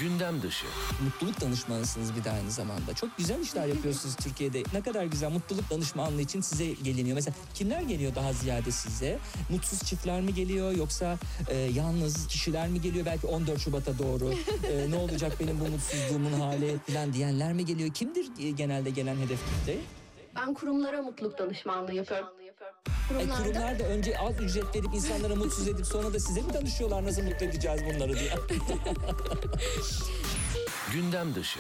Gündem dışı. Mutluluk danışmanısınız bir de aynı zamanda. Çok güzel işler yapıyorsunuz Türkiye'de. Ne kadar güzel, mutluluk danışmanlığı için size geliniyor. Mesela kimler geliyor daha ziyade size? Mutsuz çiftler mi geliyor yoksa yalnız kişiler mi geliyor? Belki 14 Şubat'a doğru ne olacak benim bu mutsuzluğumun hali falan diyenler mi geliyor? Kimdir genelde gelen hedef kitle? Ben kurumlara mutluluk danışmanlığı yapıyorum. Kurumlar da önce az ücret verip insanlara mutsuz edip sonra da size mi danışıyorlar nasıl mutlu edeceğiz bunları diye? Gündem dışı.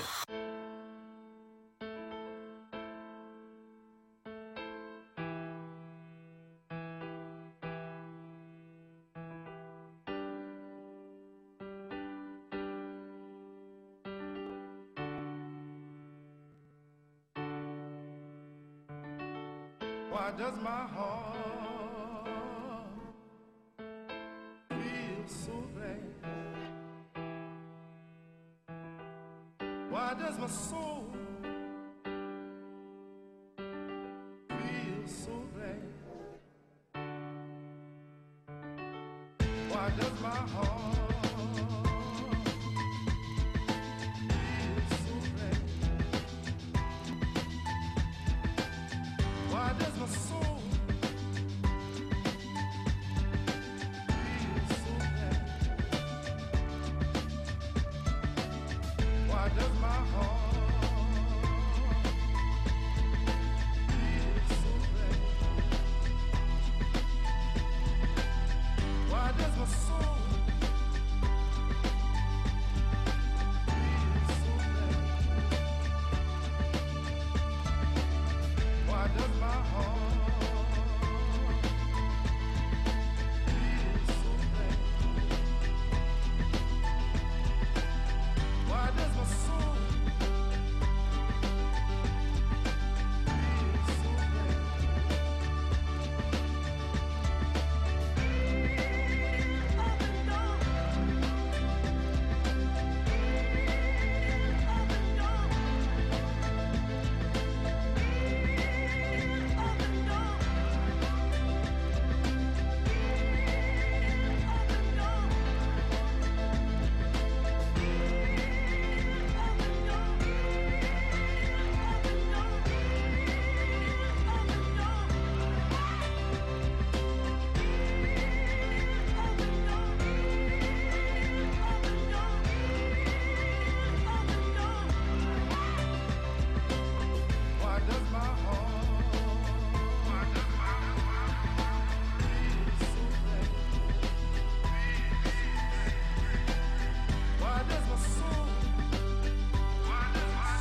Why does my heart feel so bad? Why does my soul feel so bad? Why does my heart feel so bad? Why does my soul feel so bad? Why does my heart feel so bad? Why does my soul feel so bad? Why does my heart feel so bad? Why does my soul feel so bad? Why does my heart feel so bad? Why does my soul feel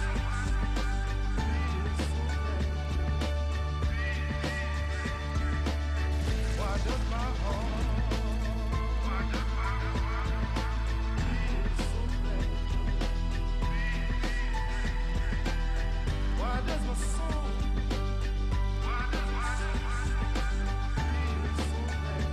so bad? Why does my heart feel so bad? Why does my soul feel so bad?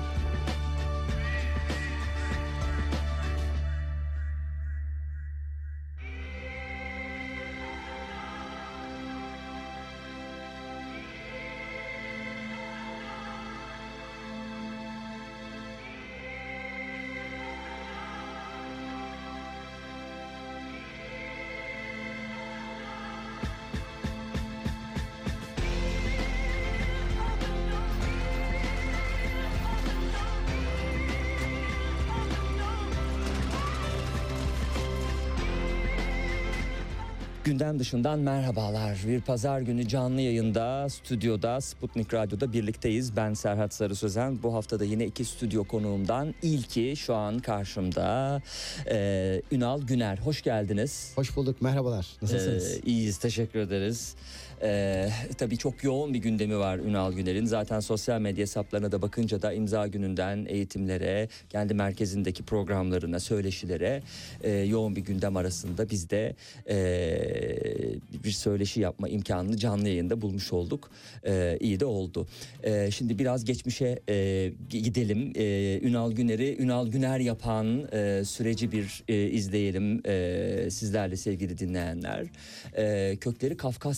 Gündem dışından merhabalar. Bir pazar günü canlı yayında, stüdyoda, Sputnik Radyo'da birlikteyiz. Ben Serhat Sarı Sözen. Bu haftada yine iki stüdyo konuğumdan ilki şu an karşımda. Ünal Güner. Hoş geldiniz. Hoş bulduk, merhabalar. Nasılsınız? İyiyiz, teşekkür ederiz. Tabii çok yoğun bir gündemi var Ünal Güner'in. Zaten sosyal medya hesaplarına da bakınca da imza gününden eğitimlere, kendi merkezindeki programlarına, söyleşilere yoğun bir gündem arasında biz de bir söyleşi yapma imkanını canlı yayında bulmuş olduk. İyi de oldu. Şimdi biraz geçmişe gidelim. Ünal Güner'i Ünal Güner yapan süreci bir izleyelim sizlerle sevgili dinleyenler. Kökleri Kafkaslara kadar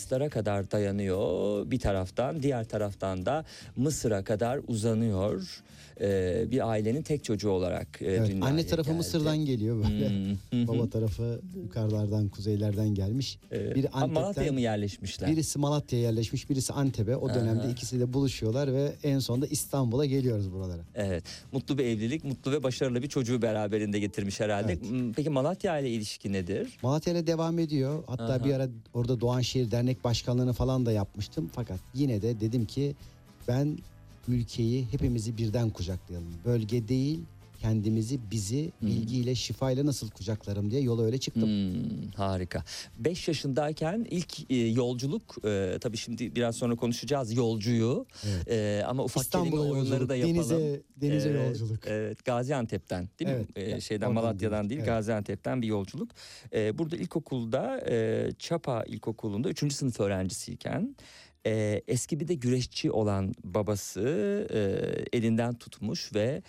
kadar dayanıyor bir taraftan, diğer taraftan da Mısır'a kadar uzanıyor. Bir ailenin tek çocuğu olarak Evet, dünyaya anne tarafı geldi. Mısır'dan geliyor böyle. Hmm. Baba tarafı yukarılardan, kuzeylerden gelmiş. Biri Malatya'ya Antep'ten, mı yerleşmişler? birisi Malatya'ya yerleşmiş, birisi Antep'e. O dönemde Aha. ikisi de buluşuyorlar ve en sonunda İstanbul'a geliyoruz buralara. Evet. Mutlu bir evlilik, mutlu ve başarılı bir çocuğu beraberinde getirmiş herhalde. Evet. Peki Malatya ile ilişki nedir? Malatya ile devam ediyor. Hatta Aha. bir ara orada Doğanşehir Dernek Başkanlığı'nı falan da yapmıştım. Fakat yine de dedim ki ben ülkeyi, hepimizi birden kucaklayalım. Bölge değil, kendimizi, bizi bilgiyle, şifayla nasıl kucaklarım diye yola öyle çıktım. Harika. 5 yaşındayken ilk yolculuk, tabii şimdi biraz sonra konuşacağız yolcuyu. Ama ufak kelime İstanbul'a oyunları yolculuk, da yapalım. denize yolculuk. Evet, Gaziantep'ten değil mi? Evet, Şeyden, oradan Malatya'dan gittik, değil, evet. Gaziantep'ten bir yolculuk. Burada ilkokulda, Çapa İlkokulu'nda 3. sınıf öğrencisiyken eski bir de güreşçi olan babası elinden tutmuş ve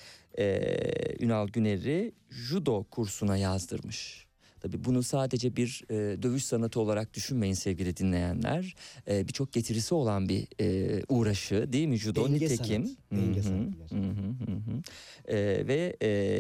Ünal Güner'i judo kursuna yazdırmış. Tabii bunu sadece bir dövüş sanatı olarak düşünmeyin sevgili dinleyenler. Birçok getirisi olan bir uğraşı değil mi judo? Denge Nitekim. sanat, denge Hı hı, sanatı gerçekten. Ve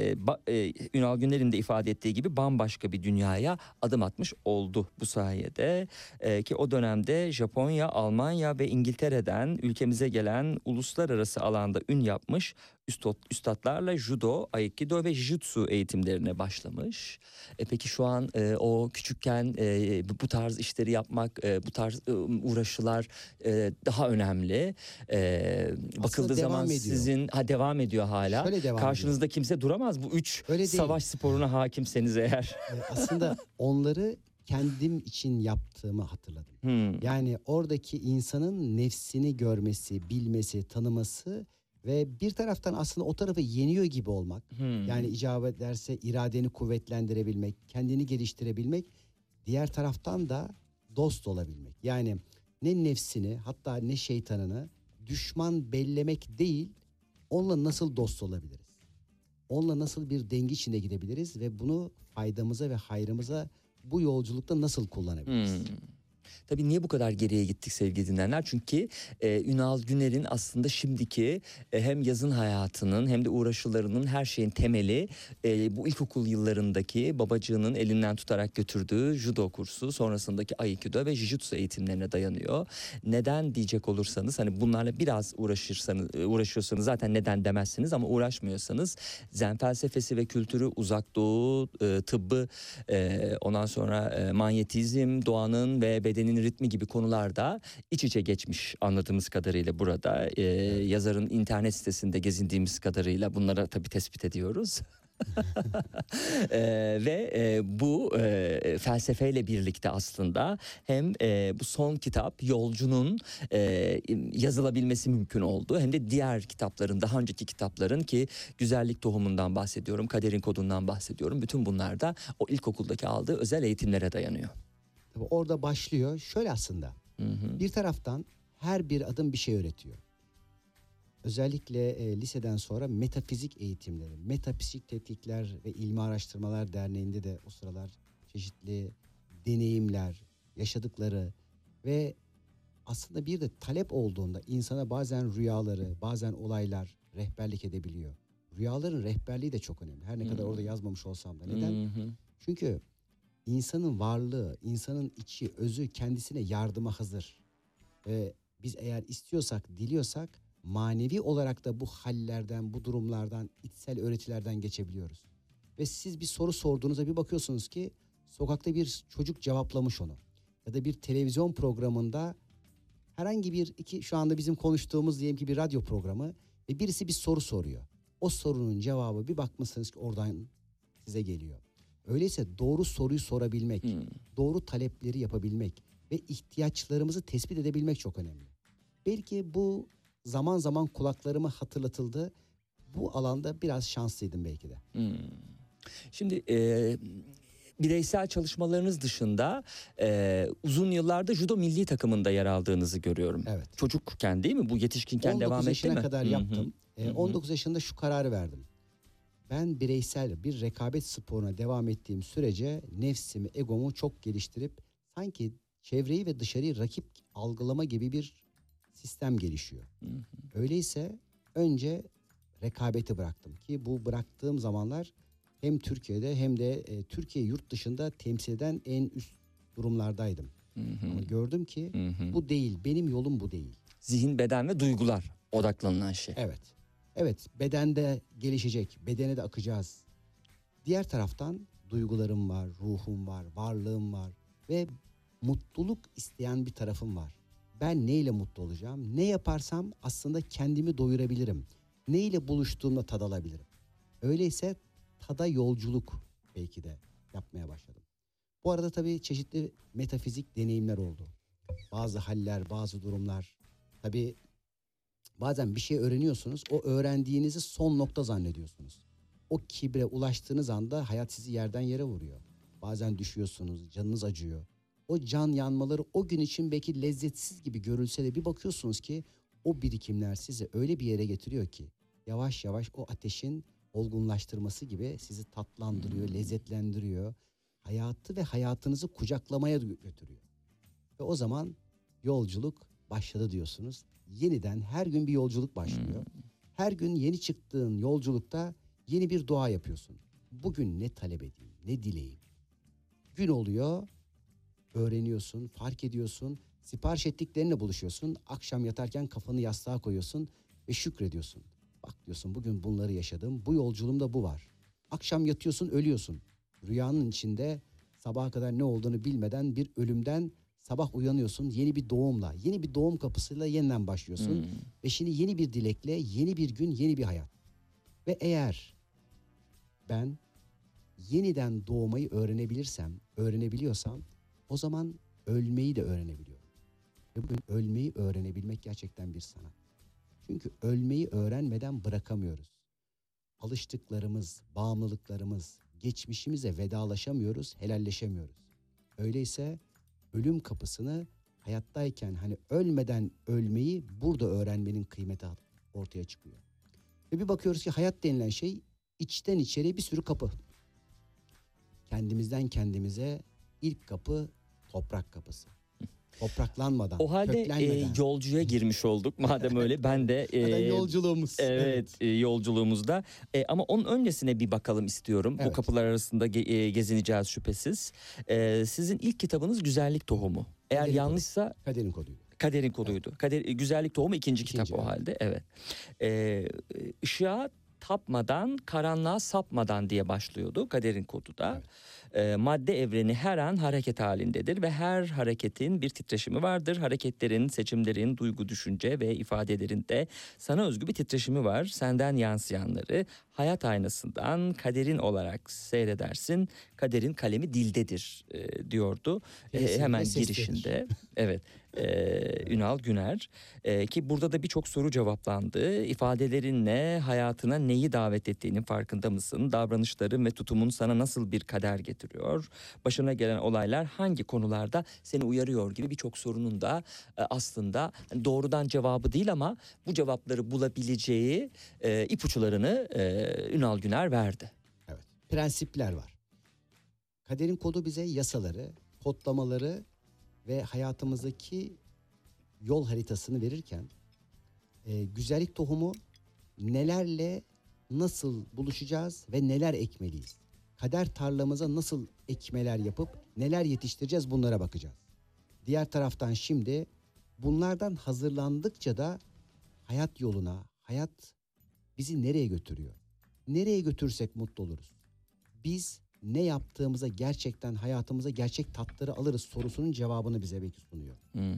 Ünal Güner'in de ifade ettiği gibi bambaşka bir dünyaya adım atmış oldu bu sayede. Ki o dönemde Japonya, Almanya ve İngiltere'den ülkemize gelen uluslararası alanda ün yapmış üstadlarla judo, aikido ve jitsu eğitimlerine başlamış. Peki şu an o küçükken bu tarz işleri yapmak, bu tarz uğraşılar daha önemli. Bakıldığı devam zaman ediyor. sizin devam ediyor hala. Şöyle devam Karşınızda kimse duramaz. Bu 3 Öyle değil. savaş sporuna hakimseniz eğer. Aslında onları kendim için yaptığımı hatırladım. Yani oradaki insanın nefsini görmesi, bilmesi, tanıması ve bir taraftan aslında o tarafı yeniyor gibi olmak. Yani icap ederse iradeni kuvvetlendirebilmek, kendini geliştirebilmek, diğer taraftan da dost olabilmek. Yani ne nefsini, hatta ne şeytanını düşman bellemek değil, onunla nasıl dost olabiliriz? Onunla nasıl bir denge içinde gidebiliriz ve bunu faydamıza ve hayrımıza bu yolculukta nasıl kullanabiliriz? Tabii niye bu kadar geriye gittik sevgili dinleyenler? Çünkü Ünal Güner'in aslında şimdiki hem yazın hayatının hem de uğraşılarının her şeyin temeli bu ilkokul yıllarındaki babacığının elinden tutarak götürdüğü judo kursu, sonrasındaki aikido ve jujutsu eğitimlerine dayanıyor. Neden diyecek olursanız, hani bunlarla biraz uğraşıyorsanız zaten neden demezsiniz, ama uğraşmıyorsanız Zen felsefesi ve kültürü, uzak doğu tıbbı, ondan sonra manyetizm, doğanın ve bedenin ritmi gibi konularda iç içe geçmiş anladığımız kadarıyla burada. Yazarın internet sitesinde gezindiğimiz kadarıyla bunları tabii tespit ediyoruz. Ve bu felsefeyle birlikte aslında hem bu son kitap Yolcu'nun yazılabilmesi mümkün oldu, hem de diğer kitapların, daha önceki kitapların, ki Güzellik Tohumu'ndan bahsediyorum, Kaderin Kodu'ndan bahsediyorum. Bütün bunlar da o ilkokuldaki aldığı özel eğitimlere dayanıyor. Tabii orada başlıyor. Şöyle aslında. Bir taraftan her bir adım bir şey öğretiyor. Özellikle liseden sonra metafizik eğitimleri, Metafizik Tetkikler ve İlmi Araştırmalar Derneği'nde de o sıralar çeşitli deneyimler, yaşadıkları ve aslında bir de talep olduğunda insana bazen rüyaları, bazen olaylar rehberlik edebiliyor. Rüyaların rehberliği de çok önemli. Her ne kadar orada yazmamış olsam da. Neden? Çünkü insanın varlığı, insanın içi, özü kendisine yardıma hazır. Ve biz eğer istiyorsak, diliyorsak manevi olarak da bu hallerden, bu durumlardan, içsel öğretilerden geçebiliyoruz. Ve siz bir soru sorduğunuzda bir bakıyorsunuz ki sokakta bir çocuk cevaplamış onu. Ya da bir televizyon programında herhangi şu anda bizim konuştuğumuz diyelim ki bir radyo programı ve birisi bir soru soruyor. O sorunun cevabı bir bakmışsınız ki oradan size geliyor. Öyleyse doğru soruyu sorabilmek, doğru talepleri yapabilmek ve ihtiyaçlarımızı tespit edebilmek çok önemli. Belki bu zaman zaman kulaklarıma hatırlatıldı. Bu alanda biraz şanslıydım belki de. Şimdi bireysel çalışmalarınız dışında uzun yıllarda judo milli takımında yer aldığınızı görüyorum. Evet. Çocukken değil mi? Bu yetişkinken devam etti mi? 19 yaşına kadar yaptım. 19 yaşında şu kararı verdim. Ben bireysel bir rekabet sporuna devam ettiğim sürece nefsimi, egomu çok geliştirip sanki çevreyi ve dışarıyı rakip algılama gibi bir sistem gelişiyor. Öyleyse önce rekabeti bıraktım ki bu bıraktığım zamanlar hem Türkiye'de hem de Türkiye yurt dışında temsil eden en üst durumlardaydım. Ama gördüm ki bu değil, benim yolum bu değil. Zihin, beden ve duygular odaklanılan şey. Evet. Evet, bedende gelişecek, bedene de akacağız. Diğer taraftan duygularım var, ruhum var, varlığım var ve mutluluk isteyen bir tarafım var. Ben neyle mutlu olacağım? Ne yaparsam aslında kendimi doyurabilirim. Neyle buluştuğumda tad alabilirim. Öyleyse tada yolculuk belki de yapmaya başladım. Bu arada tabii çeşitli metafizik deneyimler oldu. Bazı haller, bazı durumlar. Tabii bazen bir şey öğreniyorsunuz, o öğrendiğinizi son nokta zannediyorsunuz. O kibre ulaştığınız anda hayat sizi yerden yere vuruyor. Bazen düşüyorsunuz, canınız acıyor. O can yanmaları o gün için belki lezzetsiz gibi görülse de bir bakıyorsunuz ki o birikimler sizi öyle bir yere getiriyor ki yavaş yavaş o ateşin olgunlaştırması gibi sizi tatlandırıyor, lezzetlendiriyor. Hayatı ve hayatınızı kucaklamaya götürüyor. Ve o zaman yolculuk başladı diyorsunuz. Yeniden her gün bir yolculuk başlıyor. Her gün yeni çıktığın yolculukta yeni bir dua yapıyorsun. Bugün ne talep edeyim, ne dileyim. Gün oluyor, öğreniyorsun, fark ediyorsun. Sipariş ettiklerinle buluşuyorsun. Akşam yatarken kafanı yastığa koyuyorsun ve şükrediyorsun. Bak diyorsun bugün bunları yaşadım, bu yolculuğumda bu var. Akşam yatıyorsun, ölüyorsun. Rüyanın içinde sabaha kadar ne olduğunu bilmeden bir ölümden sabah uyanıyorsun yeni bir doğumla, yeni bir doğum kapısıyla yeniden başlıyorsun. Ve şimdi yeni bir dilekle, yeni bir gün, yeni bir hayat. Ve eğer ben yeniden doğmayı öğrenebiliyorsam o zaman ölmeyi de öğrenebiliyorum. Ve bugün ölmeyi öğrenebilmek gerçekten bir sanat. Çünkü ölmeyi öğrenmeden bırakamıyoruz. Alıştıklarımız, bağımlılıklarımız, geçmişimize vedalaşamıyoruz, helalleşemiyoruz. Öyleyse ölüm kapısını hayattayken hani ölmeden ölmeyi burada öğrenmenin kıymeti ortaya çıkıyor. Ve bir bakıyoruz ki hayat denilen şey içten içeri bir sürü kapı. Kendimizden kendimize ilk kapı toprak kapısı. Topraklanmadan, O halde köklenmeden. yolcuya girmiş olduk. Madem öyle ben de Zaten yolculuğumuz. evet, yolculuğumuzda. Ama onun öncesine bir bakalım istiyorum. Bu Evet. kapılar arasında gezineceğiz şüphesiz. Sizin ilk kitabınız Güzellik Tohumu. Eğer Kaderin yanlışsa Kaderin koduydu. Kaderin koduydu. Güzellik Tohumu ikinci kitap İkinci, o evet. halde. Evet. Işığa tapmadan, karanlığa sapmadan diye başlıyordu Kaderin kodu da. Evet. Madde evreni her an hareket halindedir ve her hareketin bir titreşimi vardır. Hareketlerin, seçimlerin, duygu, düşünce ve ifadelerinde sana özgü bir titreşimi var. Senden yansıyanları hayat aynasından kaderin olarak seyredersin. Kaderin kalemi dildedir diyordu. Tesiri Hemen de sestedir. girişinde. Evet. Ünal Güner ki burada da birçok soru cevaplandı. İfadelerinle hayatına neyi davet ettiğinin farkında mısın? Davranışların ve tutumun sana nasıl bir kader getiriyor? Başına gelen olaylar hangi konularda seni uyarıyor gibi birçok sorunun da aslında doğrudan cevabı değil ama bu cevapları bulabileceği ipuçlarını Ünal Güner verdi. Evet. Prensipler var. Kaderin kodu bize yasaları, kodlamaları ve hayatımızdaki yol haritasını verirken güzellik tohumu nelerle nasıl buluşacağız ve neler ekmeliyiz? Kader tarlamıza nasıl ekmeler yapıp neler yetiştireceğiz bunlara bakacağız. Diğer taraftan şimdi bunlardan hazırlandıkça da hayat yoluna, hayat bizi nereye götürüyor? Nereye götürsek mutlu oluruz? Biz ne yaptığımıza gerçekten hayatımıza gerçek tatları alırız sorusunun cevabını bize belki sunuyor.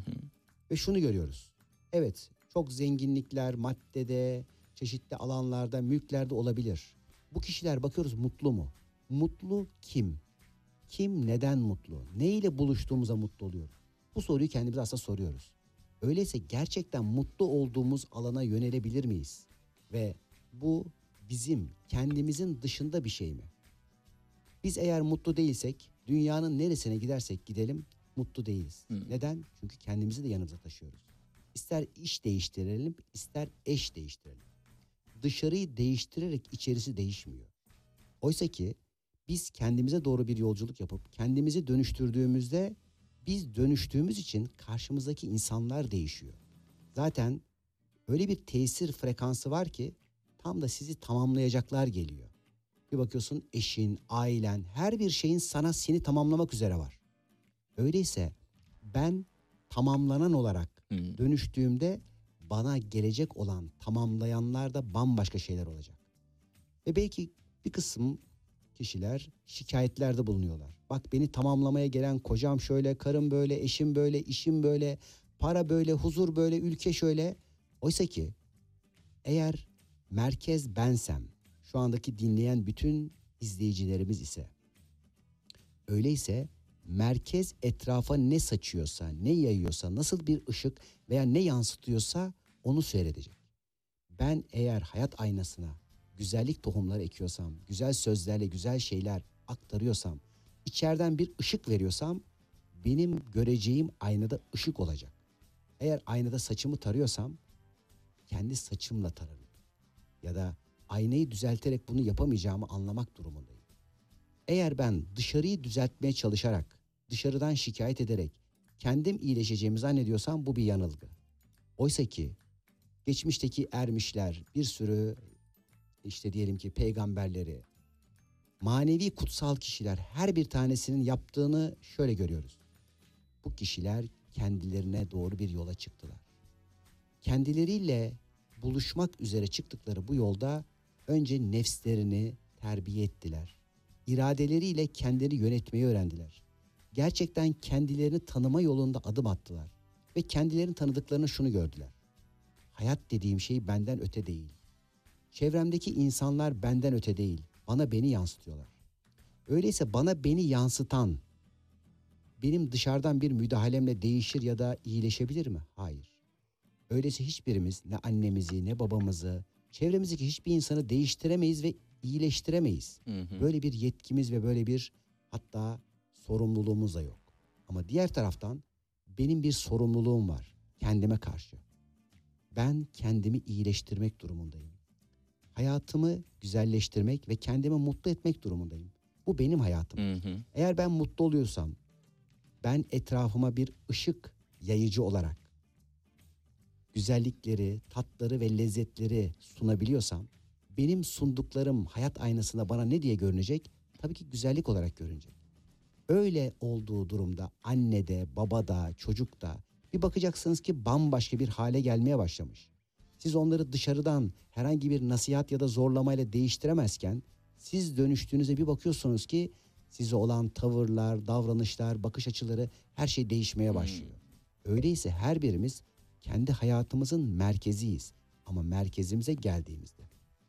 Ve şunu görüyoruz. Evet, çok zenginlikler maddede, çeşitli alanlarda, mülklerde olabilir. Bu kişiler bakıyoruz mutlu mu? Mutlu kim? Kim neden mutlu? Ne ile buluştuğumuza mutlu oluyoruz? Bu soruyu kendimize aslında soruyoruz. Öyleyse gerçekten mutlu olduğumuz alana yönelebilir miyiz? Ve bu bizim kendimizin dışında bir şey mi? Biz eğer mutlu değilsek dünyanın neresine gidersek gidelim mutlu değiliz. Neden? Çünkü kendimizi de yanımıza taşıyoruz. İster iş değiştirelim, ister eş değiştirelim. Dışarıyı değiştirerek içerisi değişmiyor. Oysa ki biz kendimize doğru bir yolculuk yapıp kendimizi dönüştürdüğümüzde Biz dönüştüğümüz için karşımızdaki insanlar değişiyor. Zaten öyle bir tesir frekansı var ki tam da sizi tamamlayacaklar geliyor. Bir bakıyorsun eşin, ailen, her bir şeyin seni tamamlamak üzere var. Öyleyse ben tamamlanan olarak dönüştüğümde bana gelecek olan tamamlayanlar da bambaşka şeyler olacak. Ve belki bir kısım kişiler şikayetlerde bulunuyorlar. Bak beni tamamlamaya gelen kocam şöyle, karım böyle, eşim böyle, işim böyle, para böyle, huzur böyle, ülke şöyle. Oysa ki eğer merkez bensem, şu andaki dinleyen bütün izleyicilerimiz ise, öyleyse merkez etrafa ne saçıyorsa, ne yayıyorsa, nasıl bir ışık veya ne yansıtıyorsa onu seyredecek. Ben eğer hayat aynasına güzellik tohumları ekiyorsam, güzel sözlerle güzel şeyler aktarıyorsam, içeriden bir ışık veriyorsam, benim göreceğim aynada ışık olacak. Eğer aynada saçımı tarıyorsam, kendi saçımla tararım. Ya da aynayı düzelterek bunu yapamayacağımı anlamak durumundayım. Eğer ben dışarıyı düzeltmeye çalışarak, dışarıdan şikayet ederek kendim iyileşeceğimi zannediyorsam bu bir yanılgı. Oysa ki geçmişteki ermişler, bir sürü işte diyelim ki peygamberleri, manevi kutsal kişiler, her bir tanesinin yaptığını şöyle görüyoruz. Bu kişiler kendilerine doğru bir yola çıktılar. Kendileriyle buluşmak üzere çıktıkları bu yolda önce nefslerini terbiye ettiler. İradeleriyle kendileri yönetmeyi öğrendiler. Gerçekten kendilerini tanıma yolunda adım attılar. Ve kendilerini tanıdıklarını şunu gördüler. Hayat dediğim şey benden öte değil. Çevremdeki insanlar benden öte değil. Beni yansıtıyorlar. Öyleyse beni yansıtan benim dışarıdan bir müdahalemle değişir ya da iyileşebilir mi? Hayır. Öyleyse hiçbirimiz ne annemizi ne babamızı, çevremizdeki hiçbir insanı değiştiremeyiz ve iyileştiremeyiz. Böyle bir yetkimiz ve böyle bir hatta sorumluluğumuz da yok. Ama diğer taraftan benim bir sorumluluğum var kendime karşı. Ben kendimi iyileştirmek durumundayım. Hayatımı güzelleştirmek ve kendimi mutlu etmek durumundayım. Bu benim hayatım. Eğer ben mutlu oluyorsam, ben etrafıma bir ışık yayıcı olarak güzellikleri, tatları ve lezzetleri sunabiliyorsam, benim sunduklarım hayat aynasında bana ne diye görünecek? Tabii ki güzellik olarak görünecek. Öyle olduğu durumda annede, babada, çocukta bir bakacaksınız ki bambaşka bir hale gelmeye başlamış. Siz onları dışarıdan herhangi bir nasihat ya da zorlamayla değiştiremezken, siz dönüştüğünüzde bir bakıyorsunuz ki size olan tavırlar, davranışlar, bakış açıları her şey değişmeye başlıyor. Öyleyse her birimiz kendi hayatımızın merkeziyiz. Ama merkezimize geldiğimizde.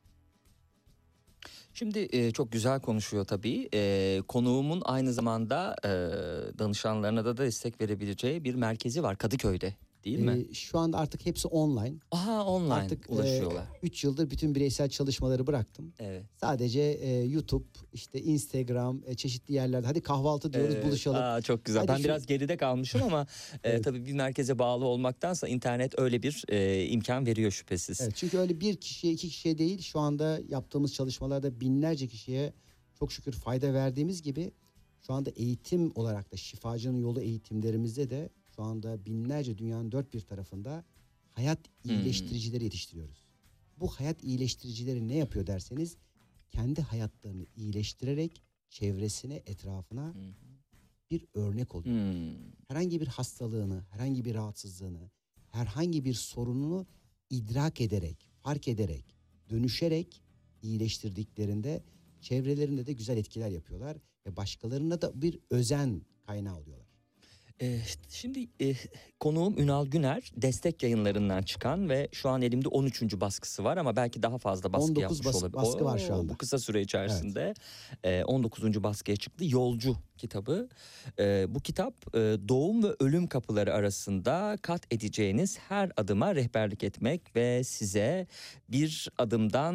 Şimdi çok güzel konuşuyor tabii. Konuğumun aynı zamanda danışanlarına da destek verebileceği bir merkezi var Kadıköy'de, değil mi? Şu anda artık hepsi online. Aha, online Artık ulaşıyorlar. 3 yıldır bütün bireysel çalışmaları bıraktım. Evet. Sadece YouTube, işte Instagram, çeşitli yerlerde hadi kahvaltı diyoruz, buluşalım. Çok güzel. Hadi Ben biraz geride kalmışım ama Evet. tabii bir merkeze bağlı olmaktansa internet öyle bir imkan veriyor şüphesiz. Evet, çünkü öyle bir kişiye, 2 kişiye değil, şu anda yaptığımız çalışmalarda binlerce kişiye çok şükür fayda verdiğimiz gibi şu anda eğitim olarak da Şifacının Yolu eğitimlerimizde de şu anda binlerce dünyanın dört bir tarafında hayat iyileştiricileri yetiştiriyoruz. Bu hayat iyileştiricileri ne yapıyor derseniz, kendi hayatlarını iyileştirerek çevresine, etrafına bir örnek oluyor. Herhangi bir hastalığını, herhangi bir rahatsızlığını, herhangi bir sorununu idrak ederek, fark ederek, dönüşerek iyileştirdiklerinde çevrelerinde de güzel etkiler yapıyorlar ve başkalarına da bir özen kaynağı oluyorlar. Şimdi konuğum Ünal Güner, Destek Yayınlarından çıkan ve şu an elimde 13. baskısı var ama belki daha fazla baskı 19 yapmış olabilir. baskı var şu anda. Bu kısa süre içerisinde 19. baskıya çıktı. Yolcu kitabı. Bu kitap doğum ve ölüm kapıları arasında kat edeceğiniz her adıma rehberlik etmek ve size bir adımdan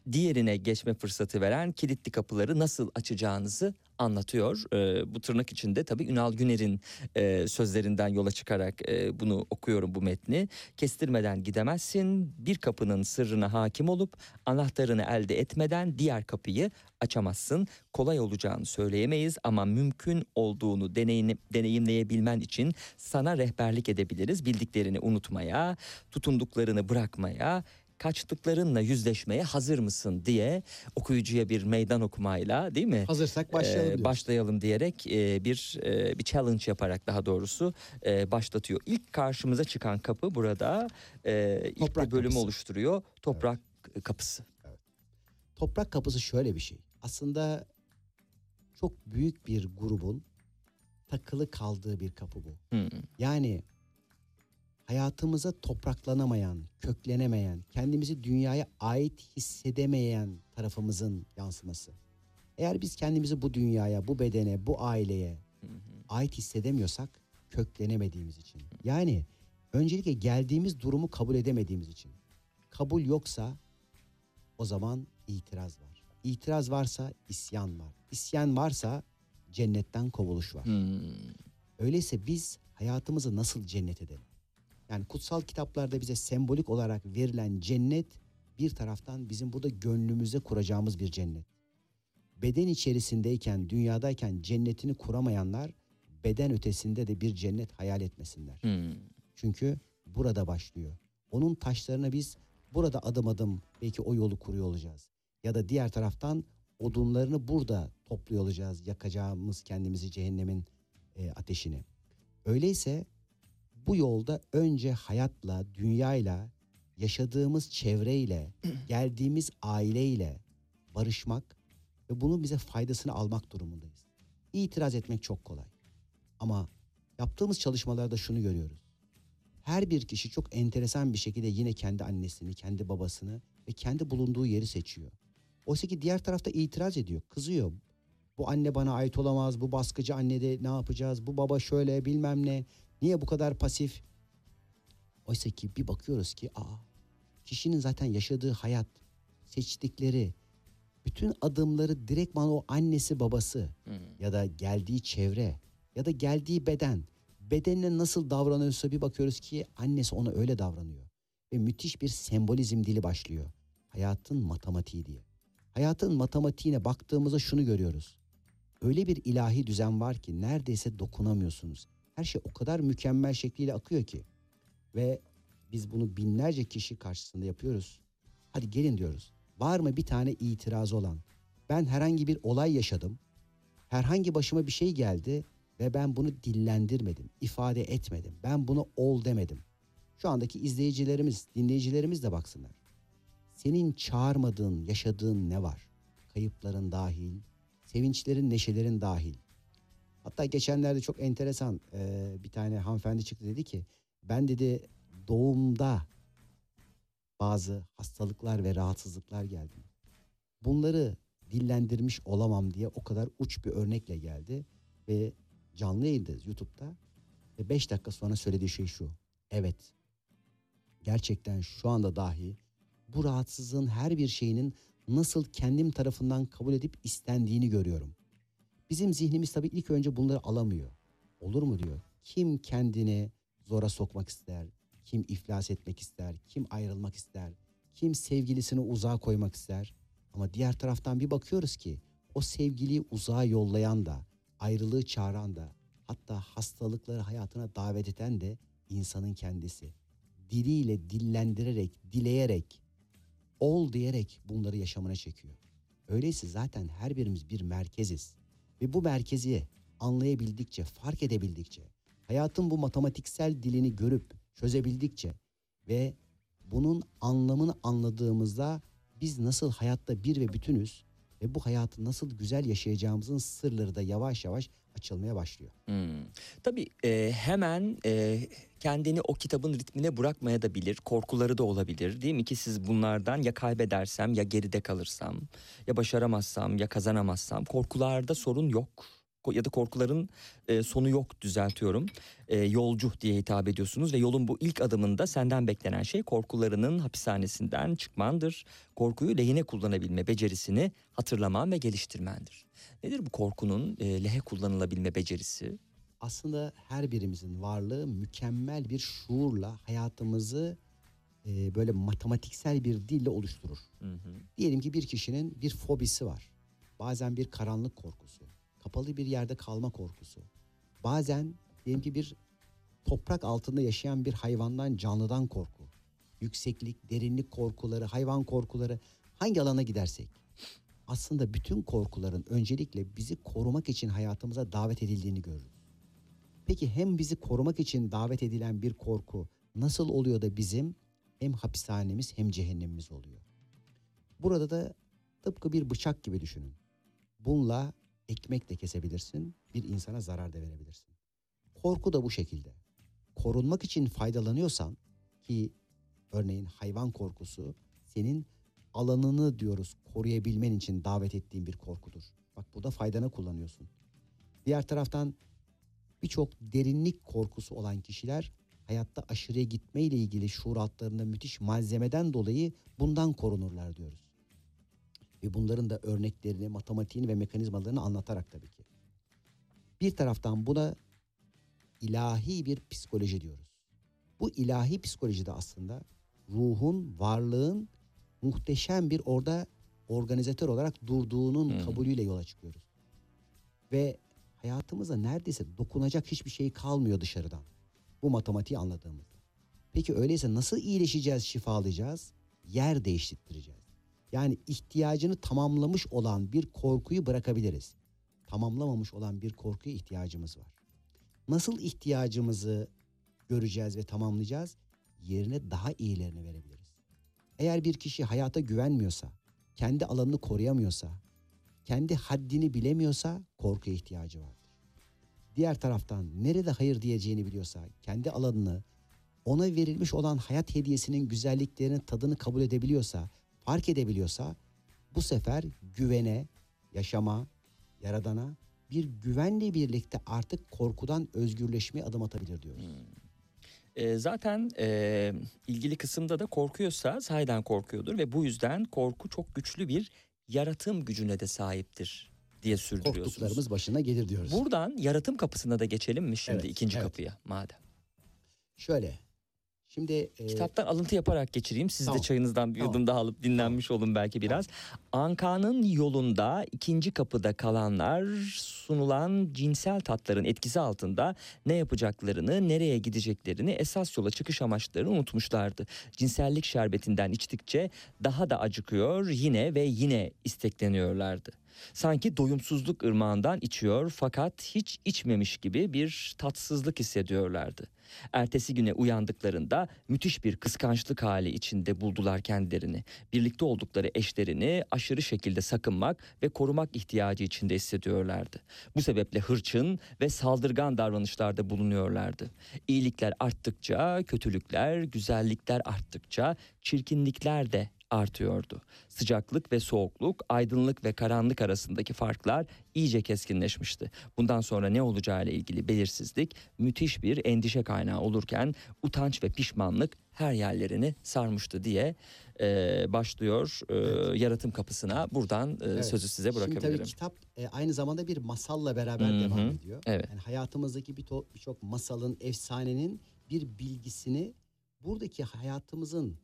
diğerine geçme fırsatı veren kilitli kapıları nasıl açacağınızı anlatıyor. Bu tırnak içinde tabii Ünal Güner'in sözlerinden yola çıkarak bunu okuyorum, bu metni. Kestirmeden gidemezsin, bir kapının sırrına hakim olup anahtarını elde etmeden diğer kapıyı açamazsın. Kolay olacağını söyleyemeyiz ama mümkün olduğunu deneyimleyebilmen için sana rehberlik edebiliriz. Bildiklerini unutmaya, tutunduklarını bırakmaya, kaçtıklarınla yüzleşmeye hazır mısın diye okuyucuya bir meydan okumayla, değil mi? Hazırsak başlayalım diyoruz. Başlayalım diyerek bir challenge yaparak daha doğrusu başlatıyor. İlk karşımıza çıkan kapı burada ilk Toprak bir bölümü kapısı. oluşturuyor. Toprak kapısı. Toprak kapısı şöyle bir şey. Aslında çok büyük bir grubun takılı kaldığı bir kapı bu. Yani hayatımıza topraklanamayan, köklenemeyen, kendimizi dünyaya ait hissedemeyen tarafımızın yansıması. Eğer biz kendimizi bu dünyaya, bu bedene, bu aileye ait hissedemiyorsak, köklenemediğimiz için. Yani öncelikle geldiğimiz durumu kabul edemediğimiz için. Kabul yoksa o zaman itiraz var. İtiraz varsa isyan var. İsyan varsa cennetten kovuluş var. Öyleyse biz hayatımızı nasıl cennet edelim? Yani kutsal kitaplarda bize sembolik olarak verilen cennet bir taraftan bizim burada gönlümüze kuracağımız bir cennet. Beden içerisindeyken, dünyadayken cennetini kuramayanlar beden ötesinde de bir cennet hayal etmesinler. Çünkü burada başlıyor. Onun taşlarına biz burada adım adım belki o yolu kuruyor olacağız. Ya da diğer taraftan odunlarını burada topluyor olacağız. Yakacağımız kendimizi cehennemin ateşini. Öyleyse bu yolda önce hayatla, dünyayla, yaşadığımız çevreyle, geldiğimiz aileyle barışmak ve bunun bize faydasını almak durumundayız. İtiraz etmek çok kolay. Ama yaptığımız çalışmalarda şunu görüyoruz. Her bir kişi çok enteresan bir şekilde yine kendi annesini, kendi babasını ve kendi bulunduğu yeri seçiyor. Oysa ki diğer tarafta itiraz ediyor, kızıyor. Bu anne bana ait olamaz, bu baskıcı anne de ne yapacağız, bu baba şöyle bilmem ne, niye bu kadar pasif? Oysa ki bir bakıyoruz ki kişinin zaten yaşadığı hayat, seçtikleri, bütün adımları direktman o annesi babası ya da geldiği çevre ya da geldiği beden, bedenine nasıl davranıyorsa bir bakıyoruz ki annesi ona öyle davranıyor. Ve müthiş bir sembolizm dili başlıyor. Hayatın matematiği diye. Hayatın matematiğine baktığımızda şunu görüyoruz. Öyle bir ilahi düzen var ki neredeyse dokunamıyorsunuz. Her şey o kadar mükemmel şekliyle akıyor ki. Ve biz bunu binlerce kişi karşısında yapıyoruz. Hadi gelin diyoruz. Var mı bir tane itirazı olan? Ben herhangi bir olay yaşadım. Herhangi başıma bir şey geldi ve ben bunu dillendirmedim, ifade etmedim. Ben bunu ol demedim. Şu andaki izleyicilerimiz, dinleyicilerimiz de baksınlar. Senin çağırmadığın, yaşadığın ne var? Kayıpların dahil, sevinçlerin, neşelerin dahil. Hatta geçenlerde çok enteresan bir tane hanımefendi çıktı, dedi ki ben dedi doğumda bazı hastalıklar ve rahatsızlıklar geldi. Bunları dillendirmiş olamam diye o kadar uç bir örnekle geldi ve canlı yayındayız YouTube'da ve 5 dakika sonra söylediği şey şu: evet, gerçekten şu anda dahi bu rahatsızlığın her bir şeyinin nasıl kendim tarafından kabul edip istendiğini görüyorum. Bizim zihnimiz tabii ilk önce bunları alamıyor. Olur mu diyor. Kim kendini zora sokmak ister, kim iflas etmek ister, kim ayrılmak ister, kim sevgilisini uzağa koymak ister. Ama diğer taraftan bir bakıyoruz ki o sevgiliyi uzağa yollayan da, ayrılığı çağıran da, hatta hastalıkları hayatına davet eden de insanın kendisi. Diliyle dillendirerek, dileyerek, ol diyerek bunları yaşamına çekiyor. Öyleyse zaten her birimiz bir merkeziz. Ve bu merkezi anlayabildikçe, fark edebildikçe, hayatın bu matematiksel dilini görüp çözebildikçe ve bunun anlamını anladığımızda biz nasıl hayatta bir ve bütünüz ve bu hayatı nasıl güzel yaşayacağımızın sırları da yavaş yavaş açılmaya başlıyor. Tabii hemen kendini o kitabın ritmine bırakmaya da bilir. Korkuları da olabilir, değil mi ki siz bunlardan ya kaybedersem, ya geride kalırsam, ya başaramazsam, ya kazanamazsam. Korkularda sorun yok. ya da korkuların sonu yok, düzeltiyorum. Yolcu diye hitap ediyorsunuz ve yolun bu ilk adımında senden beklenen şey korkularının hapishanesinden çıkmandır. Korkuyu lehine kullanabilme becerisini hatırlaman ve geliştirmendir. Nedir bu korkunun lehe kullanılabilme becerisi? Aslında her birimizin varlığı mükemmel bir şuurla hayatımızı böyle matematiksel bir dille oluşturur. Hı hı. Diyelim ki bir kişinin bir fobisi var. Bazen bir karanlık korkusu, kapalı bir yerde kalma korkusu. Bazen diyelim ki bir toprak altında yaşayan bir hayvandan, canlıdan korku. Yükseklik, derinlik korkuları, hayvan korkuları, hangi alana gidersek. Aslında bütün korkuların öncelikle bizi korumak için hayatımıza davet edildiğini görürüz. Peki hem bizi korumak için davet edilen bir korku nasıl oluyor da bizim hem hapishanemiz hem cehennemimiz oluyor? Burada da tıpkı bir bıçak gibi düşünün. Bununla ekmek de kesebilirsin, bir insana zarar da verebilirsin. Korku da bu şekilde. Korunmak için faydalanıyorsan, ki örneğin hayvan korkusu senin alanını diyoruz koruyabilmen için davet ettiğin bir korkudur. Bak, burada faydana kullanıyorsun. Diğer taraftan birçok derinlik korkusu olan kişiler hayatta aşırıya gitme ile ilgili şuur altlarında müthiş malzemeden dolayı bundan korunurlar diyoruz. Ve bunların da örneklerini, matematiğini ve mekanizmalarını anlatarak tabii ki. Bir taraftan buna ilahi bir psikoloji diyoruz. Bu ilahi psikolojide aslında ruhun, varlığın muhteşem bir orada organizatör olarak durduğunun kabulüyle yola çıkıyoruz. Ve hayatımıza neredeyse dokunacak hiçbir şey kalmıyor dışarıdan. Bu matematiği anladığımızda. Peki öyleyse nasıl iyileşeceğiz, şifalayacağız? Yer değiştireceğiz. Yani ihtiyacını tamamlamış olan bir korkuyu bırakabiliriz. Tamamlamamış olan bir korkuya ihtiyacımız var. Nasıl ihtiyacımızı göreceğiz ve tamamlayacağız? Yerine daha iyilerini verebiliriz. Eğer bir kişi hayata güvenmiyorsa, kendi alanını koruyamıyorsa, kendi haddini bilemiyorsa korkuya ihtiyacı vardır. Diğer taraftan nerede hayır diyeceğini biliyorsa, kendi alanını, ona verilmiş olan hayat hediyesinin güzelliklerinin tadını kabul edebiliyorsa, fark edebiliyorsa, bu sefer güvene, yaşama, yaradana bir güvenle birlikte artık korkudan özgürleşmeye adım atabilir diyoruz. Zaten ilgili kısımda da korkuyorsa sahiden korkuyordur ve bu yüzden korku çok güçlü bir yaratım gücüne de sahiptir diye sürdürüyorsunuz. Korktuklarımız başına gelir diyoruz. Buradan yaratım kapısına da geçelim mi şimdi, Evet, ikinci evet. kapıya madem? Şöyle, şimdi Kitaptan alıntı yaparak geçireyim. Siz Tamam. de çayınızdan bir Tamam. yudum daha alıp dinlenmiş olun belki biraz. Anka'nın yolunda ikinci kapıda kalanlar sunulan cinsel tatların etkisi altında ne yapacaklarını, nereye gideceklerini, esas yola çıkış amaçlarını unutmuşlardı. Cinsellik şerbetinden içtikçe daha da acıkıyor, yine ve yine istekleniyorlardı. Sanki doyumsuzluk ırmağından içiyor fakat hiç içmemiş gibi bir tatsızlık hissediyorlardı. Ertesi güne uyandıklarında müthiş bir kıskançlık hali içinde buldular kendilerini. Birlikte oldukları eşlerini aşırı şekilde sakınmak ve korumak ihtiyacı içinde hissediyorlardı. Bu sebeple hırçın ve saldırgan davranışlarda bulunuyorlardı. İyilikler arttıkça kötülükler, güzellikler arttıkça çirkinlikler de artıyordu. Sıcaklık ve soğukluk, aydınlık ve karanlık arasındaki farklar iyice keskinleşmişti. Bundan sonra ne olacağıyla ilgili belirsizlik müthiş bir endişe kaynağı olurken utanç ve pişmanlık her yerlerini sarmıştı diye başlıyor yaratım kapısına. Buradan sözü size Şimdi bırakabilirim. tabii kitap aynı zamanda bir masalla beraber Hı hı. devam ediyor. Evet. Yani hayatımızdaki birçok masalın, efsanenin bir bilgisini buradaki hayatımızın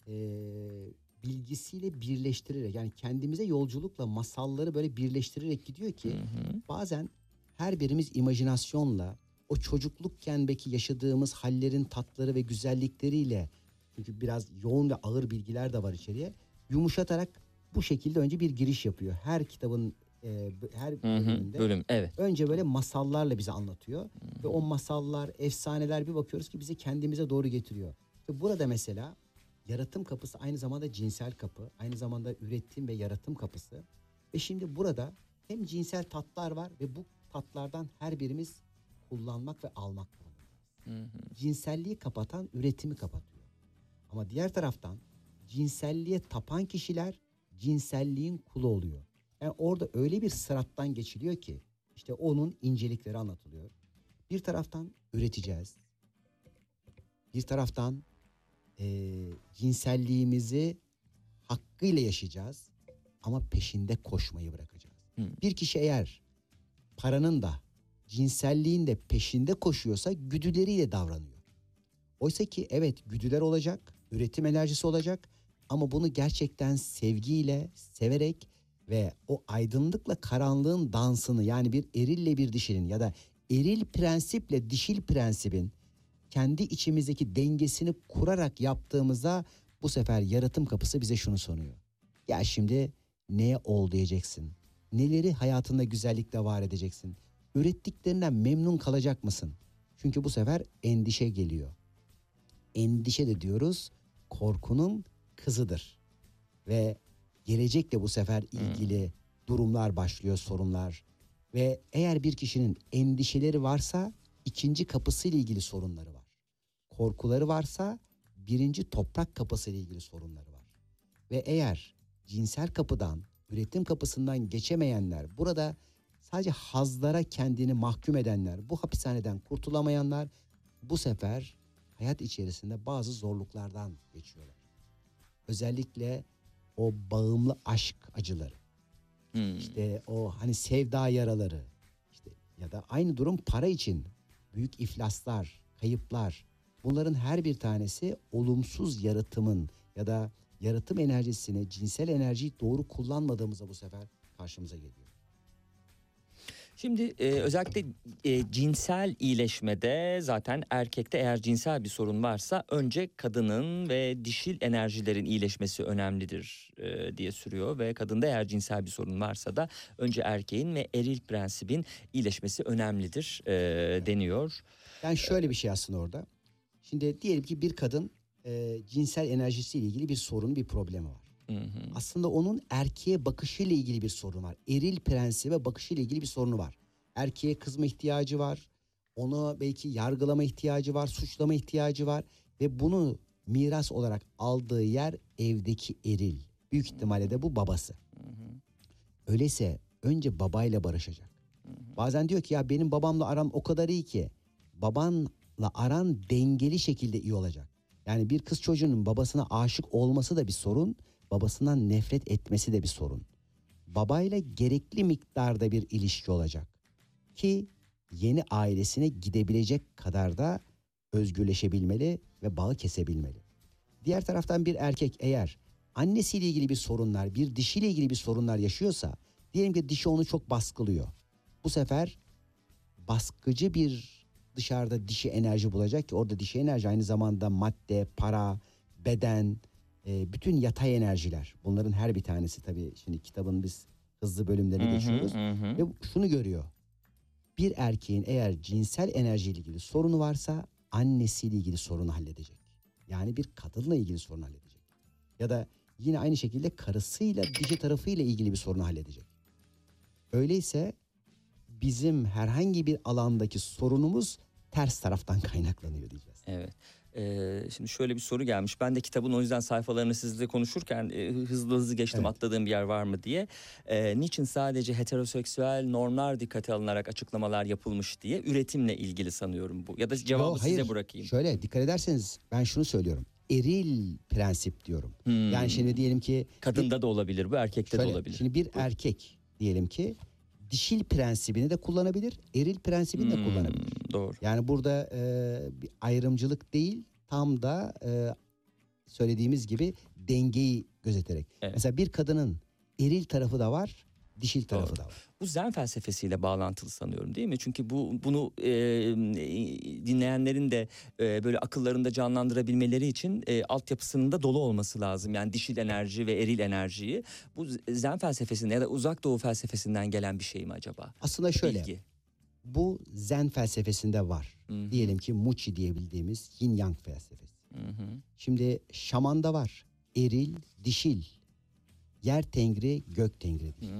bilgisiyle birleştirerek, yani kendimize yolculukla masalları böyle birleştirerek gidiyor ki bazen her birimiz imajinasyonla o çocuklukken belki yaşadığımız hallerin tatları ve güzellikleriyle, çünkü biraz yoğun ve ağır bilgiler de var içeriye, yumuşatarak bu şekilde önce bir giriş yapıyor. Her kitabın her bölümünde Bölüm, evet. önce böyle masallarla bize anlatıyor ve o masallar, efsaneler bir bakıyoruz ki bizi kendimize doğru getiriyor. İşte burada mesela yaratım kapısı aynı zamanda cinsel kapı, aynı zamanda üretim ve yaratım kapısı. Ve şimdi burada hem cinsel tatlar var ve bu tatlardan her birimiz kullanmak ve almak zorundayız. Cinselliği kapatan üretimi kapatıyor. Ama diğer taraftan cinselliğe tapan kişiler cinselliğin kulu oluyor. Yani orada öyle bir sırattan geçiliyor ki İşte onun incelikleri anlatılıyor. Bir taraftan üreteceğiz. Bir taraftan cinselliğimizi hakkıyla yaşayacağız. Ama peşinde koşmayı bırakacağız. Bir kişi eğer paranın da cinselliğin de peşinde koşuyorsa güdüleriyle davranıyor. Oysa ki evet, güdüler olacak, üretim enerjisi olacak ama bunu gerçekten sevgiyle, severek ve o aydınlıkla karanlığın dansını, yani bir erille bir dişinin ya da eril prensiple dişil prensibin kendi içimizdeki dengesini kurarak yaptığımızda bu sefer yaratım kapısı bize şunu sunuyor. Ya şimdi neye ol diyeceksin? Neleri hayatında güzellikle var edeceksin? Ürettiklerinden memnun kalacak mısın? Çünkü bu sefer endişe geliyor. Endişe de diyoruz korkunun kızıdır. Ve gelecekle bu sefer ilgili durumlar başlıyor, sorunlar. Ve eğer bir kişinin endişeleri varsa ikinci kapısıyla ilgili sorunları var. Korkuları varsa birinci toprak kapısıyla ilgili sorunları var. Ve eğer cinsel kapıdan, üretim kapısından geçemeyenler, burada sadece hazlara kendini mahkum edenler, bu hapishaneden kurtulamayanlar bu sefer hayat içerisinde bazı zorluklardan geçiyorlar. Özellikle o bağımlı aşk acıları, işte o hani sevda yaraları, işte ya da aynı durum para için büyük iflaslar, kayıplar. Bunların her bir tanesi olumsuz yaratımın ya da yaratım enerjisini, cinsel enerjiyi doğru kullanmadığımızda bu sefer karşımıza geliyor. Şimdi özellikle cinsel iyileşmede zaten erkekte eğer cinsel bir sorun varsa önce kadının ve dişil enerjilerin iyileşmesi önemlidir diye sürüyor. Ve kadında eğer cinsel bir sorun varsa da önce erkeğin ve eril prensibin iyileşmesi önemlidir deniyor. Yani şöyle bir şey aslında orada. Şimdi diyelim ki bir kadın cinsel enerjisiyle ilgili bir sorun, bir problemi var. Aslında onun erkeğe bakışıyla ilgili bir sorun var. Eril prensibe bakışıyla ilgili bir sorunu var. Erkeğe kızma ihtiyacı var. Onu belki yargılama ihtiyacı var, suçlama ihtiyacı var. Ve bunu miras olarak aldığı yer evdeki eril. Büyük ihtimalle de bu babası. Öyleyse önce babayla barışacak. Bazen diyor ki ya benim babamla aram o kadar iyi ki. Babanla aran dengeli şekilde iyi olacak. Yani bir kız çocuğunun babasına aşık olması da bir sorun. Babasından nefret etmesi de bir sorun. Babayla gerekli miktarda bir ilişki olacak. Ki yeni ailesine gidebilecek kadar da özgürleşebilmeli ve bağı kesebilmeli. Diğer taraftan bir erkek eğer annesiyle ilgili bir sorunlar, bir dişiyle ilgili bir sorunlar yaşıyorsa, diyelim ki dişi onu çok baskılıyor. Bu sefer baskıcı bir dışarıda dişi enerji bulacak ki orada dişi enerji aynı zamanda madde, para, beden, bütün yatay enerjiler. Bunların her bir tanesi tabii şimdi kitabın biz hızlı bölümlerine geçiyoruz. Ve şunu görüyor. Bir erkeğin eğer cinsel enerjiyle ilgili sorunu varsa annesiyle ilgili sorunu halledecek. Yani bir kadınla ilgili sorunu halledecek. Ya da yine aynı şekilde karısıyla, dişi tarafıyla ilgili bir sorunu halledecek. Öyleyse bizim herhangi bir alandaki sorunumuz ters taraftan kaynaklanıyor diyeceğiz. Evet. Şimdi şöyle bir soru gelmiş. Ben de kitabın o yüzden sayfalarını sizle konuşurken hızlı hızlı geçtim, Evet. atladığım bir yer var mı diye. Niçin sadece heteroseksüel normlar dikkate alınarak açıklamalar yapılmış diye, üretimle ilgili sanıyorum bu. Ya da cevabı Yo, size hayır. bırakayım. Şöyle dikkat ederseniz ben şunu söylüyorum. Eril prensip diyorum. Yani şimdi diyelim ki Kadında da olabilir bu, erkekte de şöyle, olabilir. şimdi bir erkek diyelim ki dişil prensibini de kullanabilir, eril prensibini de kullanabilir. Doğru. Yani burada bir ayrımcılık değil, tam da söylediğimiz gibi dengeyi gözeterek. Evet. Mesela bir kadının eril tarafı da var, dişil tarafı da var. Bu Zen felsefesiyle bağlantılı sanıyorum, değil mi? Çünkü bunu dinleyenlerin de böyle akıllarında canlandırabilmeleri için altyapısının da dolu olması lazım. Yani dişil enerji ve eril enerjiyi. Bu Zen felsefesinden ya da Uzak Doğu felsefesinden gelen bir şey mi acaba? Aslında şöyle, Bilgi. bu Zen felsefesinde var. Diyelim ki Muçi diyebildiğimiz Yin Yang felsefesi. Şimdi şamanda var. Eril, dişil. Yer tengri, gök tengridir.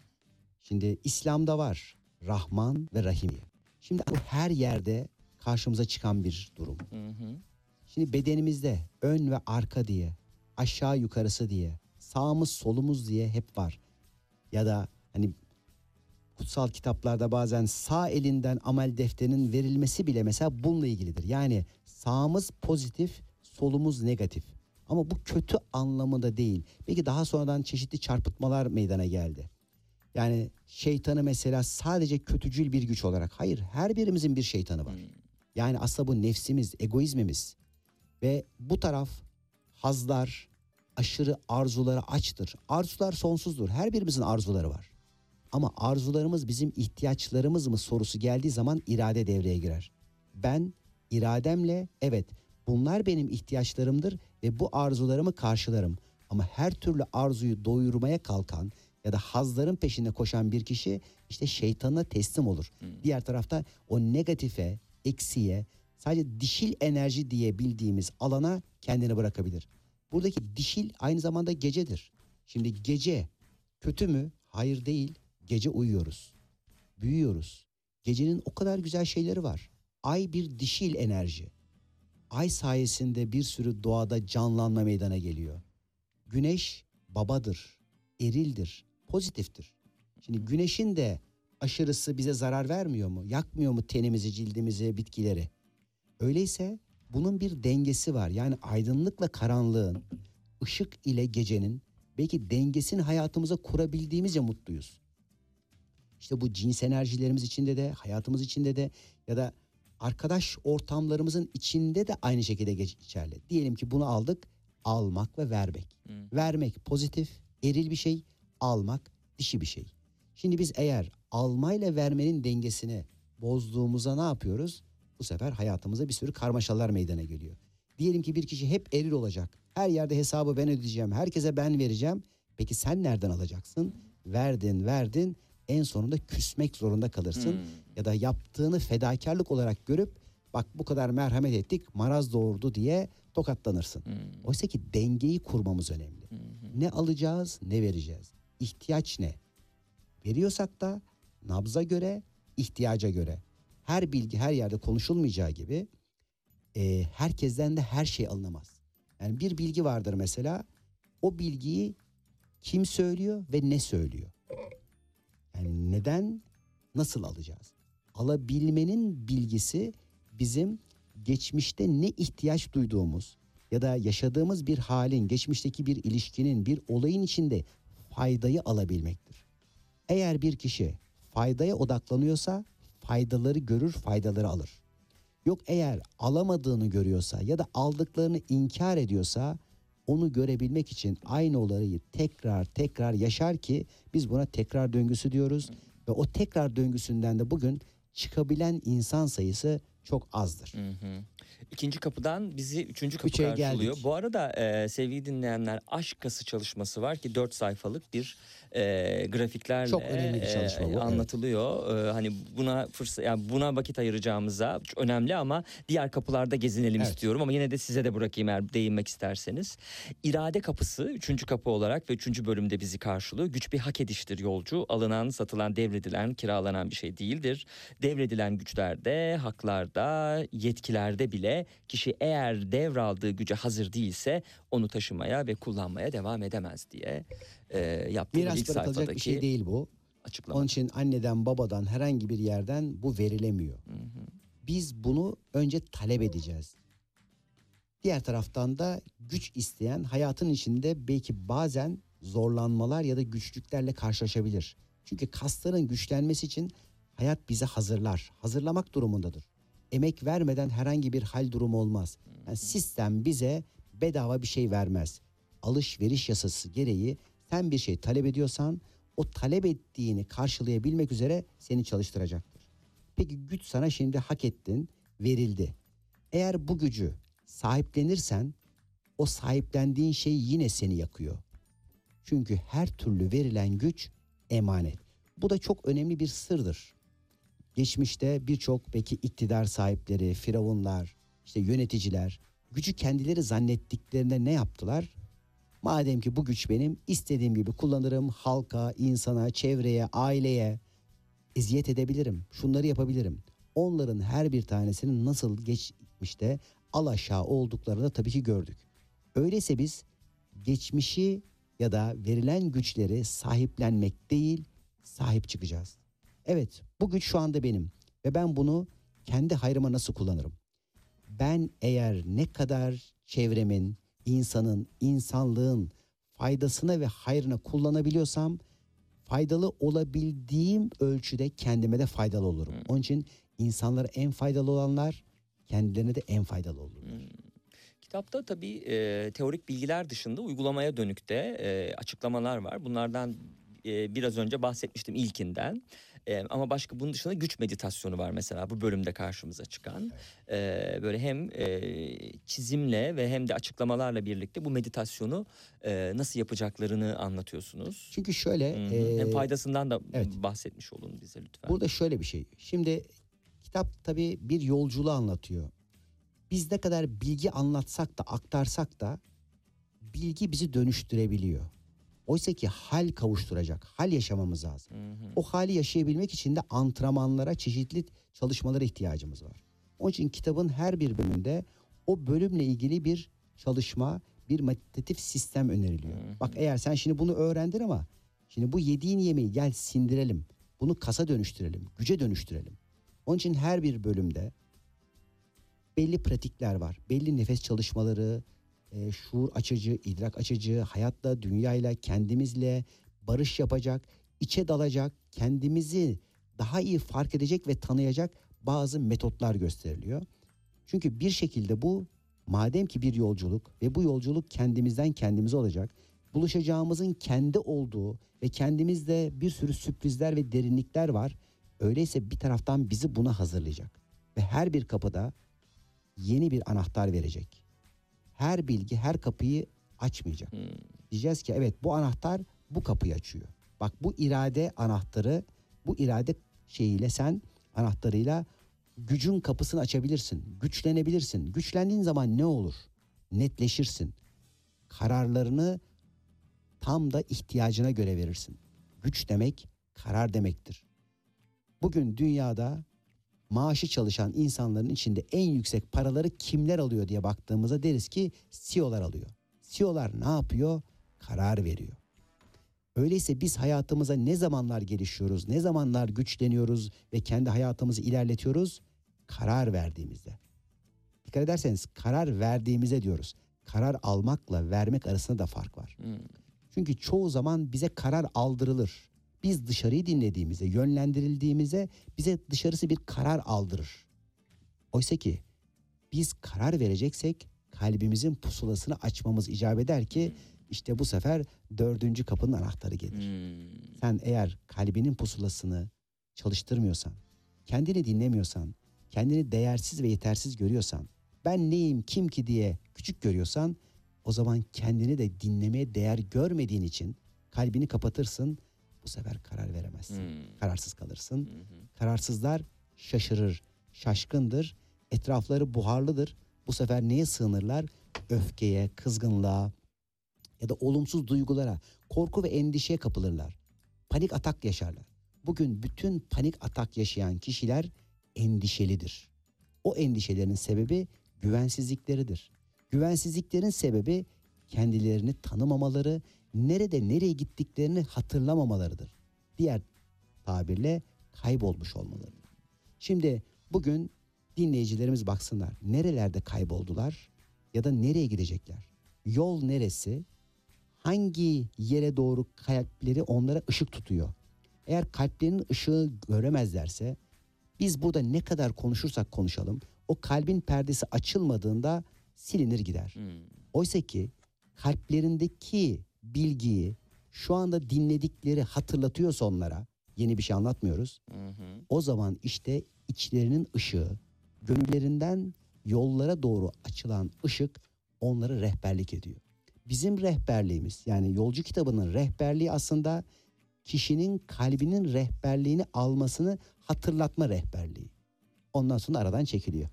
Şimdi İslam'da var. Rahman ve Rahim diye. Şimdi bu her yerde karşımıza çıkan bir durum. Şimdi bedenimizde ön ve arka diye, aşağı yukarısı diye, sağımız solumuz diye hep var. Ya da hani kutsal kitaplarda bazen sağ elinden amel defterinin verilmesi bile mesela bununla ilgilidir. Yani sağımız pozitif, solumuz negatif. Ama bu kötü anlamında değil. Belki daha sonradan çeşitli çarpıtmalar meydana geldi. Yani şeytanı mesela sadece kötücül bir güç olarak. Hayır, her birimizin bir şeytanı var. Yani aslında bu nefsimiz, egoizmimiz. Ve bu taraf hazlar, aşırı arzulara açtır. Arzular sonsuzdur. Her birimizin arzuları var. Ama arzularımız bizim ihtiyaçlarımız mı sorusu geldiği zaman irade devreye girer. Ben irademle evet bunlar benim ihtiyaçlarımdır ve bu arzularımı karşılarım. Ama her türlü arzuyu doyurmaya kalkan ya da hazların peşinde koşan bir kişi işte şeytanına teslim olur. Diğer tarafta o negatife, eksiye, sadece dişil enerji diye bildiğimiz alana kendini bırakabilir. Buradaki dişil aynı zamanda gecedir. Şimdi gece kötü mü? Hayır değil. Gece uyuyoruz. Büyüyoruz. Gecenin o kadar güzel şeyleri var. Ay bir dişil enerji. Ay sayesinde bir sürü doğada canlanma meydana geliyor. Güneş babadır, erildir, pozitiftir. Şimdi güneşin de aşırısı bize zarar vermiyor mu? Yakmıyor mu tenimizi, cildimizi, bitkileri? Öyleyse bunun bir dengesi var. Yani aydınlıkla karanlığın, ışık ile gecenin belki dengesini hayatımıza kurabildiğimizce mutluyuz. İşte bu cins enerjilerimiz içinde de, hayatımız içinde de ya da arkadaş ortamlarımızın içinde de aynı şekilde geçerli. Diyelim ki bunu aldık, almak ve vermek. Vermek pozitif, eril bir şey, almak dişi bir şey. Şimdi biz eğer almayla vermenin dengesini bozduğumuzda ne yapıyoruz? Bu sefer hayatımıza bir sürü karmaşalar meydana geliyor. Diyelim ki bir kişi hep eril olacak. Her yerde hesabı ben ödeyeceğim, herkese ben vereceğim. Peki sen nereden alacaksın? Verdin. En sonunda küsmek zorunda kalırsın. Ya da yaptığını fedakarlık olarak görüp bak bu kadar merhamet ettik maraz doğurdu diye tokatlanırsın. Oysa ki dengeyi kurmamız önemli. Ne alacağız, ne vereceğiz? İhtiyaç ne? Veriyorsak da nabza göre, ihtiyaca göre. Her bilgi her yerde konuşulmayacağı gibi herkesten de her şey alınamaz. Yani bir bilgi vardır mesela, o bilgiyi kim söylüyor ve ne söylüyor? Yani neden, nasıl alacağız? Alabilmenin bilgisi bizim geçmişte ne ihtiyaç duyduğumuz ya da yaşadığımız bir halin, geçmişteki bir ilişkinin, bir olayın içinde faydayı alabilmektir. Eğer bir kişi faydaya odaklanıyorsa faydaları görür, faydaları alır. Yok eğer alamadığını görüyorsa ya da aldıklarını inkar ediyorsa onu görebilmek için aynı olayı tekrar yaşar ki biz buna tekrar döngüsü diyoruz. Ve o tekrar döngüsünden de bugün çıkabilen insan sayısı çok azdır. İkinci kapıdan bizi üçüncü kapı Üçe karşılıyor. geldik. Bu arada sevgili dinleyenler, aşk kası çalışması var ki 4 sayfalık bir grafiklerle Çok önemli bir çalışma bu, evet. anlatılıyor. Hani buna yani buna vakit ayıracağımıza önemli ama diğer kapılarda gezinelim Evet. istiyorum ama yine de size de bırakayım eğer değinmek isterseniz. İrade kapısı üçüncü kapı olarak ve üçüncü bölümde bizi karşılıyor. Güç bir hak ediştir yolcu. Alınan, satılan, devredilen, kiralanan bir şey değildir. Devredilen güçlerde, haklarda, yetkilerde bile kişi eğer devraldığı güce hazır değilse onu taşımaya ve kullanmaya devam edemez diye yaptığı ilk Miras bırakılacak sayfadaki bir şey değil bu. açıklama. Onun için anneden babadan herhangi bir yerden bu verilemiyor. Biz bunu önce talep edeceğiz. Diğer taraftan da güç isteyen hayatın içinde belki bazen zorlanmalar ya da güçlüklerle karşılaşabilir. Çünkü kasların güçlenmesi için hayat bizi hazırlar. Hazırlamak durumundadır. Emek vermeden herhangi bir hal durumu olmaz. Yani sistem bize bedava bir şey vermez. Alışveriş yasası gereği sen bir şey talep ediyorsan o talep ettiğini karşılayabilmek üzere seni çalıştıracaktır. Peki güç sana şimdi hak ettin, verildi. Eğer bu gücü sahiplenirsen o sahiplendiğin şey yine seni yakıyor. Çünkü her türlü verilen güç emanet. Bu da çok önemli bir sırdır. Geçmişte birçok belki iktidar sahipleri, firavunlar, işte yöneticiler gücü kendileri zannettiklerinde ne yaptılar? Madem ki bu güç benim, istediğim gibi kullanırım, halka, insana, çevreye, aileye eziyet edebilirim. Şunları yapabilirim. Onların her bir tanesinin nasıl geçmişte alaşağı olduklarını da tabii ki gördük. Öyleyse biz geçmişi ya da verilen güçleri sahiplenmek değil, sahip çıkacağız. Evet, bu güç şu anda benim ve ben bunu kendi hayrıma nasıl kullanırım? Ben eğer ne kadar çevremin, insanın, insanlığın faydasına ve hayrına kullanabiliyorsam faydalı olabildiğim ölçüde kendime de faydalı olurum. Onun için insanlara en faydalı olanlar kendilerine de en faydalı olurlar. Kitapta tabii teorik bilgiler dışında uygulamaya dönük de açıklamalar var. Bunlardan biraz önce bahsetmiştim ilkinden. Ama başka bunun dışında güç meditasyonu var mesela bu bölümde karşımıza çıkan. Böyle hem çizimle ve hem de açıklamalarla birlikte bu meditasyonu nasıl yapacaklarını anlatıyorsunuz. Çünkü şöyle... Hem faydasından da evet. bahsetmiş olun bize lütfen. Burada şöyle bir şey. Şimdi kitap tabii bir yolculuğu anlatıyor. Biz ne kadar bilgi anlatsak da aktarsak da bilgi bizi dönüştürebiliyor. Oysa ki hal kavuşturacak, hal yaşamamız lazım. O hali yaşayabilmek için de antrenmanlara, çeşitli çalışmalara ihtiyacımız var. Onun için kitabın her bir bölümünde o bölümle ilgili bir çalışma, bir meditatif sistem öneriliyor. Bak eğer sen şimdi bunu öğrendin ama şimdi bu yediğin yemeği gel sindirelim. Bunu kasa dönüştürelim, güce dönüştürelim. Onun için her bir bölümde belli pratikler var. Belli nefes çalışmaları, şuur açıcı, idrak açıcı, hayatla, dünyayla, kendimizle barış yapacak, içe dalacak, kendimizi daha iyi fark edecek ve tanıyacak bazı metotlar gösteriliyor. Çünkü bir şekilde bu madem ki bir yolculuk ve bu yolculuk kendimizden kendimize olacak, buluşacağımızın kendi olduğu ve kendimizde bir sürü sürprizler ve derinlikler var. Öyleyse bir taraftan bizi buna hazırlayacak ve her bir kapıda yeni bir anahtar verecek. Her bilgi her kapıyı açmayacak. Diyeceğiz ki evet bu anahtar bu kapıyı açıyor. Bak bu irade anahtarı, bu irade şeyiyle sen anahtarıyla gücün kapısını açabilirsin. Güçlenebilirsin. Güçlendiğin zaman ne olur? Netleşirsin. Kararlarını tam da ihtiyacına göre verirsin. Güç demek karar demektir. Bugün dünyada maaşı çalışan insanların içinde en yüksek paraları kimler alıyor diye baktığımızda deriz ki CEO'lar alıyor. CEO'lar ne yapıyor? Karar veriyor. Öyleyse biz hayatımıza ne zamanlar gelişiyoruz, ne zamanlar güçleniyoruz ve kendi hayatımızı ilerletiyoruz? Karar verdiğimizde. Dikkat ederseniz karar verdiğimize diyoruz. Karar almakla vermek arasında da fark var. Çünkü çoğu zaman bize karar aldırılır. Biz dışarıyı dinlediğimizde, yönlendirildiğimizde bize dışarısı bir karar aldırır. Oysa ki biz karar vereceksek kalbimizin pusulasını açmamız icap eder ki işte bu sefer 4. kapının anahtarı gelir. Sen eğer kalbinin pusulasını çalıştırmıyorsan, kendini dinlemiyorsan, kendini değersiz ve yetersiz görüyorsan, ben neyim kim ki diye küçük görüyorsan o zaman kendini de dinlemeye değer görmediğin için kalbini kapatırsın. Bu sefer karar veremezsin. Kararsız kalırsın. Kararsızlar şaşırır, şaşkındır. Etrafları buharlıdır. Bu sefer neye sığınırlar? Öfkeye, kızgınlığa ya da olumsuz duygulara, korku ve endişeye kapılırlar. Panik atak yaşarlar. Bugün bütün panik atak yaşayan kişiler endişelidir. O endişelerin sebebi güvensizlikleridir. Güvensizliklerin sebebi kendilerini tanımamaları, nerede nereye gittiklerini hatırlamamalarıdır. Diğer tabirle kaybolmuş olmaları. Şimdi bugün dinleyicilerimiz baksınlar. Nerelerde kayboldular ya da nereye gidecekler? Yol neresi? Hangi yere doğru kalpleri onlara ışık tutuyor? Eğer kalplerinin ışığı göremezlerse biz burada ne kadar konuşursak konuşalım o kalbin perdesi açılmadığında silinir gider. Oysa ki kalplerindeki bilgiyi şu anda dinledikleri hatırlatıyorsa onlara, yeni bir şey anlatmıyoruz. O zaman işte içlerinin ışığı, gönüllerinden yollara doğru açılan ışık onlara rehberlik ediyor. Bizim rehberliğimiz yani Yolcu kitabının rehberliği aslında kişinin kalbinin rehberliğini almasını hatırlatma rehberliği. Ondan sonra aradan çekiliyor.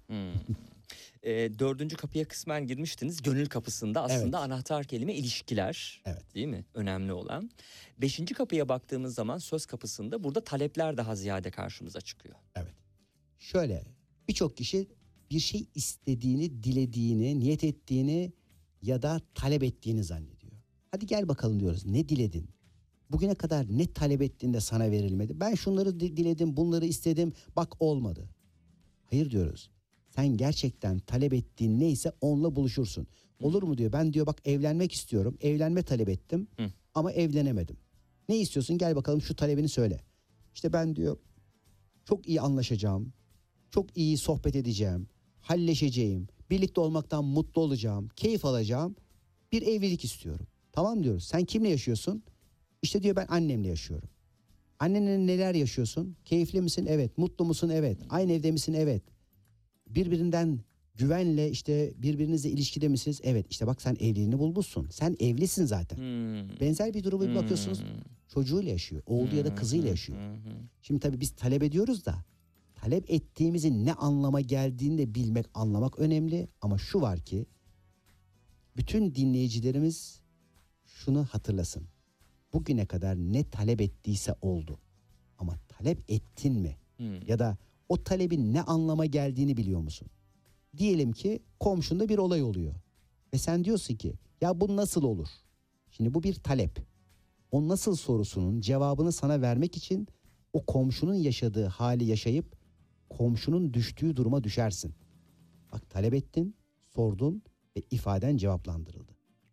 4. kapıya kısmen girmiştiniz. Gönül kapısında aslında Evet. anahtar kelime ilişkiler. Evet. Değil mi? Önemli olan. 5. kapıya baktığımız zaman söz kapısında burada talepler daha ziyade karşımıza çıkıyor. Evet. Şöyle birçok kişi bir şey istediğini, dilediğini, niyet ettiğini ya da talep ettiğini zannediyor. Hadi gel bakalım diyoruz. Ne diledin? Bugüne kadar ne talep ettiğinde sana verilmedi. Ben şunları diledim, bunları istedim, bak olmadı. Hayır diyoruz. Sen gerçekten talep ettiğin neyse onunla buluşursun. Olur mu diyor. Ben diyor bak evlenmek istiyorum. Evlenme talep ettim ama evlenemedim. Ne istiyorsun? Gel bakalım şu talebini söyle. İşte ben diyor çok iyi anlaşacağım. Çok iyi sohbet edeceğim. Halleşeceğim. Birlikte olmaktan mutlu olacağım. Keyif alacağım. Bir evlilik istiyorum. Tamam diyoruz. Sen kimle yaşıyorsun? İşte diyor ben annemle yaşıyorum. Annenle neler yaşıyorsun? Keyifli misin? Evet. Mutlu musun? Evet. Aynı evde misin? Evet. Birbirinden güvenle işte birbirinizle ilişkide misiniz? Evet. İşte bak sen evliliğini bulmuşsun. Sen evlisin zaten. Benzer bir duruma bir bakıyorsunuz. Çocuğuyla yaşıyor. Oğlu ya da kızıyla yaşıyor. Şimdi tabii biz talep ediyoruz da talep ettiğimizin ne anlama geldiğini de bilmek, anlamak önemli. Ama şu var ki bütün dinleyicilerimiz şunu hatırlasın. Bugüne kadar ne talep ettiyse oldu. Ama talep ettin mi? Ya da o talebin ne anlama geldiğini biliyor musun? Diyelim ki komşunda bir olay oluyor. Ve sen diyorsun ki ya bu nasıl olur? Şimdi bu bir talep. O nasıl sorusunun cevabını sana vermek için o komşunun yaşadığı hali yaşayıp komşunun düştüğü duruma düşersin. Bak talep ettin, sordun ve ifaden cevaplandırıldı.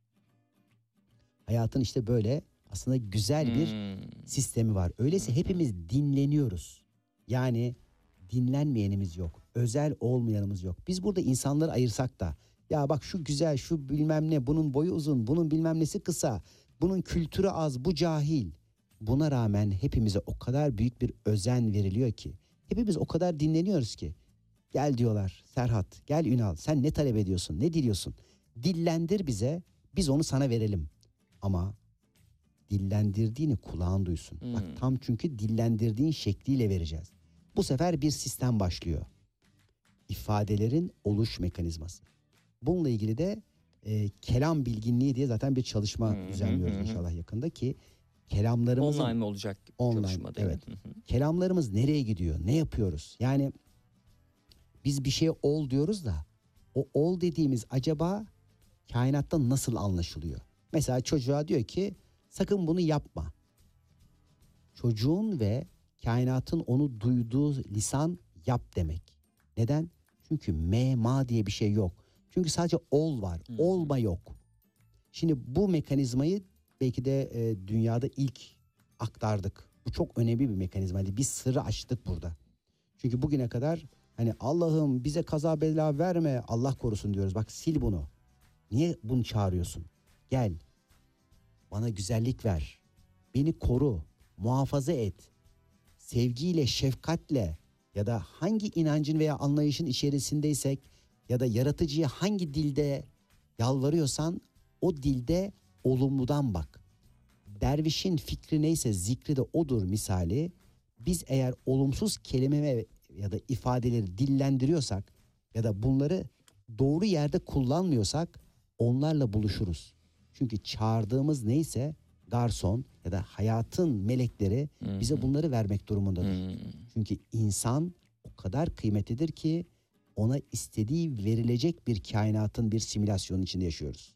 Hayatın işte böyle aslında güzel bir sistemi var. Öyleyse hepimiz dinleniyoruz. Yani dinlenmeyenimiz yok. Özel olmayanımız yok. Biz burada insanları ayırsak da ya bak şu güzel, şu bilmem ne, bunun boyu uzun, bunun bilmem nesi kısa, bunun kültürü az, bu cahil. Buna rağmen hepimize o kadar büyük bir özen veriliyor ki. Hepimiz o kadar dinleniyoruz ki. Gel diyorlar Serhat, gel Ünal, sen ne talep ediyorsun, ne diliyorsun? Dillendir bize, biz onu sana verelim. Ama dillendirdiğini kulağın duysun. Bak tam çünkü dillendirdiğin şekliyle vereceğiz. Bu sefer bir sistem başlıyor. İfadelerin oluş mekanizması. Bununla ilgili de kelam bilginliği diye zaten bir çalışma düzenliyoruz inşallah yakında ki kelamlarımızın... Online mi olacak çalışma değil evet. mi? Kelamlarımız nereye gidiyor? Ne yapıyoruz? Yani biz bir şeye ol diyoruz da o ol dediğimiz acaba kainatta nasıl anlaşılıyor? Mesela çocuğa diyor ki sakın bunu yapma. Çocuğun ve kainatın onu duyduğu lisan yap demek. Neden? Çünkü ma diye bir şey yok. Çünkü sadece ol var. Olma yok. Şimdi bu mekanizmayı belki de dünyada ilk aktardık. Bu çok önemli bir mekanizma. Yani bir sırrı açtık burada. Çünkü bugüne kadar hani Allah'ım bize kaza bela verme, Allah korusun diyoruz. Bak sil bunu. Niye bunu çağırıyorsun? Gel. Bana güzellik ver. Beni koru. Muhafaza et. Sevgiyle, şefkatle ya da hangi inancın veya anlayışın içerisindeysek ya da yaratıcıya hangi dilde yalvarıyorsan o dilde olumludan bak. Dervişin fikri neyse zikri de odur misali. Biz eğer olumsuz kelime ya da ifadeleri dillendiriyorsak ya da bunları doğru yerde kullanmıyorsak onlarla buluşuruz. Çünkü çağırdığımız neyse garson ya da hayatın melekleri bize bunları vermek durumundadır. Çünkü insan o kadar kıymetlidir ki ona istediği verilecek bir kainatın bir simülasyonun içinde yaşıyoruz.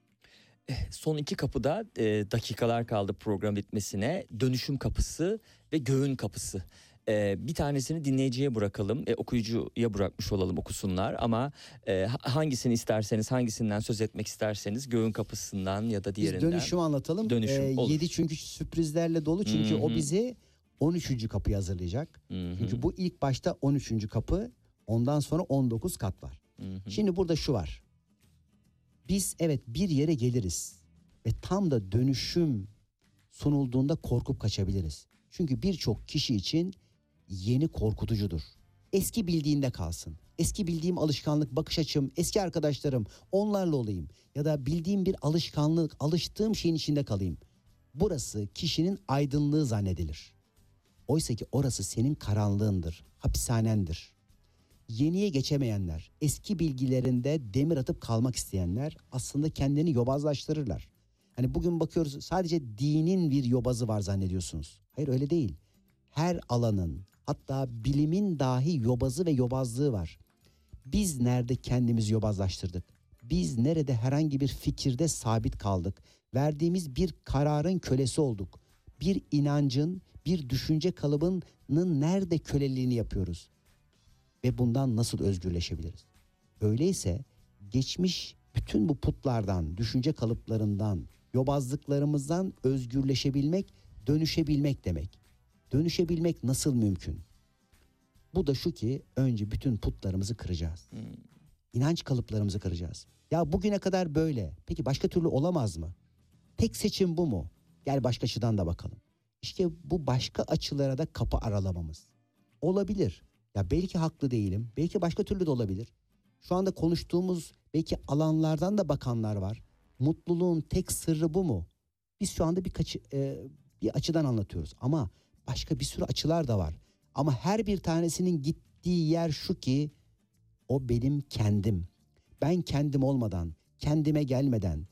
Son iki kapıda dakikalar kaldı program bitmesine. Dönüşüm kapısı ve göğün kapısı. Bir tanesini dinleyiciye bırakalım, okuyucuya bırakmış olalım okusunlar ama hangisini isterseniz, hangisinden söz etmek isterseniz göğün kapısından ya da diğerinden. Biz dönüşümü anlatalım. Dönüşüm olur. 7 çünkü sürprizlerle dolu çünkü o bizi 13. kapıyı hazırlayacak. Çünkü bu ilk başta 13. kapı, ondan sonra 19 kat var. Şimdi burada şu var. Biz evet bir yere geliriz ve tam da dönüşüm sunulduğunda korkup kaçabiliriz. Çünkü birçok kişi için yeni korkutucudur. Eski bildiğinde kalsın. Eski bildiğim alışkanlık, bakış açım, eski arkadaşlarım, onlarla olayım. Ya da bildiğim bir alışkanlık, alıştığım şeyin içinde kalayım. Burası kişinin aydınlığı zannedilir. Oysa ki orası senin karanlığındır, hapishanendir. Yeniye geçemeyenler, eski bilgilerinde demir atıp kalmak isteyenler aslında kendini yobazlaştırırlar. Hani bugün bakıyoruz sadece dinin bir yobazı var zannediyorsunuz. Hayır öyle değil. Her alanın hatta bilimin dahi yobazı ve yobazlığı var. Biz nerede kendimizi yobazlaştırdık? Biz nerede herhangi bir fikirde sabit kaldık? Verdiğimiz bir kararın kölesi olduk. bir inancın, bir düşünce kalıbının nerede köleliğini yapıyoruz? Ve bundan nasıl özgürleşebiliriz? Öyleyse geçmiş bütün bu putlardan, düşünce kalıplarından, yobazlıklarımızdan özgürleşebilmek, dönüşebilmek demek. Dönüşebilmek nasıl mümkün? Bu da şu ki önce bütün putlarımızı kıracağız. İnanç kalıplarımızı kıracağız. Ya bugüne kadar böyle. Peki başka türlü olamaz mı? Tek seçim bu mu? Gel başka açıdan da bakalım. İşte bu başka açılara da kapı aralamamız. Olabilir. Ya belki haklı değilim. Belki başka türlü de olabilir. Şu anda konuştuğumuz belki alanlardan da bakanlar var. Mutluluğun tek sırrı bu mu? Biz şu anda bir açıdan anlatıyoruz. Ama başka bir sürü açılar da var. Ama her bir tanesinin gittiği yer şu ki o benim kendim. Ben kendim olmadan, kendime gelmeden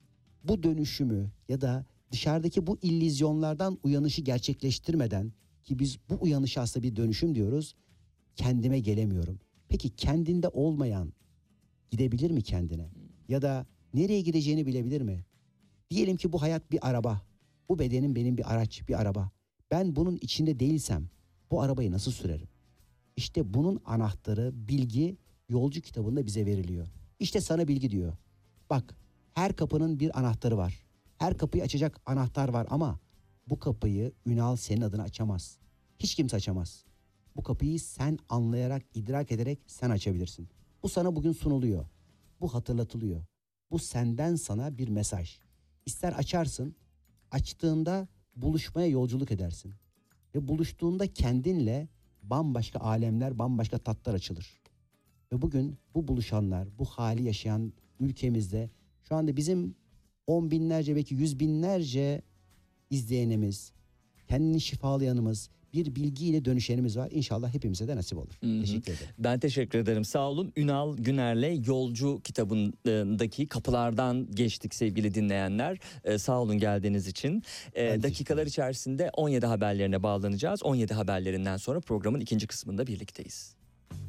bu dönüşümü ya da dışarıdaki bu illüzyonlardan uyanışı gerçekleştirmeden, ki biz bu uyanışa aslında bir dönüşüm diyoruz, kendime gelemiyorum. Peki kendinde olmayan gidebilir mi kendine? Ya da nereye gideceğini bilebilir mi? Diyelim ki bu hayat bir araba. Bu bedenim benim bir araç, bir araba. Ben bunun içinde değilsem bu arabayı nasıl sürerim? İşte bunun anahtarı, bilgi Yolcu kitabında bize veriliyor. İşte sana bilgi diyor. Bak, her kapının bir anahtarı var. Her kapıyı açacak anahtar var ama bu kapıyı Ünal senin adına açamaz. Hiç kimse açamaz. Bu kapıyı sen anlayarak, idrak ederek sen açabilirsin. Bu sana bugün sunuluyor. Bu hatırlatılıyor. Bu senden sana bir mesaj. İster açarsın, açtığında buluşmaya yolculuk edersin. Ve buluştuğunda kendinle bambaşka alemler, bambaşka tatlar açılır. Ve bugün bu buluşanlar, bu hali yaşayan ülkemizde şu anda bizim 10 binlerce belki 100 binlerce izleyenimiz, kendini şifalayanımız, bir bilgiyle dönüşenimiz var. İnşallah hepimize de nasip olur. Teşekkür ederim. Ben teşekkür ederim. Sağ olun. Ünal Güner'le Yolcu kitabındaki kapılardan geçtik sevgili dinleyenler. Sağ olun geldiğiniz için. Dakikalar içerisinde 17 haberlerine bağlanacağız. 17 haberlerinden sonra programın ikinci kısmında birlikteyiz.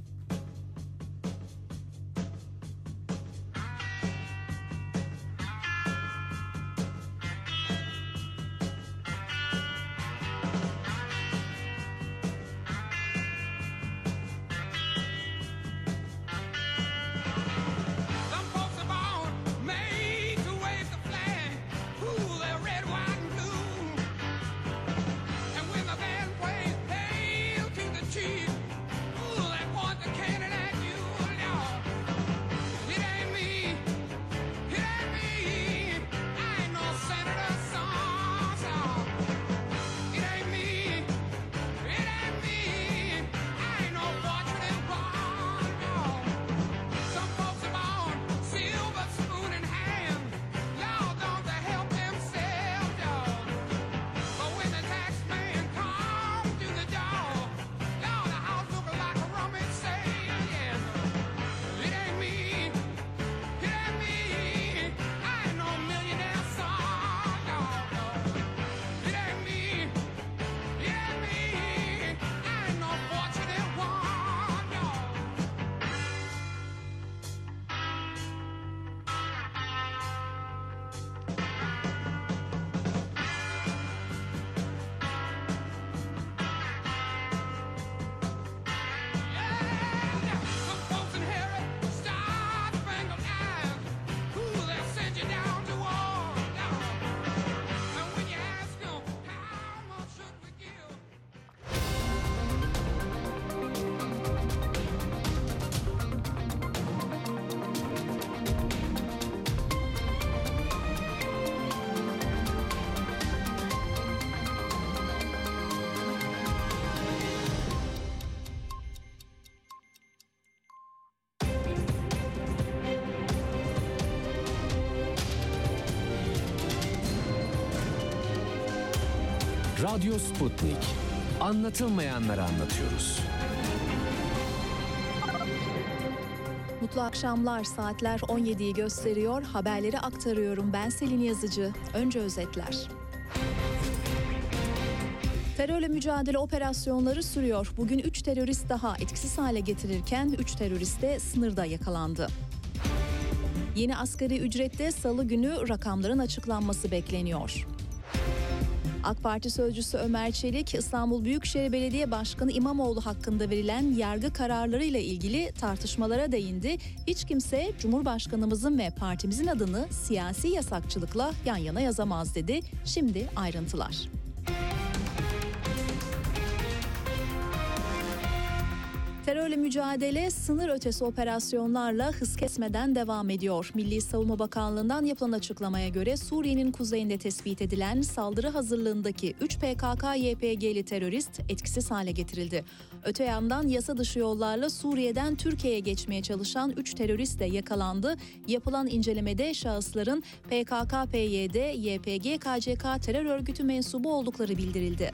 Some folks are born made to wave the flag. Ooh, they're red, white, and blue. And when the band plays "Hail to the Chief," ooh, they point the cannon at you. No, it ain't me. It ain't me. I ain't no senator, son. It ain't me. It ain't me. I ain't no fortunate one. No. Some folks are born silver spoon in hand. Lord, don't they help themselves, dog? But when the tax man comes to the door, Lord, the house look like a rummage sale, yes. It ain't me. It ain't me. I ain't no millionaire son, no, no. It ain't me. It ain't me. I ain't no fortunate one, no. Yeah, some folks inherit star-spangled eyes. Ooh, they'll send you down to war. And when you ask them, how much should we give? Radyo Sputnik. Anlatılmayanları anlatıyoruz. Mutlu akşamlar. Saatler 17'yi gösteriyor. Haberleri aktarıyorum. Ben Selin Yazıcı. Önce özetler. Terörle mücadele operasyonları sürüyor. Bugün 3 terörist daha etkisiz hale getirirken 3 terörist de sınırda yakalandı. Yeni asgari ücrette salı günü rakamların açıklanması bekleniyor. AK Parti sözcüsü Ömer Çelik, İstanbul Büyükşehir Belediye Başkanı İmamoğlu hakkında verilen yargı kararlarıyla ilgili tartışmalara değindi. Hiç kimse Cumhurbaşkanımızın ve partimizin adını siyasi yasakçılıkla yan yana yazamaz dedi. Şimdi ayrıntılar. Terörle mücadele sınır ötesi operasyonlarla hız kesmeden devam ediyor. Milli Savunma Bakanlığı'ndan yapılan açıklamaya göre Suriye'nin kuzeyinde tespit edilen saldırı hazırlığındaki 3 PKK-YPG'li terörist etkisiz hale getirildi. Öte yandan yasa dışı yollarla Suriye'den Türkiye'ye geçmeye çalışan 3 terörist de yakalandı. Yapılan incelemede şahısların PKK-PYD, YPG-KCK terör örgütü mensubu oldukları bildirildi.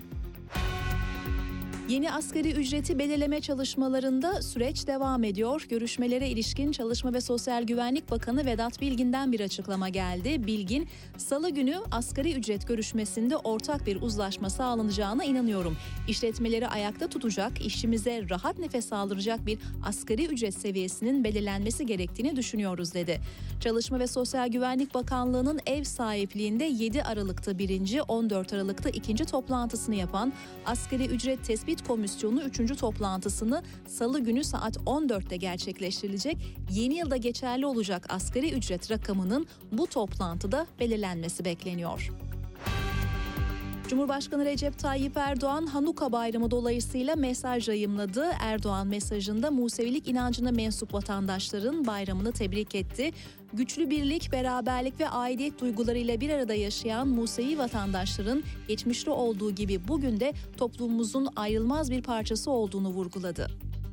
Yeni asgari ücreti belirleme çalışmalarında süreç devam ediyor. Görüşmelere ilişkin Çalışma ve Sosyal Güvenlik Bakanı Vedat Bilgin'den bir açıklama geldi. Bilgin, Salı günü asgari ücret görüşmesinde ortak bir uzlaşma sağlanacağına inanıyorum. İşletmeleri ayakta tutacak, işçimize rahat nefes aldıracak bir asgari ücret seviyesinin belirlenmesi gerektiğini düşünüyoruz dedi. Çalışma ve Sosyal Güvenlik Bakanlığı'nın ev sahipliğinde 7 Aralık'ta birinci, 14 Aralık'ta ikinci toplantısını yapan Asgari Ücret Tespit Komisyonu 3. toplantısını Salı günü saat 14'te gerçekleştirilecek. Yeni yılda geçerli olacak asgari ücret rakamının bu toplantıda belirlenmesi bekleniyor. Cumhurbaşkanı Recep Tayyip Erdoğan Hanuka Bayramı dolayısıyla mesaj yayımladı. Erdoğan mesajında Musevilik inancına mensup vatandaşların bayramını tebrik etti. Güçlü birlik, beraberlik ve aidiyet duygularıyla bir arada yaşayan Musevi vatandaşların geçmişte olduğu gibi bugün de toplumumuzun ayrılmaz bir parçası olduğunu vurguladı.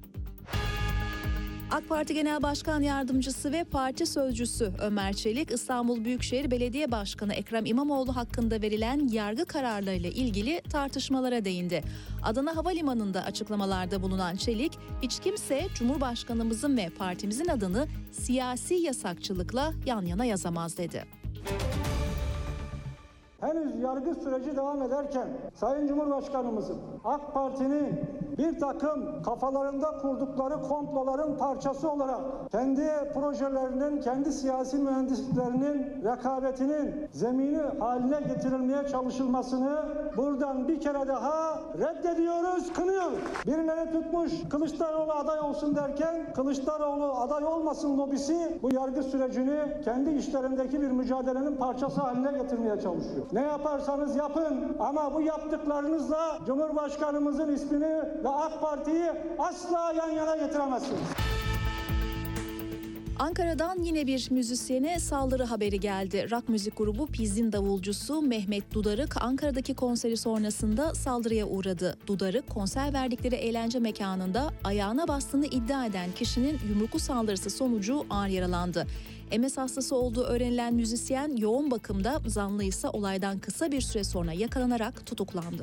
AK Parti Genel Başkan Yardımcısı ve Parti Sözcüsü Ömer Çelik, İstanbul Büyükşehir Belediye Başkanı Ekrem İmamoğlu hakkında verilen yargı kararlarıyla ilgili tartışmalara değindi. Adana Havalimanı'nda açıklamalarda bulunan Çelik, hiç kimse Cumhurbaşkanımızın ve partimizin adını siyasi yasakçılıkla yan yana yazamaz dedi. Henüz yargı süreci devam ederken Sayın Cumhurbaşkanımızın AK Parti'nin bir takım kafalarında kurdukları komploların parçası olarak kendi projelerinin, kendi siyasi mühendisliklerinin rekabetinin zemini haline getirilmeye çalışılmasını buradan bir kere daha reddediyoruz, kınıyoruz. Birileri tutmuş Kılıçdaroğlu aday olsun derken Kılıçdaroğlu aday olmasın lobisi bu yargı sürecini kendi işlerindeki bir mücadelenin parçası haline getirmeye çalışıyor. Ne yaparsanız yapın ama bu yaptıklarınızla Cumhurbaşkanımızın ismini ve AK Parti'yi asla yan yana getiremezsiniz. Ankara'dan yine bir müzisyene saldırı haberi geldi. Rock müzik grubu Piz'in davulcusu Mehmet Dudarık Ankara'daki konseri sonrasında saldırıya uğradı. Dudarık konser verdikleri eğlence mekanında ayağına bastığını iddia eden kişinin yumruklu saldırısı sonucu ağır yaralandı. MS hastası olduğu öğrenilen müzisyen yoğun bakımda, zanlı ise olaydan kısa bir süre sonra yakalanarak tutuklandı.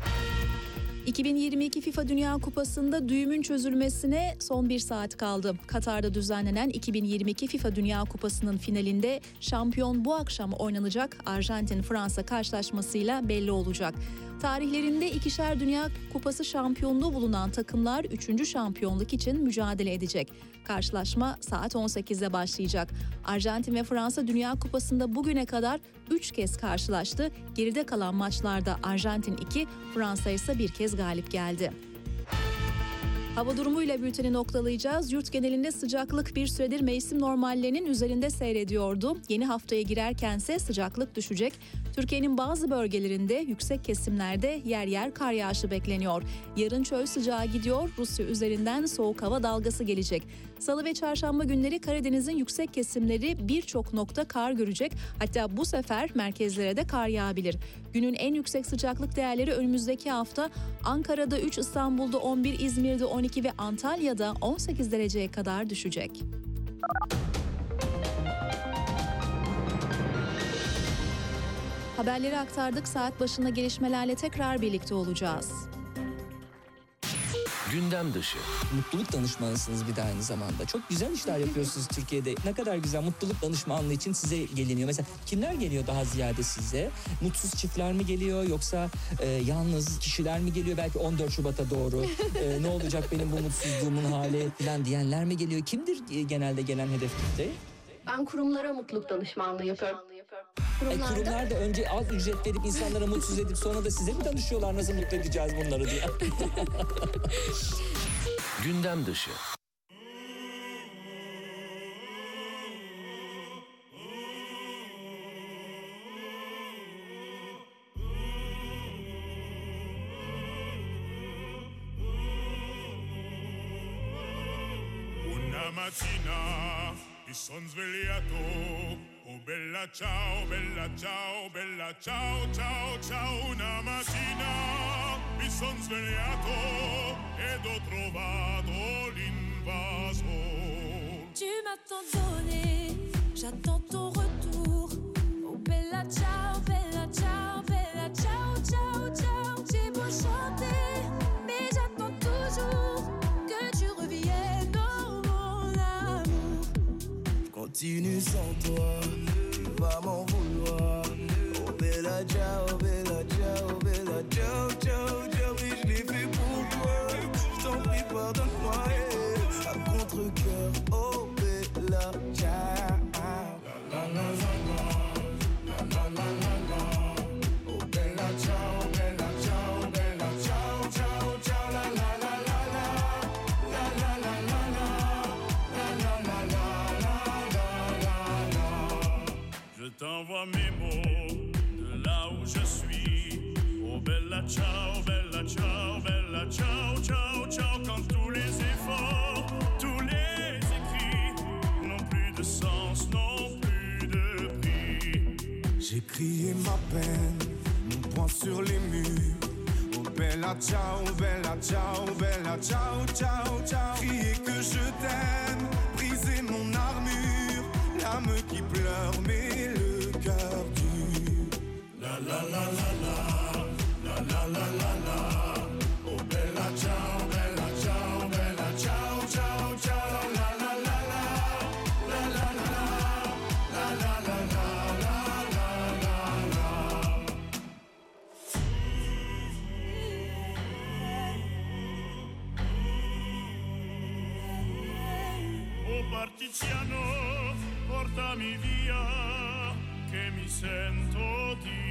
2022 FIFA Dünya Kupası'nda düğümün çözülmesine son bir saat kaldı. Katar'da düzenlenen 2022 FIFA Dünya Kupası'nın finalinde şampiyon bu akşam oynanacak Arjantin-Fransa karşılaşmasıyla belli olacak. Tarihlerinde ikişer Dünya Kupası şampiyonluğu bulunan takımlar 3. şampiyonluk için mücadele edecek. Karşılaşma saat 18'de başlayacak. Arjantin ve Fransa Dünya Kupası'nda bugüne kadar 3 kez karşılaştı. Geride kalan maçlarda Arjantin 2, Fransa ise bir kez galip geldi. Hava durumuyla bülteni noktalayacağız. Yurt genelinde sıcaklık bir süredir mevsim normallerinin üzerinde seyrediyordu. Yeni haftaya girerkense sıcaklık düşecek. Türkiye'nin bazı bölgelerinde yüksek kesimlerde yer yer kar yağışı bekleniyor. Yarın çöl sıcağı gidiyor. Rusya üzerinden soğuk hava dalgası gelecek. Salı ve çarşamba günleri Karadeniz'in yüksek kesimleri birçok nokta kar görecek. Hatta bu sefer merkezlere de kar yağabilir. Günün en yüksek sıcaklık değerleri önümüzdeki hafta Ankara'da 3, İstanbul'da 11, İzmir'de 12 ve Antalya'da 18 dereceye kadar düşecek. Haberleri aktardık. Saat başında gelişmelerle tekrar birlikte olacağız. Gündem dışı. Mutluluk danışmanısınız bir de aynı zamanda. Çok güzel işler yapıyorsunuz Türkiye'de. Ne kadar güzel, mutluluk danışmanlığı için size geliniyor. Mesela kimler geliyor daha ziyade size? Mutsuz çiftler mi geliyor yoksa yalnız kişiler mi geliyor? Belki 14 Şubat'a doğru ne olacak benim bu mutsuzluğumun hali falan diyenler mi geliyor? Kimdir genelde gelen hedef kitle? Ben kurumlara mutluluk danışmanlığı yapıyorum. yapıyorum. Kurumlar da önce az ücret verip insanlara mutsuz edip sonra da size mi danışıyorlar nasıl mutlu edeceğiz bunları diye. Gündem dışı. Una mattina mi son svegliato, oh bella ciao, bella ciao, bella ciao, ciao, ciao. Una mattina mi son svegliato ed ho trovato l'invaso. Tu m'as tant donné, j'attends ton retour. Oh bella ciao, bella ciao, bella ciao, ciao, ciao. J'ai beau chanter, mais j'attends toujours que tu reviennes, oh mon amour. Continue sans toi, tu vas m'en vouloir. Oh bella ciao, bella ciao, bella ciao, ciao, ciao. Oui, je l'ai fait pour toi, je t'en prie pardonne-moi. À contre-cœur, oh bella ciao. La la la la la, la la la la. Oh bella ciao, bella ciao, bella ciao, ciao, ciao. La la la la la, la la la la la, la la la la la la. Je t'envoie mes mots de là où je suis. Oh bella ciao, bella ciao, bella ciao, ciao, ciao. Quand tous les efforts, tous les écrits n'ont plus de sens, n'ont plus de prix. J'ai crié ma peine, mon poing sur les murs. Oh bella ciao, bella ciao, bella ciao, ciao, ciao. Crier que je t'aime, briser mon armure. L'âme qui pleure mais le cœur dur. La la la la la, la la la la la. Oh bella ciao, bella ciao, bella ciao, ciao, ciao. La la la la la, la la la la, la la la la, la la la la. Oh partigiano, portami via, che mi sento di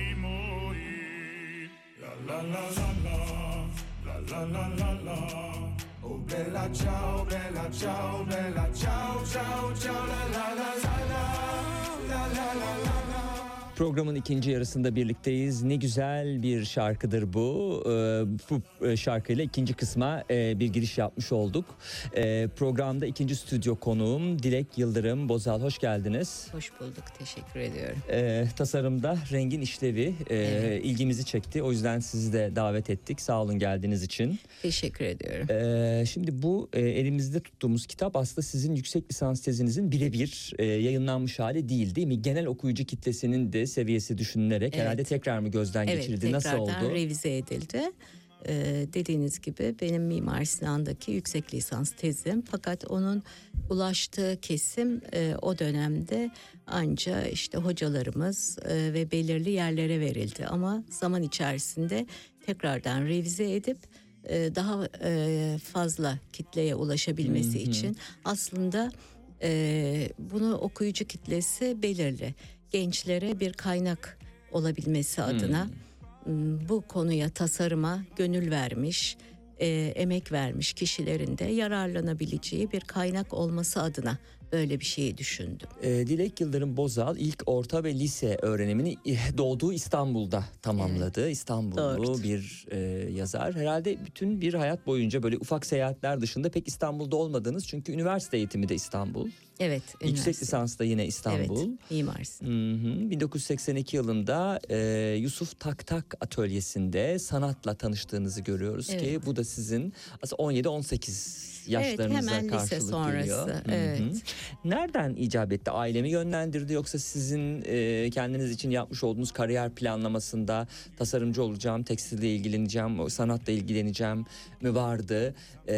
morire. La la la la la, la la la la. Oh bella ciao, bella ciao, bella ciao, ciao, ciao. La la la la la, la la la la la. Programın ikinci yarısında birlikteyiz. Ne güzel bir şarkıdır bu. Bu şarkıyla ikinci kısma bir giriş yapmış olduk. Programda ikinci stüdyo konuğum Dilek Yıldırım Bozal. Hoş geldiniz. Hoş bulduk, teşekkür ediyorum. Tasarımda rengin işlevi Evet. ilgimizi çekti. O yüzden sizi de davet ettik. Sağ olun geldiğiniz için. Teşekkür ediyorum. Şimdi bu elimizde tuttuğumuz kitap aslında sizin yüksek lisans tezinizin birebir yayınlanmış hali değil mi? Genel okuyucu kitlesinin de seviyesi düşünülerek Evet. herhalde tekrar mı gözden geçirildi? Evet, Nasıl tekrardan oldu? revize edildi. Dediğiniz gibi benim Mimar Sinan'daki yüksek lisans tezim. Fakat onun ulaştığı kesim o dönemde anca işte hocalarımız ve belirli yerlere verildi. Ama zaman içerisinde tekrardan revize edip daha fazla kitleye ulaşabilmesi için aslında bunu okuyucu kitlesi belirli. Gençlere bir kaynak olabilmesi adına bu konuya, tasarıma gönül vermiş, emek vermiş kişilerin de yararlanabileceği bir kaynak olması adına böyle bir şeyi düşündüm. Dilek Yıldırım Bozal ilk orta ve lise öğrenimini doğduğu İstanbul'da tamamladı. Evet. İstanbullu Doğru. bir yazar. Herhalde bütün bir hayat boyunca böyle ufak seyahatler dışında pek İstanbul'da olmadınız. Çünkü üniversite eğitimi de İstanbul. Evet. Yüksek lisans da yine İstanbul. Evet, Mimar Sinan. 1982 yılında Yusuf Taktak atölyesinde sanatla tanıştığınızı görüyoruz ki bu da sizin aslında 17-18 yaşlarınıza hemen lise karşılık sonrası. geliyor. Evet. Nereden icap etti? Aile mi yönlendirdi yoksa sizin kendiniz için yapmış olduğunuz kariyer planlamasında tasarımcı olacağım, tekstille ilgileneceğim, sanatla ilgileneceğim mi vardı?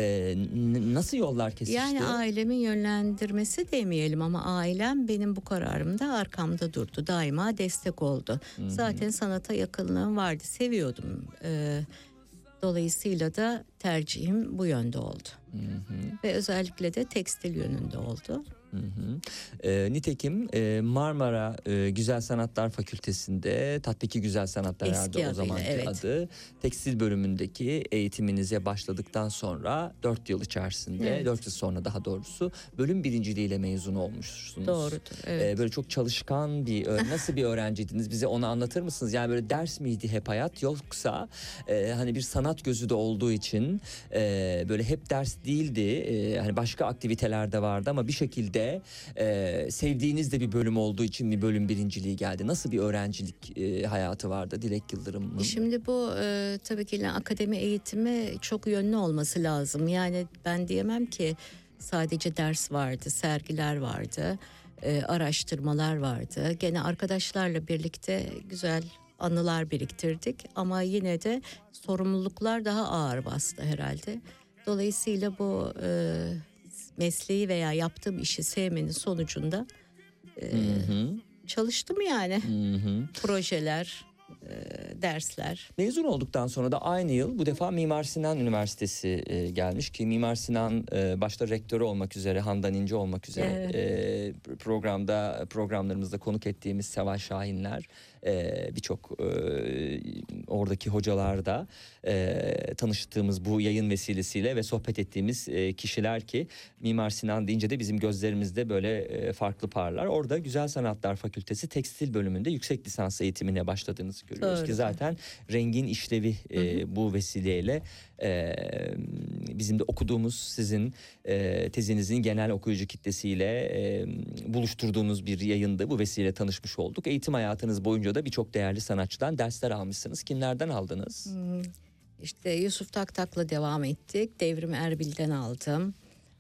Nasıl yollar kesişti? Yani ailemin yönlendirmesi demeyelim ama ailem benim bu kararımda arkamda durdu. Daima destek oldu. Zaten sanata yakınlığım vardı. Seviyordum. Dolayısıyla da tercihim bu yönde oldu. Ve özellikle de tekstil yönünde oldu. Nitekim Marmara Güzel Sanatlar Fakültesi'nde Tatbiki Güzel Sanatlar Eski herhalde o adıyla, zamanki evet. adı, tekstil bölümündeki eğitiminize başladıktan sonra 4 yıl içerisinde, Evet. 4 yıl sonra daha doğrusu bölüm birinciliğiyle mezun olmuşsunuz. Doğrudur, evet. Böyle çok çalışkan nasıl bir öğrenciydiniz, bize onu anlatır mısınız? Yani böyle ders miydi hep hayat, yoksa hani bir sanat gözü de olduğu için böyle hep ders değildi, hani başka aktiviteler de vardı ama bir şekilde sevdiğiniz de bir bölüm olduğu için bir bölüm birinciliği geldi. Nasıl bir öğrencilik hayatı vardı Dilek Yıldırım'ın? Şimdi bu tabii ki akademi eğitimi çok yönlü olması lazım. Yani ben diyemem ki sadece ders vardı, sergiler vardı, araştırmalar vardı. Gene arkadaşlarla birlikte güzel anılar biriktirdik ama yine de sorumluluklar daha ağır bastı herhalde. Dolayısıyla bu mesleği veya yaptığım işi sevmenin sonucunda çalıştım yani. Projeler, dersler. Mezun olduktan sonra da aynı yıl bu defa Mimar Sinan Üniversitesi gelmiş ki Mimar Sinan başta rektörü olmak üzere, Handan İnce olmak üzere programlarımızda konuk ettiğimiz Seval Şahinler, birçok oradaki hocalar da tanıştığımız bu yayın vesilesiyle ve sohbet ettiğimiz kişiler ki Mimar Sinan deyince de bizim gözlerimizde böyle farklı parlar. Orada Güzel Sanatlar Fakültesi Tekstil bölümünde yüksek lisans eğitimine başladığınızı görüyoruz. Doğru. Ki zaten rengin işlevi bu vesileyle bizim de okuduğumuz sizin tezinizin genel okuyucu kitlesiyle buluşturduğunuz bir yayındı. Bu vesile tanışmış olduk. Eğitim hayatınız boyunca da birçok değerli sanatçıdan dersler almışsınız. Kimlerden aldınız? İşte Yusuf Taktak'la devam ettik. Devrim Erbil'den aldım.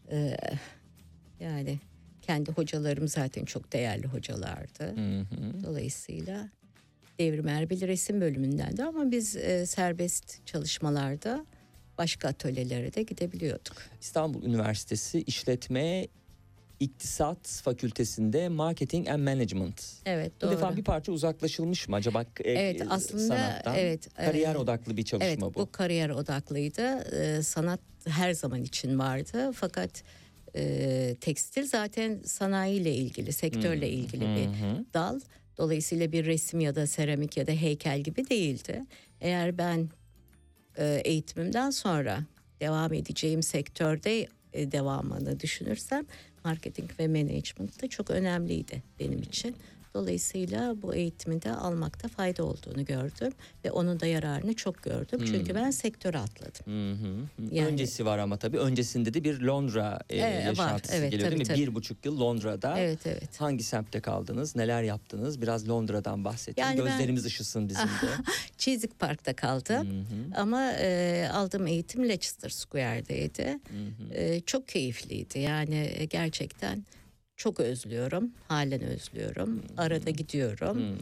Yani kendi hocalarım zaten çok değerli hocalardı. Dolayısıyla Devrim Erbil resim bölümündendi ama biz serbest çalışmalarda başka atölyelere de gidebiliyorduk. İstanbul Üniversitesi İşletme İktisat Fakültesi'nde Marketing and Management. Evet, Bu doğru. defa bir parça uzaklaşılmış mı acaba Evet, aslında sanattan? evet. Kariyer odaklı bir çalışma evet, bu. bu kariyer odaklıydı. Sanat her zaman için vardı. Fakat tekstil zaten sanayiyle ilgili, sektörle ilgili bir dal. Dolayısıyla bir resim ya da seramik ya da heykel gibi değildi. Eğer ben eğitimimden sonra devam edeceğim sektörde devamını düşünürsem marketing ve management da çok önemliydi benim için. Dolayısıyla bu eğitimi de almakta fayda olduğunu gördüm ve onun da yararını çok gördüm. Çünkü ben sektöre atladım. Yani, öncesi var ama tabii öncesinde de bir Londra yaşantısı evet, geliyor değil mi? tabii. 1,5 yıl Londra'da. Evet. Hangi semtte kaldınız? Neler yaptınız? Biraz Londra'dan bahsedin. Yani gözlerimiz ışısın bizim de. Chiswick Park'ta kaldım. Ama aldığım eğitim Leicester Square'deydi. Çok keyifliydi. Yani gerçekten çok özlüyorum. Halen özlüyorum. Arada gidiyorum.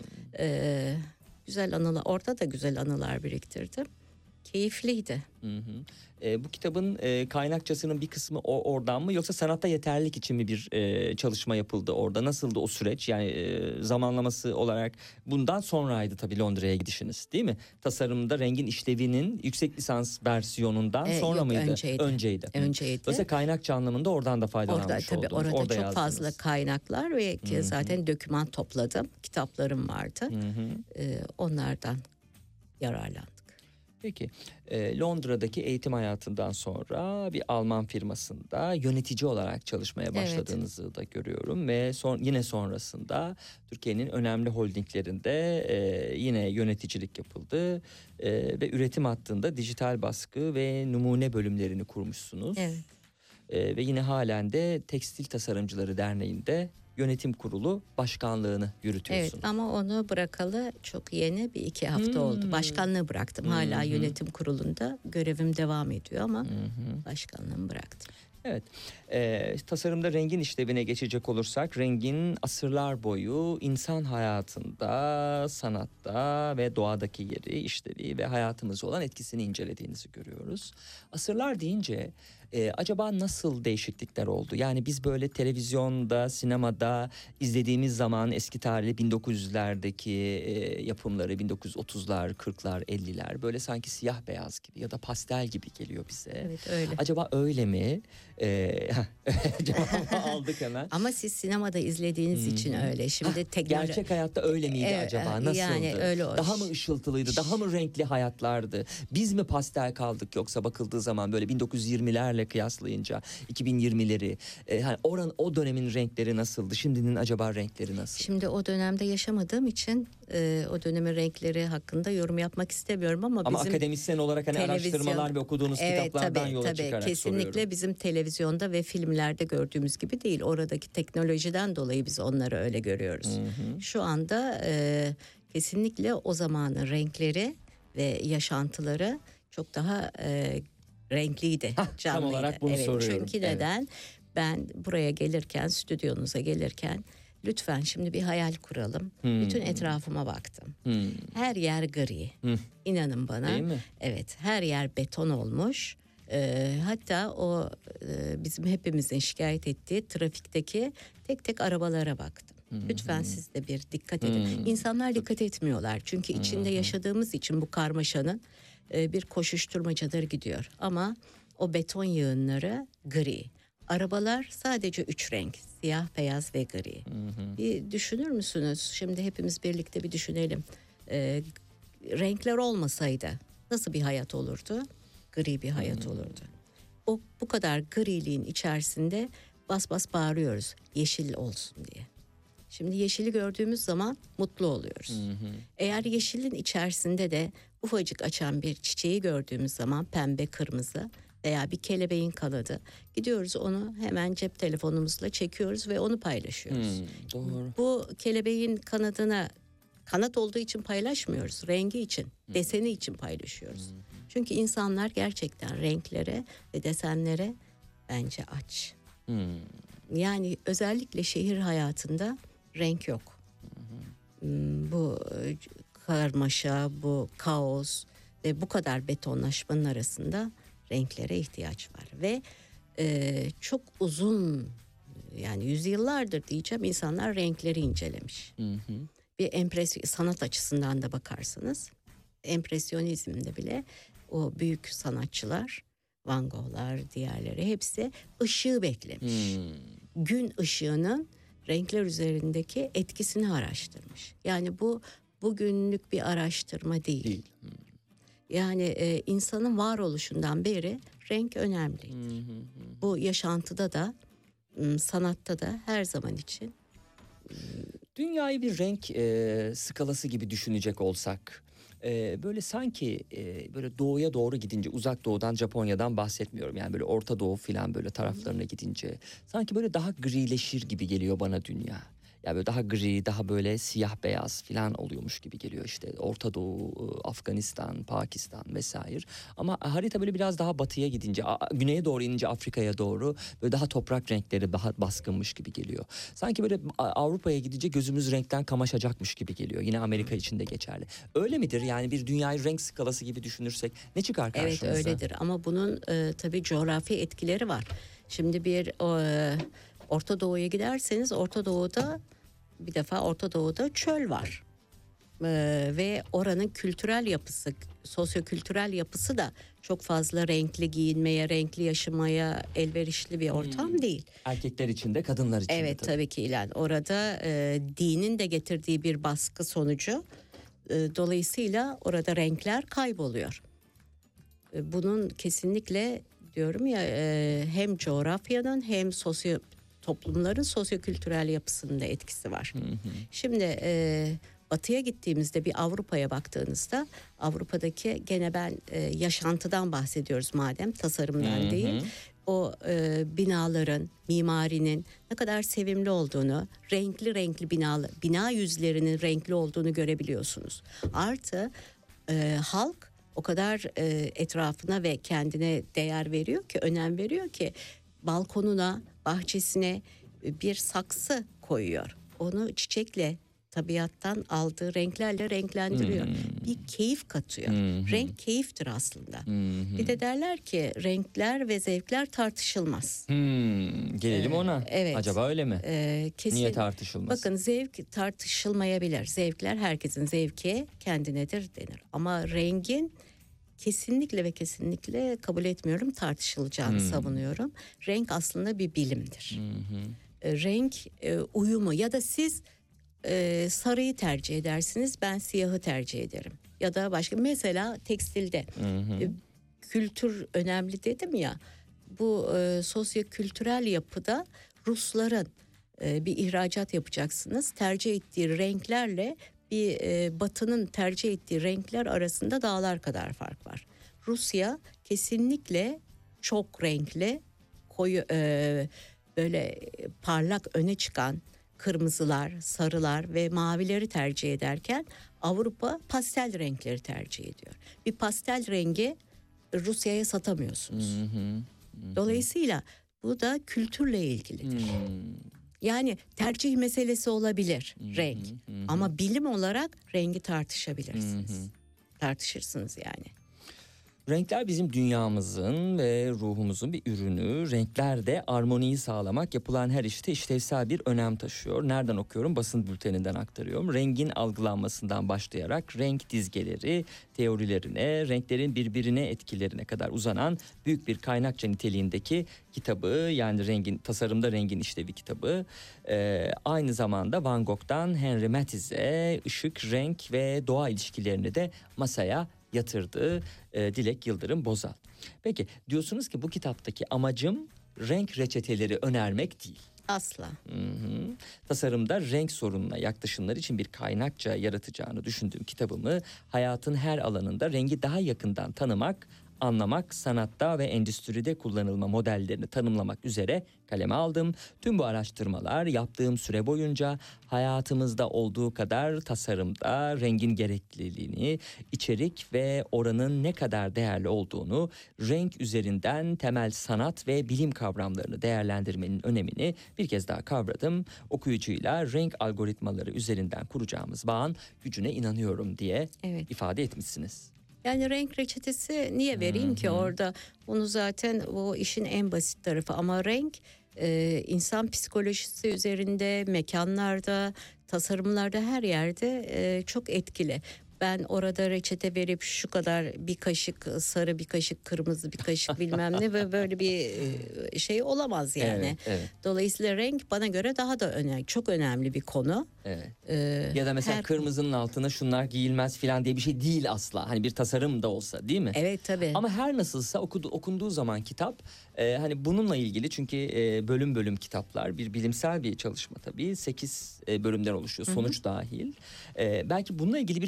Güzel anılar, orada da güzel anılar biriktirdim. Keyifliydi. Bu kitabın kaynakçasının bir kısmı oradan mı, yoksa sanatta yeterlilik için mi bir çalışma yapıldı orada? Nasıldı o süreç? Yani zamanlaması olarak bundan sonraydı tabii Londra'ya gidişiniz, değil mi? Tasarımda rengin işlevinin yüksek lisans versiyonundan sonra yok, mıydı? önceydi. Dolayısıyla kaynakça anlamında oradan da faydalanmış Orada, tabii, oldunuz. orada çok yazdınız. fazla kaynaklar ve zaten doküman topladım. Kitaplarım vardı. Onlardan yararlandım. Peki Londra'daki eğitim hayatından sonra bir Alman firmasında yönetici olarak çalışmaya başladığınızı da görüyorum ve yine sonrasında Türkiye'nin önemli holdinglerinde yine yöneticilik yapıldı ve üretim hattında dijital baskı ve numune bölümlerini kurmuşsunuz. Evet. Ve yine halen de Tekstil Tasarımcıları Derneği'nde yönetim kurulu başkanlığını yürütüyorsunuz. Evet, ama onu bırakalı çok yeni 1-2 hafta oldu. Başkanlığı bıraktım. Hala yönetim kurulunda görevim devam ediyor ama başkanlığımı bıraktım. Evet, tasarımda rengin işlevine geçecek olursak, rengin asırlar boyu insan hayatında, sanatta ve doğadaki yeri, işlevi ve hayatımıza olan etkisini incelediğinizi görüyoruz. Asırlar deyince Acaba nasıl değişiklikler oldu? Yani biz böyle televizyonda, sinemada izlediğimiz zaman eski tarihli 1900'lerdeki yapımları, 1930'lar, 40'lar, 50'ler böyle sanki siyah beyaz gibi ya da pastel gibi geliyor bize. Evet, öyle. Acaba öyle mi? Cevabı aldık hemen. Ama siz sinemada izlediğiniz için öyle. Şimdi Gerçek hayatta öyle miydi acaba? Nasıldı? Yani öyle daha mı ışıltılıydı? Daha mı renkli hayatlardı? Biz mi pastel kaldık yoksa bakıldığı zaman böyle 1920'lerle kıyaslayınca 2020'leri hani o dönemin renkleri nasıldı? Şimdinin acaba renkleri nasıl? Şimdi o dönemde yaşamadığım için o dönemin renkleri hakkında yorum yapmak istemiyorum ama bizim akademisyen olarak hani araştırmalar ve okuduğunuz kitaplardan yola çıkarak kesinlikle soruyorum. bizim televizyonda ve filmlerde gördüğümüz gibi değil. Oradaki teknolojiden dolayı biz onları öyle görüyoruz. Şu anda kesinlikle o zamanın renkleri ve yaşantıları çok daha renkliydi, canlıydı. Tam olarak bunu soruyorum. Çünkü neden? Ben buraya gelirken, stüdyonuza gelirken lütfen şimdi bir hayal kuralım. Bütün etrafıma baktım. Her yer gri. İnanın bana. Değil mi? Evet, her yer beton olmuş. Hatta o bizim hepimizin şikayet ettiği trafikteki tek tek arabalara baktım. Lütfen siz de bir dikkat edin. İnsanlar dikkat etmiyorlar. Çünkü içinde yaşadığımız için bu karmaşanın bir koşuşturmacadır gidiyor. Ama o beton yığınları gri. Arabalar sadece 3 renk. Siyah, beyaz ve gri. Bir düşünür müsünüz? Şimdi hepimiz birlikte bir düşünelim. Renkler olmasaydı nasıl bir hayat olurdu? Gri bir hayat olurdu. O bu kadar griliğin içerisinde bas bas bağırıyoruz. Yeşil olsun diye. Şimdi yeşili gördüğümüz zaman mutlu oluyoruz. Eğer yeşilin içerisinde de ufacık açan bir çiçeği gördüğümüz zaman pembe, kırmızı veya bir kelebeğin kanadı, gidiyoruz onu hemen cep telefonumuzla çekiyoruz ve onu paylaşıyoruz. Doğru. Bu kelebeğin kanadına kanat olduğu için paylaşmıyoruz. Rengi için, deseni için paylaşıyoruz. Çünkü insanlar gerçekten renklere ve desenlere bence aç. Yani özellikle şehir hayatında renk yok. Bu karmaşa, bu kaos ve bu kadar betonlaşmanın arasında renklere ihtiyaç var. Ve çok uzun, yani yüzyıllardır diyeceğim, insanlar renkleri incelemiş. Bir sanat açısından da bakarsanız, empresyonizmde bile o büyük sanatçılar, Van Gogh'lar, diğerleri hepsi ışığı beklemiş. Gün ışığının renkler üzerindeki etkisini araştırmış. Yani bu bugünlük bir araştırma değil. Yani insanın varoluşundan beri renk önemliydi. Bu yaşantıda da, sanatta da her zaman için. Dünyayı bir renk skalası gibi düşünecek olsak, böyle sanki böyle doğuya doğru gidince, uzak doğudan, Japonya'dan bahsetmiyorum. Yani böyle Orta Doğu falan böyle taraflarına gidince sanki böyle daha grileşir gibi geliyor bana dünya. Ya böyle daha gri, daha böyle siyah beyaz falan oluyormuş gibi geliyor işte. Orta Doğu, Afganistan, Pakistan vesaire. Ama harita böyle biraz daha batıya gidince, güneye doğru inince Afrika'ya doğru böyle daha toprak renkleri daha baskınmış gibi geliyor. Sanki böyle Avrupa'ya gidince gözümüz renkten kamaşacakmış gibi geliyor. Yine Amerika için de geçerli. Öyle midir? Yani bir dünyayı renk skalası gibi düşünürsek ne çıkar karşımıza? Evet, öyledir ama bunun tabii coğrafi etkileri var. Şimdi bir Orta Doğu'ya giderseniz Orta Doğu'da çöl var. Ve oranın kültürel yapısı, sosyokültürel yapısı da çok fazla renkli giyinmeye, renkli yaşamaya elverişli bir ortam değil. Erkekler için de, kadınlar için de. Evet, tabii ki ilan. Orada dinin de getirdiği bir baskı sonucu dolayısıyla orada renkler kayboluyor. Bunun kesinlikle diyorum ya hem coğrafyanın hem toplumların sosyokültürel yapısının da etkisi var. Şimdi batıya gittiğimizde, bir Avrupa'ya baktığınızda, Avrupa'daki gene ben yaşantıdan bahsediyoruz madem, tasarımdan değil. O binaların, mimarinin ne kadar sevimli olduğunu, renkli bina yüzlerinin renkli olduğunu görebiliyorsunuz. Artı halk o kadar etrafına ve kendine değer veriyor ki, önem veriyor ki balkonuna, bahçesine bir saksı koyuyor. Onu çiçekle tabiattan aldığı renklerle renklendiriyor. Bir keyif katıyor. Renk keyiftir aslında. Bir de derler ki renkler ve zevkler tartışılmaz. Gelelim ona. Evet. Acaba öyle mi? Kesin. Niye tartışılmaz? Bakın zevk tartışılmayabilir. Zevkler herkesin zevki kendinedir denir. Ama rengin kesinlikle ve kesinlikle kabul etmiyorum, tartışılacağını savunuyorum. Renk aslında bir bilimdir. Renk uyumu ya da siz sarıyı tercih edersiniz, ben siyahı tercih ederim. Ya da başka mesela tekstilde kültür önemli dedim ya, bu sosyo-kültürel yapıda Rusların bir ihracat yapacaksınız, tercih ettiği renklerle bir Batı'nın tercih ettiği renkler arasında dağlar kadar fark var. Rusya kesinlikle çok renkli, koyu böyle parlak öne çıkan kırmızılar, sarılar ve mavileri tercih ederken Avrupa pastel renkleri tercih ediyor. Bir pastel rengi Rusya'ya satamıyorsunuz. Dolayısıyla bu da kültürle ilgilidir. Yani tercih meselesi olabilir renk. Ama bilim olarak rengi tartışabilirsiniz. Tartışırsınız yani. Renkler bizim dünyamızın ve ruhumuzun bir ürünü. Renkler de armoniyi sağlamak, yapılan her işte işlevsel bir önem taşıyor. Nereden okuyorum? Basın bülteninden aktarıyorum. Rengin algılanmasından başlayarak renk dizgeleri, teorilerine, renklerin birbirine etkilerine kadar uzanan büyük bir kaynakça niteliğindeki kitabı, yani rengin, tasarımda rengin işlevi kitabı. Aynı zamanda Van Gogh'tan Henri Matisse'e ışık, renk ve doğa ilişkilerini de masaya yatırdı Dilek Yıldırım Bozal. Peki diyorsunuz ki bu kitaptaki amacım renk reçeteleri önermek değil. Asla. Tasarımda renk sorununa yaklaşımlar için bir kaynakça yaratacağını düşündüğüm kitabımı hayatın her alanında rengi daha yakından tanımak, anlamak, sanatta ve endüstride kullanılma modellerini tanımlamak üzere kaleme aldım. Tüm bu araştırmalar yaptığım süre boyunca hayatımızda olduğu kadar tasarımda rengin gerekliliğini, içerik ve oranın ne kadar değerli olduğunu, renk üzerinden temel sanat ve bilim kavramlarını değerlendirmenin önemini bir kez daha kavradım. Okuyucuyla renk algoritmaları üzerinden kuracağımız bağın gücüne inanıyorum diye ifade etmişsiniz. Yani renk reçetesi niye vereyim ki orada? Bunu zaten o işin en basit tarafı. Ama renk insan psikolojisi üzerinde, mekanlarda, tasarımlarda, her yerde çok etkili. Ben orada reçete verip şu kadar bir kaşık sarı, bir kaşık kırmızı, bir kaşık bilmem ne ve böyle bir şey olamaz yani. Dolayısıyla renk bana göre daha da önemli, çok önemli bir konu. Ya da mesela kırmızının altına şunlar giyilmez falan diye bir şey değil asla. Hani bir tasarım da olsa, değil mi? Evet, tabii. Ama her nasılsa okunduğu zaman kitap hani bununla ilgili, çünkü bölüm bölüm kitaplar, bir bilimsel bir çalışma tabii. 8 bölümden oluşuyor, sonuç dahil. Belki bununla ilgili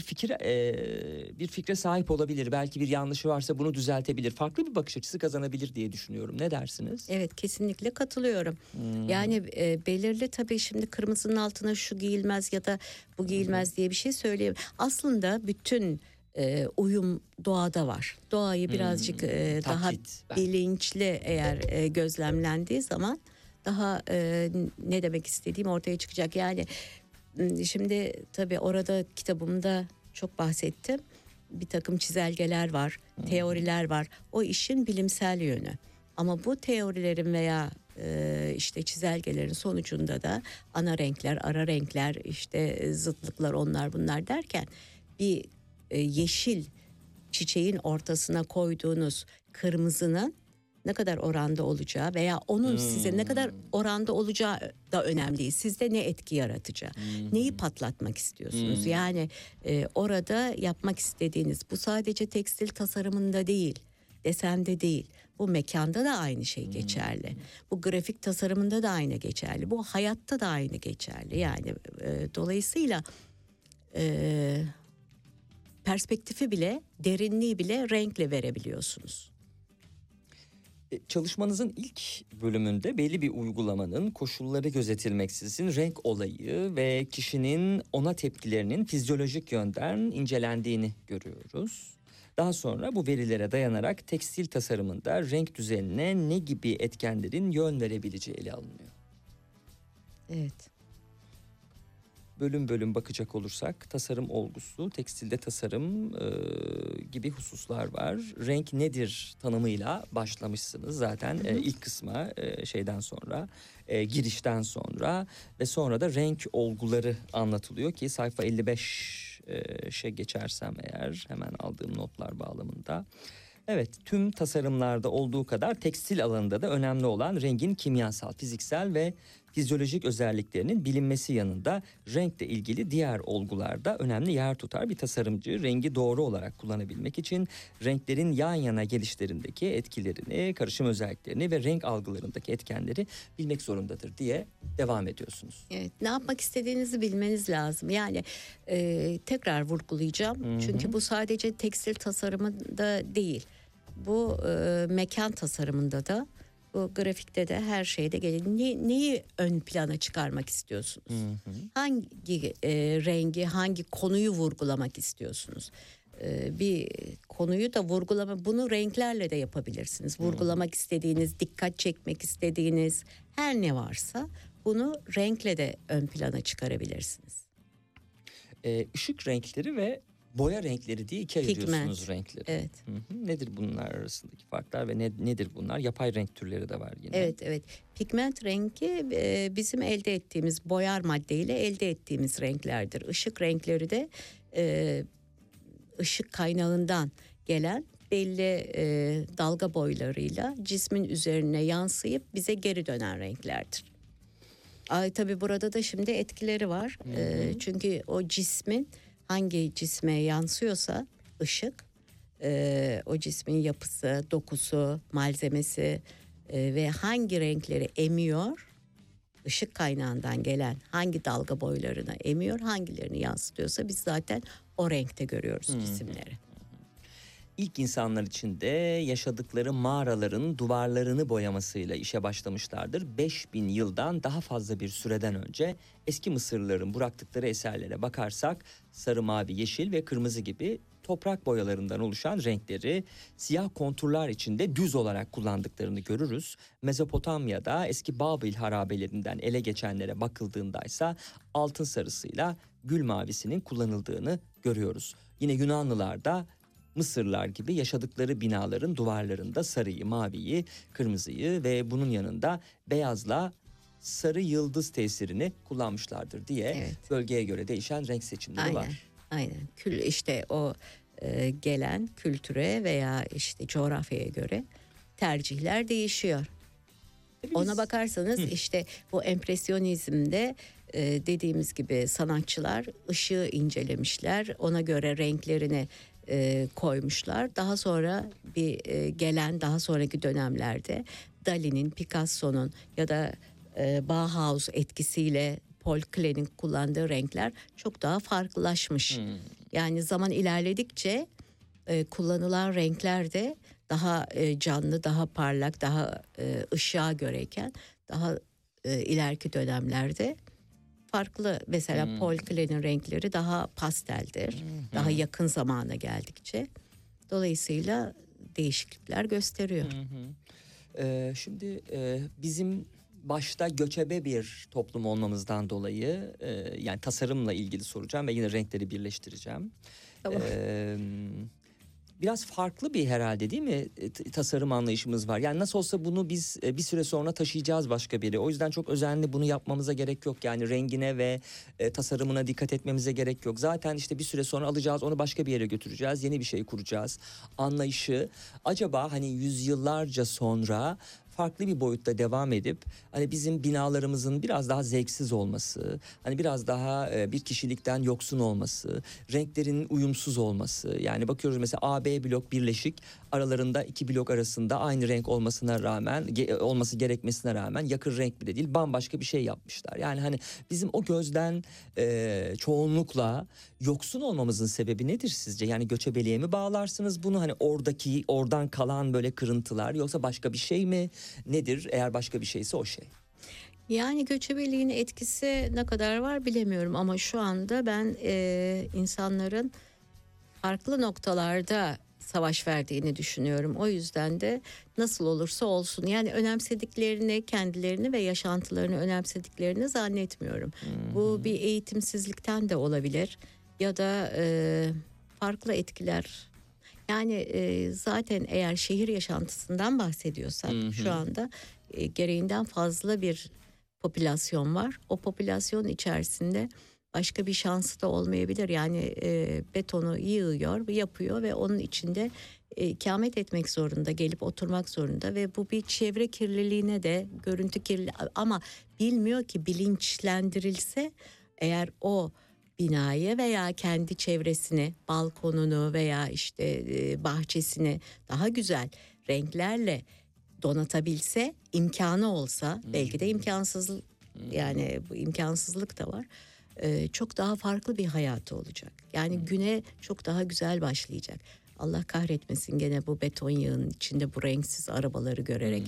bir fikre sahip olabilir. Belki bir yanlışı varsa bunu düzeltebilir. Farklı bir bakış açısı kazanabilir diye düşünüyorum. Ne dersiniz? Evet, kesinlikle katılıyorum. Yani belirli tabii, şimdi kırmızının altına şu giyilmez ya da bu giyilmez diye bir şey söyleyeyim. Aslında bütün uyum doğada var. Doğayı birazcık daha bilinçli eğer gözlemlendiği zaman daha ne demek istediğim ortaya çıkacak. Yani şimdi tabii orada kitabımda çok bahsettim. Bir takım çizelgeler var, teoriler var. O işin bilimsel yönü. Ama bu teorilerin veya işte çizelgelerin sonucunda da ana renkler, ara renkler, işte zıtlıklar, onlar bunlar derken bir yeşil çiçeğin ortasına koyduğunuz kırmızının ne kadar oranda olacağı veya onun size ne kadar oranda olacağı da önemli. Sizde ne etki yaratacağı, neyi patlatmak istiyorsunuz? Yani orada yapmak istediğiniz, bu sadece tekstil tasarımında değil, desende değil. Bu mekanda da aynı şey geçerli. Bu grafik tasarımında da aynı geçerli. Bu hayatta da aynı geçerli. Yani dolayısıyla perspektifi bile, derinliği bile renkle verebiliyorsunuz. Çalışmanızın ilk bölümünde belli bir uygulamanın koşulları gözetilmeksizin renk olayı ve kişinin ona tepkilerinin fizyolojik yönden incelendiğini görüyoruz. Daha sonra bu verilere dayanarak tekstil tasarımında renk düzenine ne gibi etkenlerin yön verebileceği ele alınıyor. Evet. bölüm bölüm bakacak olursak tasarım olgusu, tekstilde tasarım gibi hususlar var. Renk nedir tanımıyla başlamışsınız zaten ilk kısma şeyden sonra, girişten sonra ve sonra da renk olguları anlatılıyor ki sayfa 55'e geçersem eğer, hemen aldığım notlar bağlamında. Evet, tüm tasarımlarda olduğu kadar tekstil alanında da önemli olan rengin kimyasal, fiziksel ve fizyolojik özelliklerinin bilinmesi yanında renkle ilgili diğer olgularda önemli yer tutar. Bir tasarımcı rengi doğru olarak kullanabilmek için renklerin yan yana gelişlerindeki etkilerini, karışım özelliklerini ve renk algılarındaki etkenleri bilmek zorundadır diye devam ediyorsunuz. Evet, ne yapmak istediğinizi bilmeniz lazım. Yani tekrar vurgulayacağım. Çünkü bu sadece tekstil tasarımında değil. Bu mekan tasarımında da, bu grafikte de, her şeyde gelir. Neyi ön plana çıkarmak istiyorsunuz? Hangi rengi, hangi konuyu vurgulamak istiyorsunuz? Bir konuyu da bunu renklerle de yapabilirsiniz. Vurgulamak istediğiniz, dikkat çekmek istediğiniz her ne varsa bunu renkle de ön plana çıkarabilirsiniz. Işık renkleri ve boya renkleri diye ikiye ayırıyorsunuz renkleri. Evet. Nedir bunlar arasındaki farklar ve nedir bunlar? Yapay renk türleri de var yine. Evet. Pigment rengi bizim elde ettiğimiz boyar maddeyle elde ettiğimiz renklerdir. Işık renkleri de ışık kaynağından gelen belli dalga boylarıyla cismin üzerine yansıyıp bize geri dönen renklerdir. Tabii burada da şimdi etkileri var. Çünkü o cismin, hangi cisme yansıyorsa ışık, o cismin yapısı, dokusu, malzemesi ve hangi renkleri emiyor, ışık kaynağından gelen hangi dalga boylarına emiyor, hangilerini yansıtıyorsa biz zaten o renkte görüyoruz cisimleri. İlk insanlar içinde yaşadıkları mağaraların duvarlarını boyamasıyla işe başlamışlardır. 5000 yıldan daha fazla bir süreden önce eski Mısırlıların bıraktıkları eserlere bakarsak sarı, mavi, yeşil ve kırmızı gibi toprak boyalarından oluşan renkleri siyah konturlar içinde düz olarak kullandıklarını görürüz. Mezopotamya'da eski Babil harabelerinden ele geçenlere bakıldığında ise altın sarısıyla gül mavisinin kullanıldığını görüyoruz. Yine Yunanlılar da Mısırlılar gibi yaşadıkları binaların duvarlarında sarıyı, maviyi, kırmızıyı ve bunun yanında beyazla sarı yıldız tesirini kullanmışlardır diye bölgeye göre değişen renk seçimleri var. Aynen. İşte o gelen kültüre veya işte coğrafyaya göre tercihler değişiyor. Ona bakarsanız işte bu empresyonizmde dediğimiz gibi sanatçılar ışığı incelemişler. Ona göre renklerini koymuşlar. Daha sonra gelen daha sonraki dönemlerde Dali'nin, Picasso'nun ya da Bauhaus etkisiyle Paul Klee'nin kullandığı renkler çok daha farklılaşmış. Yani zaman ilerledikçe kullanılan renkler de daha canlı, daha parlak, daha ışığa göreyken daha ileriki dönemlerde farklı. Mesela Paul Klee'nin renkleri daha pasteldir. Daha yakın zamana geldikçe. Dolayısıyla değişiklikler gösteriyor. Şimdi bizim başta göçebe bir toplum olmamızdan dolayı yani tasarımla ilgili soracağım ve yine renkleri birleştireceğim. Tamam. Biraz farklı bir herhalde değil mi tasarım anlayışımız var. Yani nasıl olsa bunu biz bir süre sonra taşıyacağız başka biri. O yüzden çok özenli bunu yapmamıza gerek yok. Yani rengine ve tasarımına dikkat etmemize gerek yok. Zaten işte bir süre sonra alacağız, onu başka bir yere götüreceğiz. Yeni bir şey kuracağız. Anlayışı acaba hani yüzyıllarca sonra farklı bir boyutta devam edip hani bizim binalarımızın biraz daha zevksiz olması, hani biraz daha bir kişilikten yoksun olması, renklerin uyumsuz olması. Yani bakıyoruz mesela A, B blok birleşik, aralarında iki blok arasında aynı renk olmasına rağmen, olması gerekmesine rağmen yakın renk bile değil, bambaşka bir şey yapmışlar. Yani hani bizim o gözden çoğunlukla yoksun olmamızın sebebi nedir sizce? Yani göçebeliğe mi bağlarsınız bunu? Hani oradan kalan böyle kırıntılar, yoksa başka bir şey mi? Nedir? Eğer başka bir şeyse o şey. Yani göçebeliğin etkisi ne kadar var bilemiyorum ama şu anda ben insanların farklı noktalarda savaş verdiğini düşünüyorum. O yüzden de nasıl olursa olsun, yani önemsediklerini, kendilerini ve yaşantılarını önemsediklerini zannetmiyorum. Bu bir eğitimsizlikten de olabilir ya da farklı etkiler. Yani zaten eğer şehir yaşantısından bahsediyorsak şu anda gereğinden fazla bir popülasyon var. O popülasyon içerisinde başka bir şansı da olmayabilir. Yani betonu yığıyor, yapıyor ve onun içinde ikamet etmek zorunda, gelip oturmak zorunda ve bu bir çevre kirliliğine de, görüntü kirliliği, ama bilmiyor ki bilinçlendirilse eğer o binayı veya kendi çevresini, balkonunu veya işte bahçesini daha güzel renklerle donatabilse, imkanı olsa, belki de imkansızlık, yani bu imkansızlık da var. Çok daha farklı bir hayatı olacak. Yani güne çok daha güzel başlayacak. Allah kahretmesin gene bu beton yığının içinde bu renksiz arabaları görerek,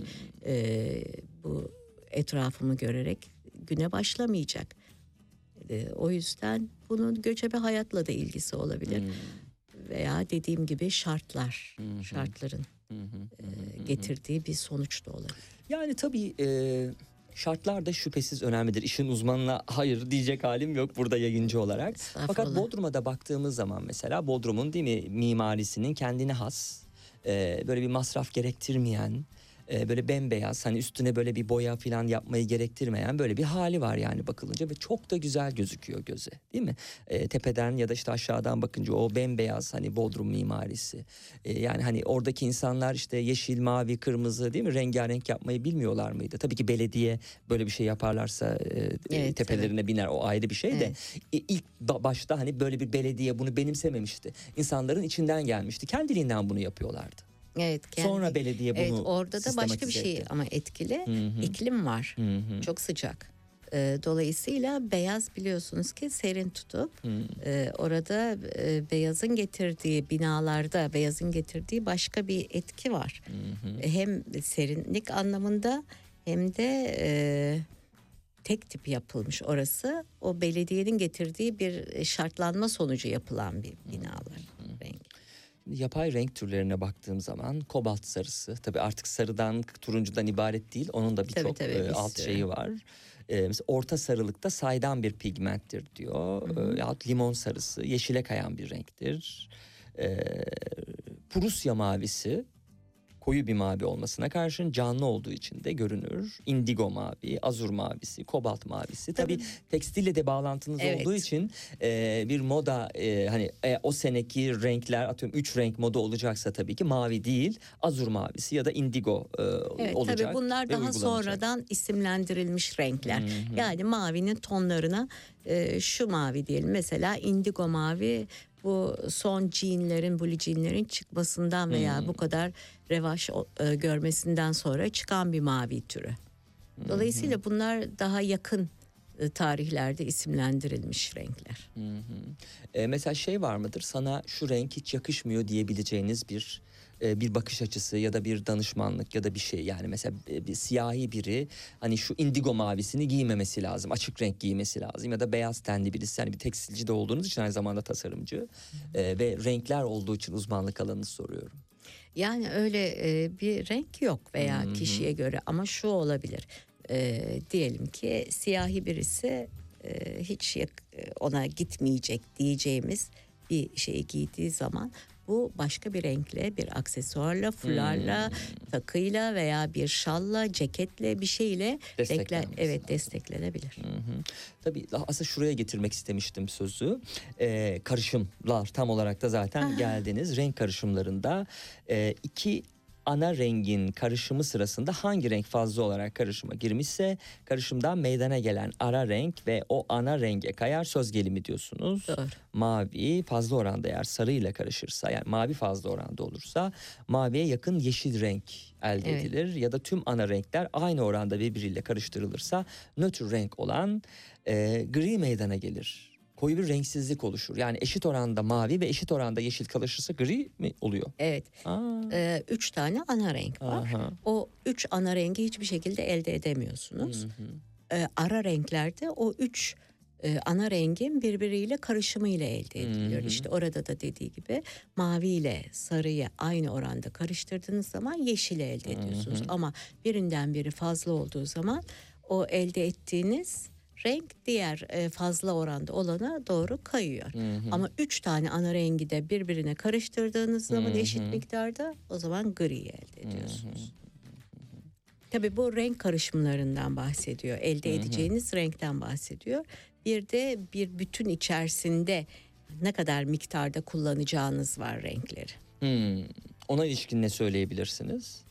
bu etrafımı görerek güne başlamayacak. O yüzden bunun göçebe hayatla da ilgisi olabilir. Veya dediğim gibi şartların getirdiği bir sonuç da olabilir. Yani tabii şartlar da şüphesiz önemlidir. İşin uzmanına hayır diyecek halim yok burada yayıncı olarak. Fakat Bodrum'a da baktığımız zaman mesela Bodrum'un değil mi mimarisinin kendine has, böyle bir masraf gerektirmeyen, böyle bembeyaz, hani üstüne böyle bir boya falan yapmayı gerektirmeyen böyle bir hali var yani bakılınca ve çok da güzel gözüküyor göze, değil mi? Tepeden ya da işte aşağıdan bakınca o bembeyaz hani Bodrum mimarisi. Yani hani oradaki insanlar işte yeşil, mavi, kırmızı değil mi? Rengarenk yapmayı bilmiyorlar mıydı? Tabii ki belediye böyle bir şey yaparlarsa evet, tepelerine biner, o ayrı bir şey de. İlk başta hani böyle bir belediye bunu benimsememişti. İnsanların içinden gelmişti. Kendiliğinden bunu yapıyorlardı. Evet, sonra belediye bunu orada da başka bir şey ama etkili. İklim var. Çok sıcak. Dolayısıyla beyaz biliyorsunuz ki serin tutup orada beyazın getirdiği, binalarda beyazın getirdiği başka bir etki var. Hem serinlik anlamında hem de tek tip yapılmış orası. O belediyenin getirdiği bir şartlanma sonucu yapılan bir binalar. Yapay renk türlerine baktığım zaman kobalt sarısı, tabii artık sarıdan, turuncudan ibaret değil, onun da birçok alt şeyi var. Mesela orta sarılıkta saydam bir pigmenttir diyor. Yahut limon sarısı yeşile kayan bir renktir. Prusya mavisi koyu bir mavi olmasına karşın canlı olduğu için de görünür. İndigo mavi, azur mavisi, kobalt mavisi. Tabii tekstille de bağlantınız olduğu için bir moda hani o seneki renkler, atıyorum 3 renk moda olacaksa tabii ki mavi değil, azur mavisi ya da indigo olacak. Tabii bunlar daha sonradan isimlendirilmiş renkler. Yani mavinin tonlarına şu mavi diyelim. Mesela indigo mavi bu son jeanlerin, blue jeanlerin çıkmasından veya bu kadar revaç görmesinden sonra çıkan bir mavi türü. Dolayısıyla bunlar daha yakın tarihlerde isimlendirilmiş renkler. Mesela şey var mıdır? Sana şu renk hiç yakışmıyor diyebileceğiniz bir bakış açısı ya da bir danışmanlık ya da bir şey, yani mesela bir siyahi biri hani şu indigo mavisini giymemesi lazım, açık renk giymesi lazım ya da beyaz tenli birisi, yani bir tekstilci de olduğunuz için aynı zamanda tasarımcı ve renkler olduğu için uzmanlık alanını soruyorum. Yani öyle bir renk yok veya kişiye göre, ama şu olabilir, diyelim ki siyahi birisi hiç ona gitmeyecek diyeceğimiz bir şeyi giydiği zaman bu başka bir renkle, bir aksesuarla, fularla, takıyla veya bir şalla, ceketle, bir şeyle desteklenebilir. Tabii aslında şuraya getirmek istemiştim sözü. Karışımlar, tam olarak da zaten geldiniz. Renk karışımlarında iki ana rengin karışımı sırasında hangi renk fazla olarak karışıma girmişse karışımdan meydana gelen ara renk ve o ana renge kayar söz gelimi diyorsunuz. Doğru. Mavi fazla oranda eğer sarıyla karışırsa, yani mavi fazla oranda olursa maviye yakın yeşil renk elde edilir. Ya da tüm ana renkler aynı oranda birbiriyle karıştırılırsa nötr renk olan gri meydana gelir. Koyu bir renksizlik oluşur. Yani eşit oranda mavi ve eşit oranda yeşil karışırsa gri mi oluyor? Evet. 3 tane ana renk var. O 3 ana rengi hiçbir şekilde elde edemiyorsunuz. Ara renklerde o 3 ana rengin birbiriyle karışımı ile elde ediliyor. İşte orada da dediği gibi mavi ile sarıyı aynı oranda karıştırdığınız zaman yeşil elde ediyorsunuz. Ama birinden biri fazla olduğu zaman o elde ettiğiniz renk diğer fazla oranda olana doğru kayıyor. Ama 3 tane ana rengi de birbirine karıştırdığınız zaman eşit miktarda, o zaman griyi elde ediyorsunuz. Tabii bu renk karışımlarından bahsediyor. Elde edeceğiniz renkten bahsediyor. Bir de bir bütün içerisinde ne kadar miktarda kullanacağınız var renkleri. Ona ilişkin ne söyleyebilirsiniz?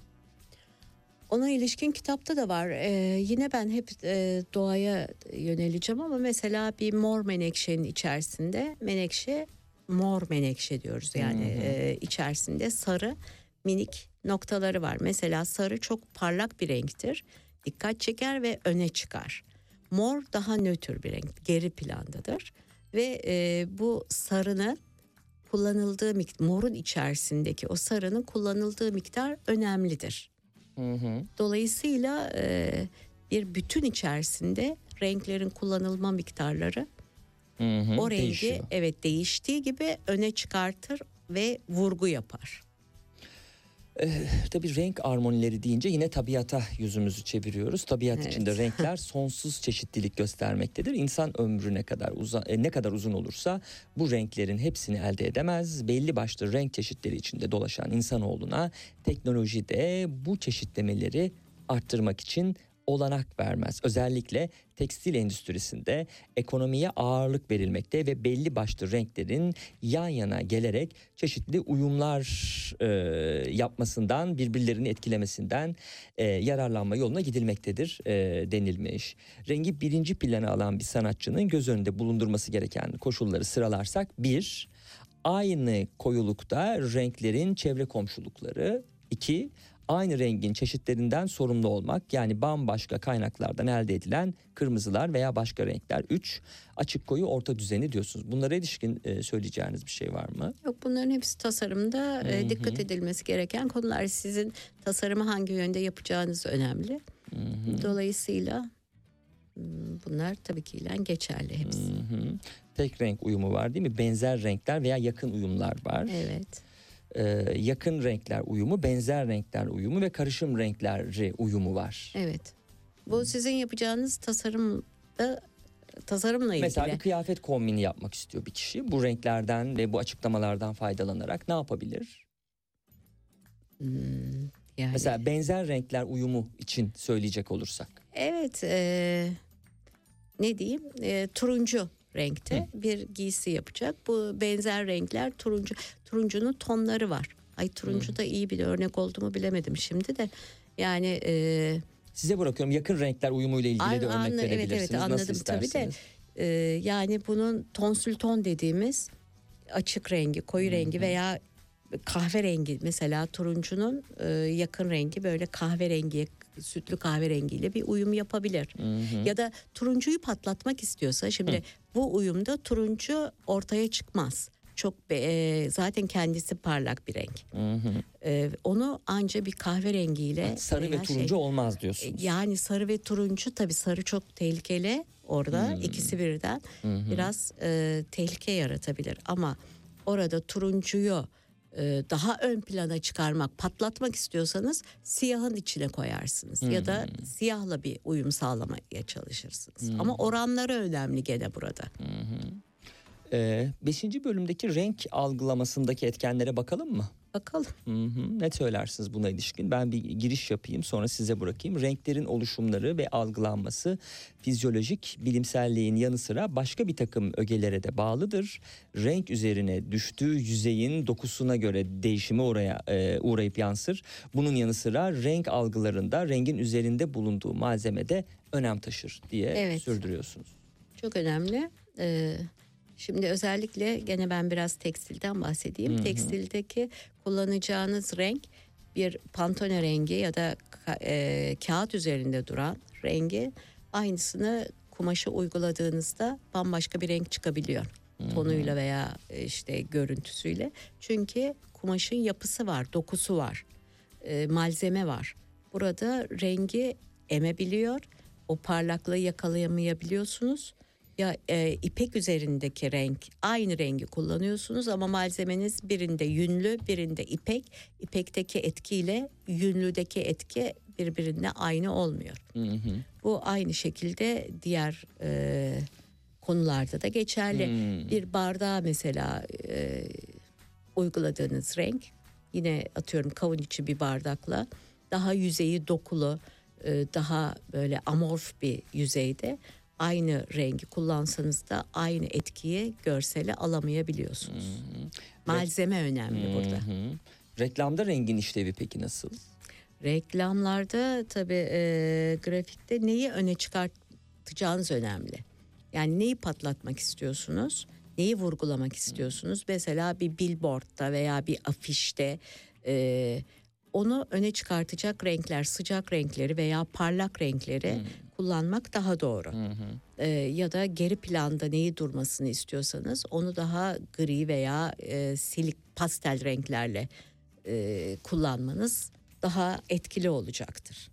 Ona ilişkin kitapta da var. Yine ben hep doğaya yöneleceğim ama mesela bir mor menekşenin içerisinde mor menekşe diyoruz. Yani içerisinde sarı minik noktaları var. Mesela sarı çok parlak bir renktir. Dikkat çeker ve öne çıkar. Mor daha nötr bir renk, geri plandadır. Ve bu sarının kullanıldığı morun içerisindeki o sarının kullanıldığı miktar önemlidir. Dolayısıyla bir bütün içerisinde renklerin kullanılma miktarları o rengi değişiyor. Evet, değiştiği gibi öne çıkartır ve vurgu yapar. Tabii renk armonileri deyince yine tabiata yüzümüzü çeviriyoruz. Tabiat içinde renkler sonsuz çeşitlilik göstermektedir. İnsan ömrü ne kadar uzun olursa bu renklerin hepsini elde edemez. Belli başlı renk çeşitleri içinde dolaşan insanoğluna teknoloji de bu çeşitlemeleri arttırmak için olanak vermez. Özellikle tekstil endüstrisinde ekonomiye ağırlık verilmekte ve belli başlı renklerin yan yana gelerek çeşitli uyumlar yapmasından, birbirlerini etkilemesinden yararlanma yoluna gidilmektedir denilmiş. Rengi birinci plana alan bir sanatçının göz önünde bulundurması gereken koşulları sıralarsak: 1. Aynı koyulukta renklerin çevre komşulukları. 2. Aynı rengin çeşitlerinden sorumlu olmak, yani bambaşka kaynaklardan elde edilen kırmızılar veya başka renkler. 3. Açık koyu orta düzeni diyorsunuz. Bunlara ilişkin söyleyeceğiniz bir şey var mı? Yok, bunların hepsi tasarımda dikkat edilmesi gereken konular. Sizin tasarımı hangi yönde yapacağınız önemli. Dolayısıyla bunlar tabii ki geçerli hepsi. Tek renk uyumu var değil mi? Benzer renkler veya yakın uyumlar var. Evet. Yakın renkler uyumu, benzer renkler uyumu ve karışım renkleri uyumu var. Evet. Bu sizin yapacağınız tasarımla ilgili. Mesela bir kıyafet kombini yapmak istiyor bir kişi. Bu renklerden ve bu açıklamalardan faydalanarak ne yapabilir? Yani. Mesela benzer renkler uyumu için söyleyecek olursak. Evet. Ne diyeyim? Turuncu renkte bir giysi yapacak. Bu benzer renkler turuncu. Turuncunun tonları var. Turuncu da iyi bir örnek oldu mu bilemedim şimdi de. Yani size bırakıyorum, yakın renkler uyumuyla ilgili de örnek verebilirsiniz. Evet, anladım. Nasıl isterseniz. Tabii de yani bunun tonsül ton dediğimiz açık rengi, koyu rengi veya kahverengi, mesela turuncunun yakın rengi böyle kahverengiye, sütlü kahverengiyle bir uyum yapabilir. Ya da turuncuyu patlatmak istiyorsa, şimdi bu uyumda turuncu ortaya çıkmaz. Çok zaten kendisi parlak bir renk. Onu anca bir kahverengiyle sarı ve turuncu olmaz diyorsunuz. Yani sarı ve turuncu, tabii sarı çok tehlikeli orada, ikisi birden biraz tehlike yaratabilir. Ama orada turuncuyu daha ön plana çıkarmak, patlatmak istiyorsanız siyahın içine koyarsınız. Ya da siyahla bir uyum sağlamaya çalışırsınız. Ama oranları önemli gene burada. 5. bölümdeki renk algılamasındaki etkenlere bakalım mı? Bakalım. Ne söylersiniz buna ilişkin? Ben bir giriş yapayım, sonra size bırakayım. Renklerin oluşumları ve algılanması fizyolojik bilimselliğin yanı sıra başka bir takım ögelere de bağlıdır. Renk üzerine düştüğü yüzeyin dokusuna göre değişime uğrayıp yansır. Bunun yanı sıra renk algılarında rengin üzerinde bulunduğu malzeme de önem taşır diye sürdürüyorsunuz. Çok önemli. Şimdi özellikle gene ben biraz tekstilden bahsedeyim. Tekstildeki kullanacağınız renk bir pantone rengi ya da kağıt üzerinde duran rengi, aynısını kumaşa uyguladığınızda bambaşka bir renk çıkabiliyor. Tonuyla veya işte görüntüsüyle. Çünkü kumaşın yapısı var, dokusu var, malzeme var. Burada rengi emebiliyor, o parlaklığı yakalayamayabiliyorsunuz. Ya ipek üzerindeki renk, aynı rengi kullanıyorsunuz ama malzemeniz birinde yünlü, birinde ipek. İpekteki etkiyle yünlüdeki etki birbirine aynı olmuyor. Bu aynı şekilde diğer konularda da geçerli. Bir bardağa mesela uyguladığınız renk, yine atıyorum kavun içi bir bardakla daha yüzeyi dokulu, daha böyle amorf bir yüzeyde aynı rengi kullansanız da aynı etkiyi görsele alamayabiliyorsunuz. Malzeme önemli burada. Reklamda rengin işlevi peki nasıl? Reklamlarda tabii grafikte neyi öne çıkartacağınız önemli. Yani neyi patlatmak istiyorsunuz, neyi vurgulamak istiyorsunuz. Mesela bir billboardda veya bir afişte onu öne çıkartacak renkler, sıcak renkleri veya parlak renkleri kullanmak daha doğru. Ya da geri planda neyi durmasını istiyorsanız onu daha gri veya silik pastel renklerle kullanmanız daha etkili olacaktır.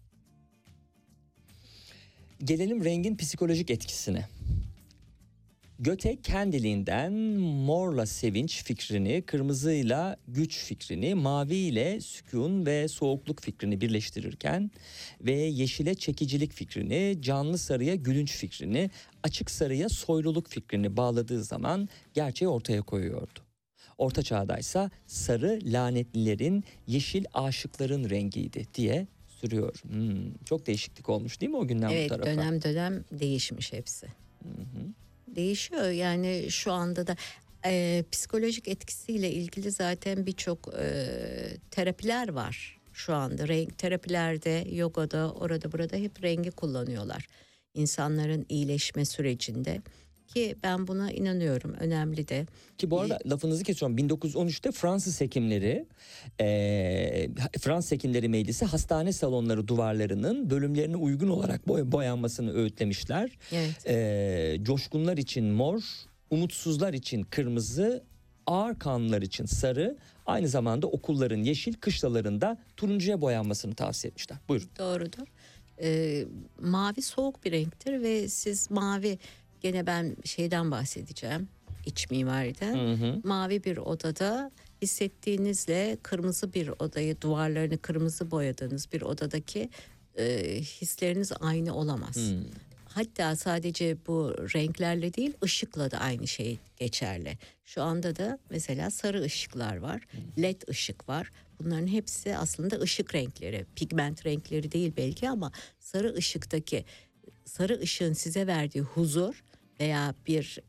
Gelelim rengin psikolojik etkisine. Goethe kendiliğinden morla sevinç fikrini, kırmızıyla güç fikrini, maviyle sükun ve soğukluk fikrini birleştirirken ve yeşile çekicilik fikrini, canlı sarıya gülünç fikrini, açık sarıya soyluluk fikrini bağladığı zaman gerçeği ortaya koyuyordu. Orta çağdaysa sarı lanetlilerin, yeşil aşıkların rengiydi diye sürüyor. Çok değişiklik olmuş değil mi o günden bu tarafa? Evet, dönem değişmiş hepsi. Değişiyor yani şu anda da psikolojik etkisiyle ilgili zaten birçok terapiler var şu anda. Renk terapilerde, yogada, orada burada hep rengi kullanıyorlar. İnsanların iyileşme sürecinde. Ki ben buna inanıyorum, önemli de. Ki bu arada lafınızı kesiyorum, 1913'te Fransız hekimleri Fransız Hekimleri Meclisi hastane salonları duvarlarının bölümlerine uygun olarak boyanmasını öğütlemişler. Evet. Coşkunlar için mor, umutsuzlar için kırmızı, ağır kanlılar için sarı, aynı zamanda okulların yeşil, kışlalarında turuncuya boyanmasını tavsiye etmişler. Buyurun. Doğrudur. Mavi soğuk bir renktir ve siz mavi, gene ben şeyden bahsedeceğim, iç mimariden. Mavi bir odada hissettiğinizle kırmızı bir odayı, duvarlarını kırmızı boyadığınız bir odadaki hisleriniz aynı olamaz. Hatta sadece bu renklerle değil, ışıkla da aynı şey geçerli. Şu anda da mesela sarı ışıklar var, led ışık var. Bunların hepsi aslında ışık renkleri, pigment renkleri değil belki ama sarı ışıktaki, sarı ışığın size verdiği huzur veya bir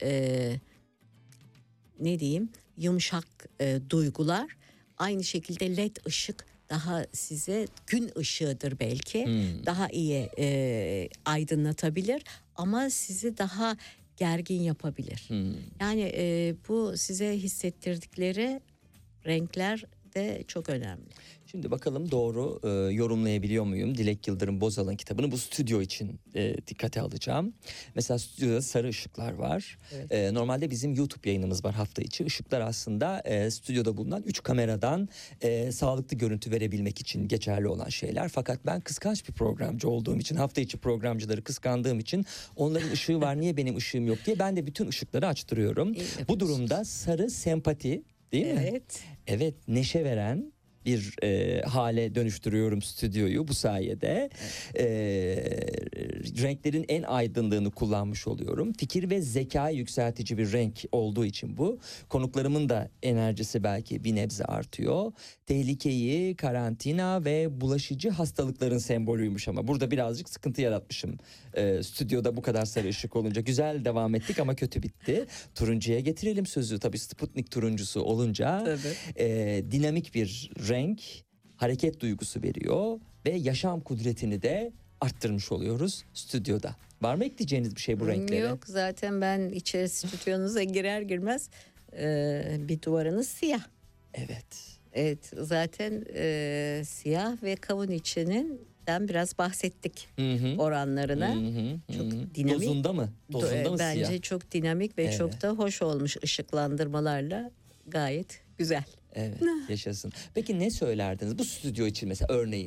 ne diyeyim, yumuşak duygular, aynı şekilde led ışık daha size, gün ışığıdır belki, daha iyi aydınlatabilir ama sizi daha gergin yapabilir. Yani bu size hissettirdikleri renkler de çok önemli. Şimdi bakalım doğru yorumlayabiliyor muyum? Dilek Yıldırım Bozal'ın kitabını bu stüdyo için dikkate alacağım. Mesela stüdyoda sarı ışıklar var. Evet. Normalde bizim YouTube yayınımız var hafta içi. Işıklar aslında stüdyoda bulunan 3 kameradan sağlıklı görüntü verebilmek için geçerli olan şeyler. Fakat ben kıskanç bir programcı olduğum için, hafta içi programcıları kıskandığım için, onların ışığı var niye benim ışığım yok diye ben de bütün ışıkları açtırıyorum. Bu durumda sarı sempati, değil mi? Evet. Evet, neşe veren bir hale dönüştürüyorum stüdyoyu bu sayede. Renklerin en aydınlığını kullanmış oluyorum. Fikir ve zekayı yükseltici bir renk olduğu için bu. Konuklarımın da enerjisi belki bir nebze artıyor. Tehlikeyi, karantina ve bulaşıcı hastalıkların sembolüymüş ama burada birazcık sıkıntı yaratmışım. Stüdyoda bu kadar sarı ışık olunca güzel devam ettik ama kötü bitti. Turuncuya getirelim sözü. Tabii Sputnik turuncusu olunca dinamik bir renk, hareket duygusu veriyor ve yaşam kudretini de arttırmış oluyoruz stüdyoda. Var mı ekleyeceğiniz bir şey bu renklere? Yok, zaten ben içeri stüdyonuza girer girmez bir duvarınız siyah. Evet. Evet, zaten siyah ve kavun içinden biraz bahsettik oranlarına. Çok dinamik. Dozunda mı? Dozunda mı bence siyah? çok dinamik ve çok da hoş olmuş ışıklandırmalarla, gayet güzel. Evet, yaşasın. Peki ne söylerdiniz bu stüdyo için mesela, örneğin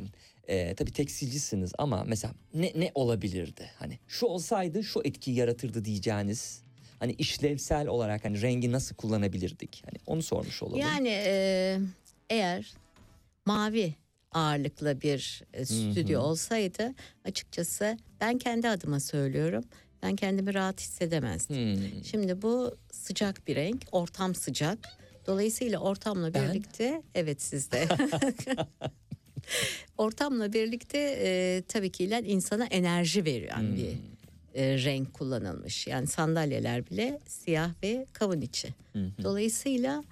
tabii tekstilcisiniz ama mesela ne olabilirdi? Hani şu olsaydı şu etkiyi yaratırdı diyeceğiniz, hani işlevsel olarak hani rengi nasıl kullanabilirdik? Hani onu sormuş olalım. Yani eğer mavi ağırlıklı bir stüdyo olsaydı, açıkçası ben kendi adıma söylüyorum, ben kendimi rahat hissedemezdim. Şimdi bu sıcak bir renk, ortam sıcak. Dolayısıyla ortamla birlikte evet sizde. Ortamla birlikte tabii ki insana enerji veren bir renk kullanılmış. Yani sandalyeler bile siyah ve kavun içi. Dolayısıyla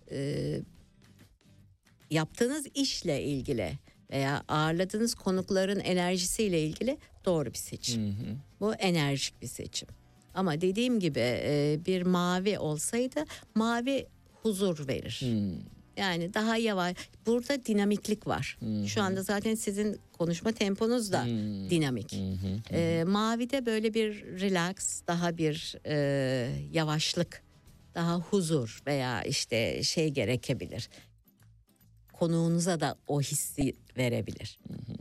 yaptığınız işle ilgili veya ağırladığınız konukların enerjisiyle ilgili doğru bir seçim. Bu enerjik bir seçim. Ama dediğim gibi bir mavi olsaydı, mavi huzur verir. Yani daha yavaş. Burada dinamiklik var. Şu anda zaten sizin konuşma temponuz da dinamik. Mavide böyle bir relax, daha bir yavaşlık, daha huzur veya işte şey gerekebilir. Konuğunuza da o hissi verebilir.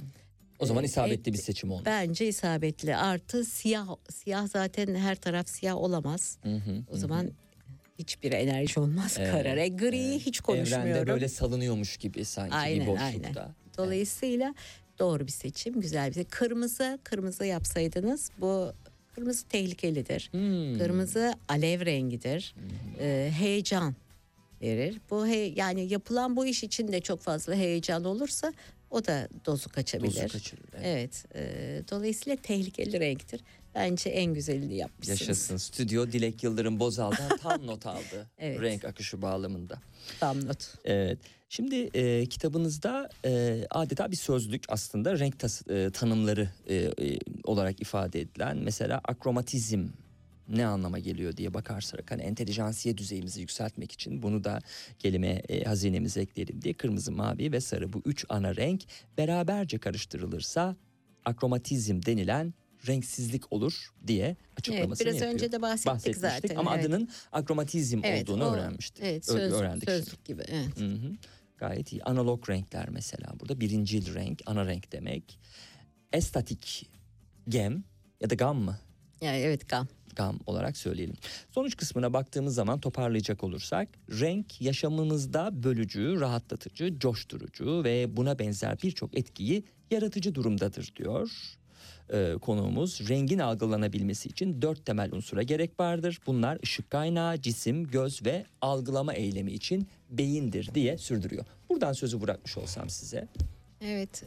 O zaman isabetli bir seçim olmuş. Bence isabetli. Artı siyah zaten her taraf siyah olamaz. O zaman hiçbir enerji olmaz. Karara griyi hiç konuşmuyorum. Evrende böyle salınıyormuş gibi sanki bir boşlukta. Aynen. Dolayısıyla doğru bir seçim, güzel bir seçim. Kırmızı yapsaydınız, bu kırmızı tehlikelidir. Kırmızı alev rengidir. Heyecan verir. Yani yapılan bu iş için de çok fazla heyecan olursa o da dozu kaçabilir. Dozu kaçırır. Evet. Dolayısıyla tehlikeli renktir. Bence en güzelini yapmışsınız. Yaşasın. Stüdyo Dilek Yıldırım Bozal'dan tam not aldı. Evet. Renk akışı bağlamında. Tam not. Evet. Şimdi kitabınızda adeta bir sözlük aslında renk tanımları olarak ifade edilen, mesela akromatizm ne anlama geliyor diye bakarsak, hani entelijansiye düzeyimizi yükseltmek için bunu da kelime hazinemize ekleyelim diye, kırmızı, mavi ve sarı, bu 3 ana renk beraberce karıştırılırsa akromatizm denilen renksizlik olur diye açıklamasını biraz yapıyor. önce de bahsettik zaten. Ama evet. adının akromatizm olduğunu öğrenmiştik. Evet, öğrendik sözlük şimdi. gibi. Evet. Gayet iyi. Analog renkler mesela burada. Birincil renk, ana renk demek. Estatik gem ya da gam mı? Yani evet, gam. Gam olarak söyleyelim. Sonuç kısmına baktığımız zaman toparlayacak olursak, renk yaşamımızda bölücü, rahatlatıcı, coşturucu ve buna benzer birçok etkiyi yaratıcı durumdadır diyor konuğumuz. Rengin algılanabilmesi için 4 temel unsura gerek vardır. Bunlar ışık kaynağı, cisim, göz ve algılama eylemi için beyindir diye sürdürüyor. Buradan sözü bırakmış olsam size. Evet.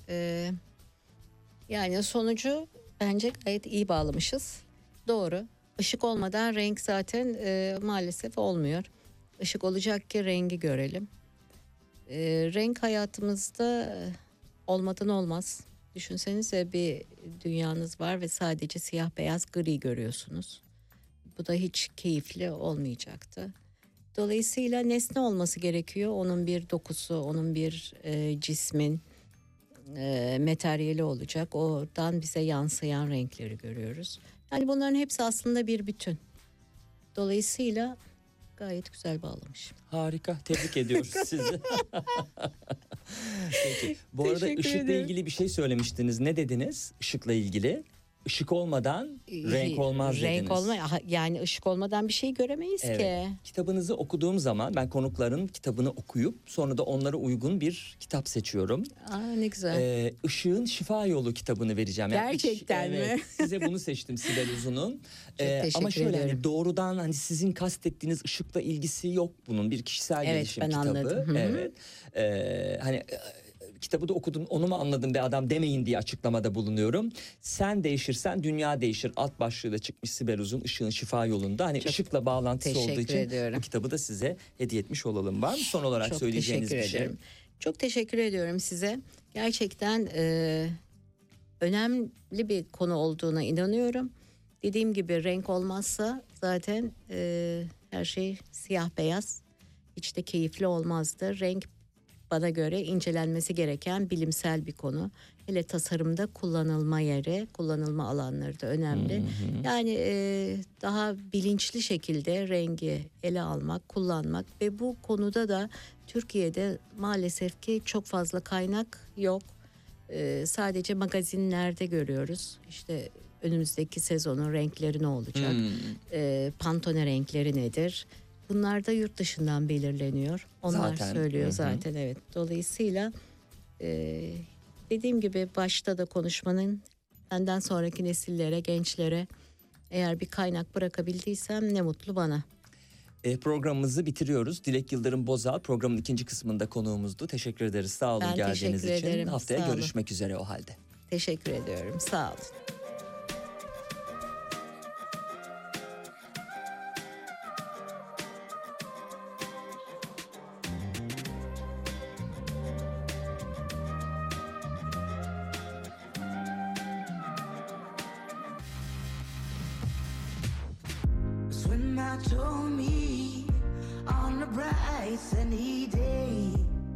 Yani sonucu bence gayet iyi bağlamışız. Doğru. Işık olmadan renk zaten maalesef olmuyor. Işık olacak ki rengi görelim. Renk hayatımızda olmadan olmaz. Düşünsenize, bir dünyanız var ve sadece siyah beyaz gri görüyorsunuz. Bu da hiç keyifli olmayacaktı. Dolayısıyla nesne olması gerekiyor. Onun bir dokusu, onun bir cismin materyali olacak. Oradan bize yansıyan renkleri görüyoruz. Yani bunların hepsi aslında bir bütün. Dolayısıyla gayet güzel bağlamış. Harika. Tebrik ediyoruz sizi. Peki. Bu arada ışıkla ilgili bir şey söylemiştiniz. Ne dediniz ışıkla ilgili? Işık olmadan renk olmaz dediniz. Renk yani ışık olmadan bir şey göremeyiz ki. Kitabınızı okuduğum zaman ben konukların kitabını okuyup sonra da onlara uygun bir kitap seçiyorum. Ne güzel. Işığın Şifa Yolu kitabını vereceğim. Gerçekten mi? Evet, size bunu seçtim, Sibel Uzun'un. Ama şöyle ederim. hani doğrudan hani sizin kastettiğiniz ışıkla ilgisi yok bunun. Bir kişisel gelişim ben kitabı. Anladım. Evet. Hani kitabı da okudum, onu mu anladım be adam demeyin diye açıklamada bulunuyorum. Sen değişirsen dünya değişir alt başlığıyla çıkmış Sibel Uzun, Işığın Şifa Yolunda. Hani ışıkla bağlantısı olduğu için ediyorum. bu kitabı da size hediye etmiş olalım. Var mı son olarak Çok söyleyeceğiniz bir şey? ederim. Çok teşekkür ediyorum size. Gerçekten önemli bir konu olduğuna inanıyorum. Dediğim gibi renk olmazsa zaten her şey siyah beyaz. Hiç de keyifli olmazdı. Renk bana göre incelenmesi gereken bilimsel bir konu. Hele tasarımda kullanılma yeri, kullanılma alanları da önemli. Yani daha bilinçli şekilde rengi ele almak, kullanmak ve bu konuda da Türkiye'de maalesef ki çok fazla kaynak yok. Sadece magazinlerde görüyoruz. İşte önümüzdeki sezonun renkleri ne olacak? Pantone renkleri nedir? Bunlar da yurt dışından belirleniyor. Onlar Zaten. söylüyor zaten, evet. Dolayısıyla dediğim gibi başta da konuşmanın benden sonraki nesillere, gençlere eğer bir kaynak bırakabildiysem ne mutlu bana. Programımızı bitiriyoruz. Dilek Yıldırım Bozal programın ikinci kısmında konuğumuzdu. Teşekkür ederiz. Sağ olun Ben geldiğiniz teşekkür için. ederim. Haftaya Sağ olun. görüşmek üzere o halde. Teşekkür ediyorum. Sağ olun. Swimmer told me on a bright sunny day,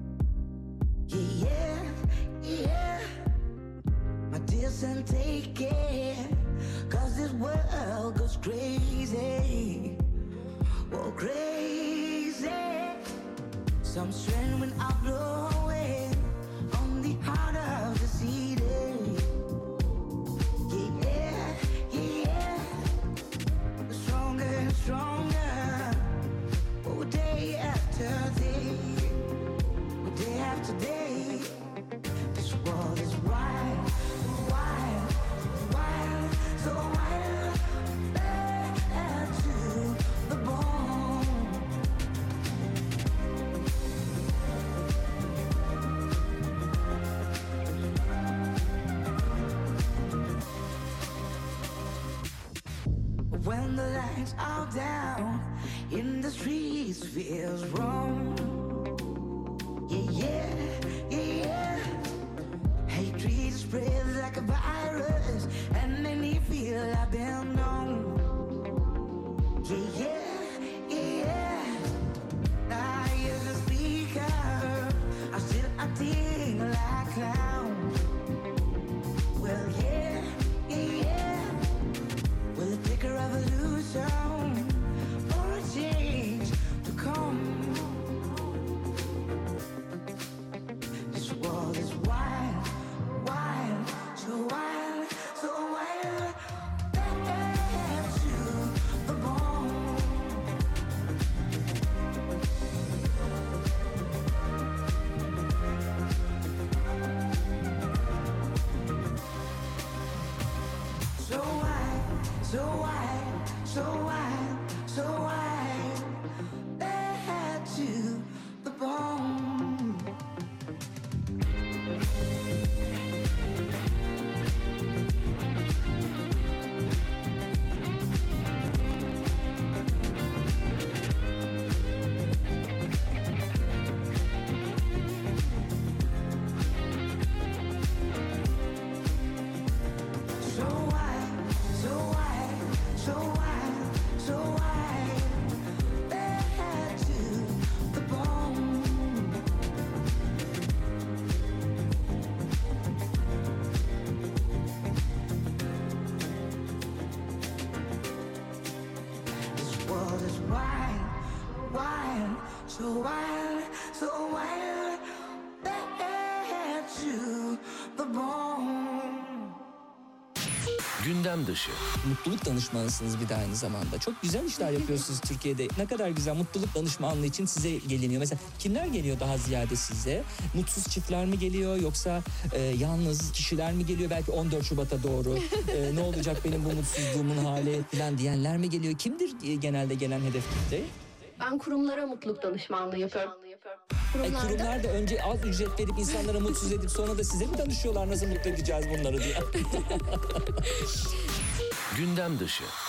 yeah, yeah, my dear son, take care, 'cause this world goes crazy, oh crazy. Some strand when I blow away on the heart of the city. Stronger, oh, day after day, oh, day after day. This world is wild, wild, wild, so wild, bad to the bone. When the lights are down in the streets feels wrong. Yeah, yeah, yeah, yeah. Hatred spreads like a virus and many feel I've been known. Yeah, yeah, yeah. I used to speak up, I still acting like clown. Well, yeah, yeah, yeah. Will it take a revolution for a change to come? This world is wild, wild, so wild, so wild, bad to the bone. So wild, so wild, so wild, so wild, bad to the bone. So wild, so wild, so wild, so wild, bad to the bone. This world is wild, wild, so wild, so wild, bad to the bone. Gündem dışı. Mutluluk danışmanısınız bir de aynı zamanda. Çok güzel işler yapıyorsunuz Türkiye'de. Ne kadar güzel, mutluluk danışmanlığı için size geliniyor. Mesela kimler geliyor daha ziyade size? Mutsuz çiftler mi geliyor yoksa yalnız kişiler mi geliyor? Belki 14 Şubat'a doğru ne olacak benim bu mutsuzluğumun hali falan diyenler mi geliyor? Kimdir genelde gelen hedef kitle? Ben kurumlara mutluluk danışmanlığı yapıyorum. Kurumlar da önce az ücret verip insanlara mutsuz edip sonra da size mi danışıyorlar nasıl mutlu edeceğiz bunları diye? Gündem dışı.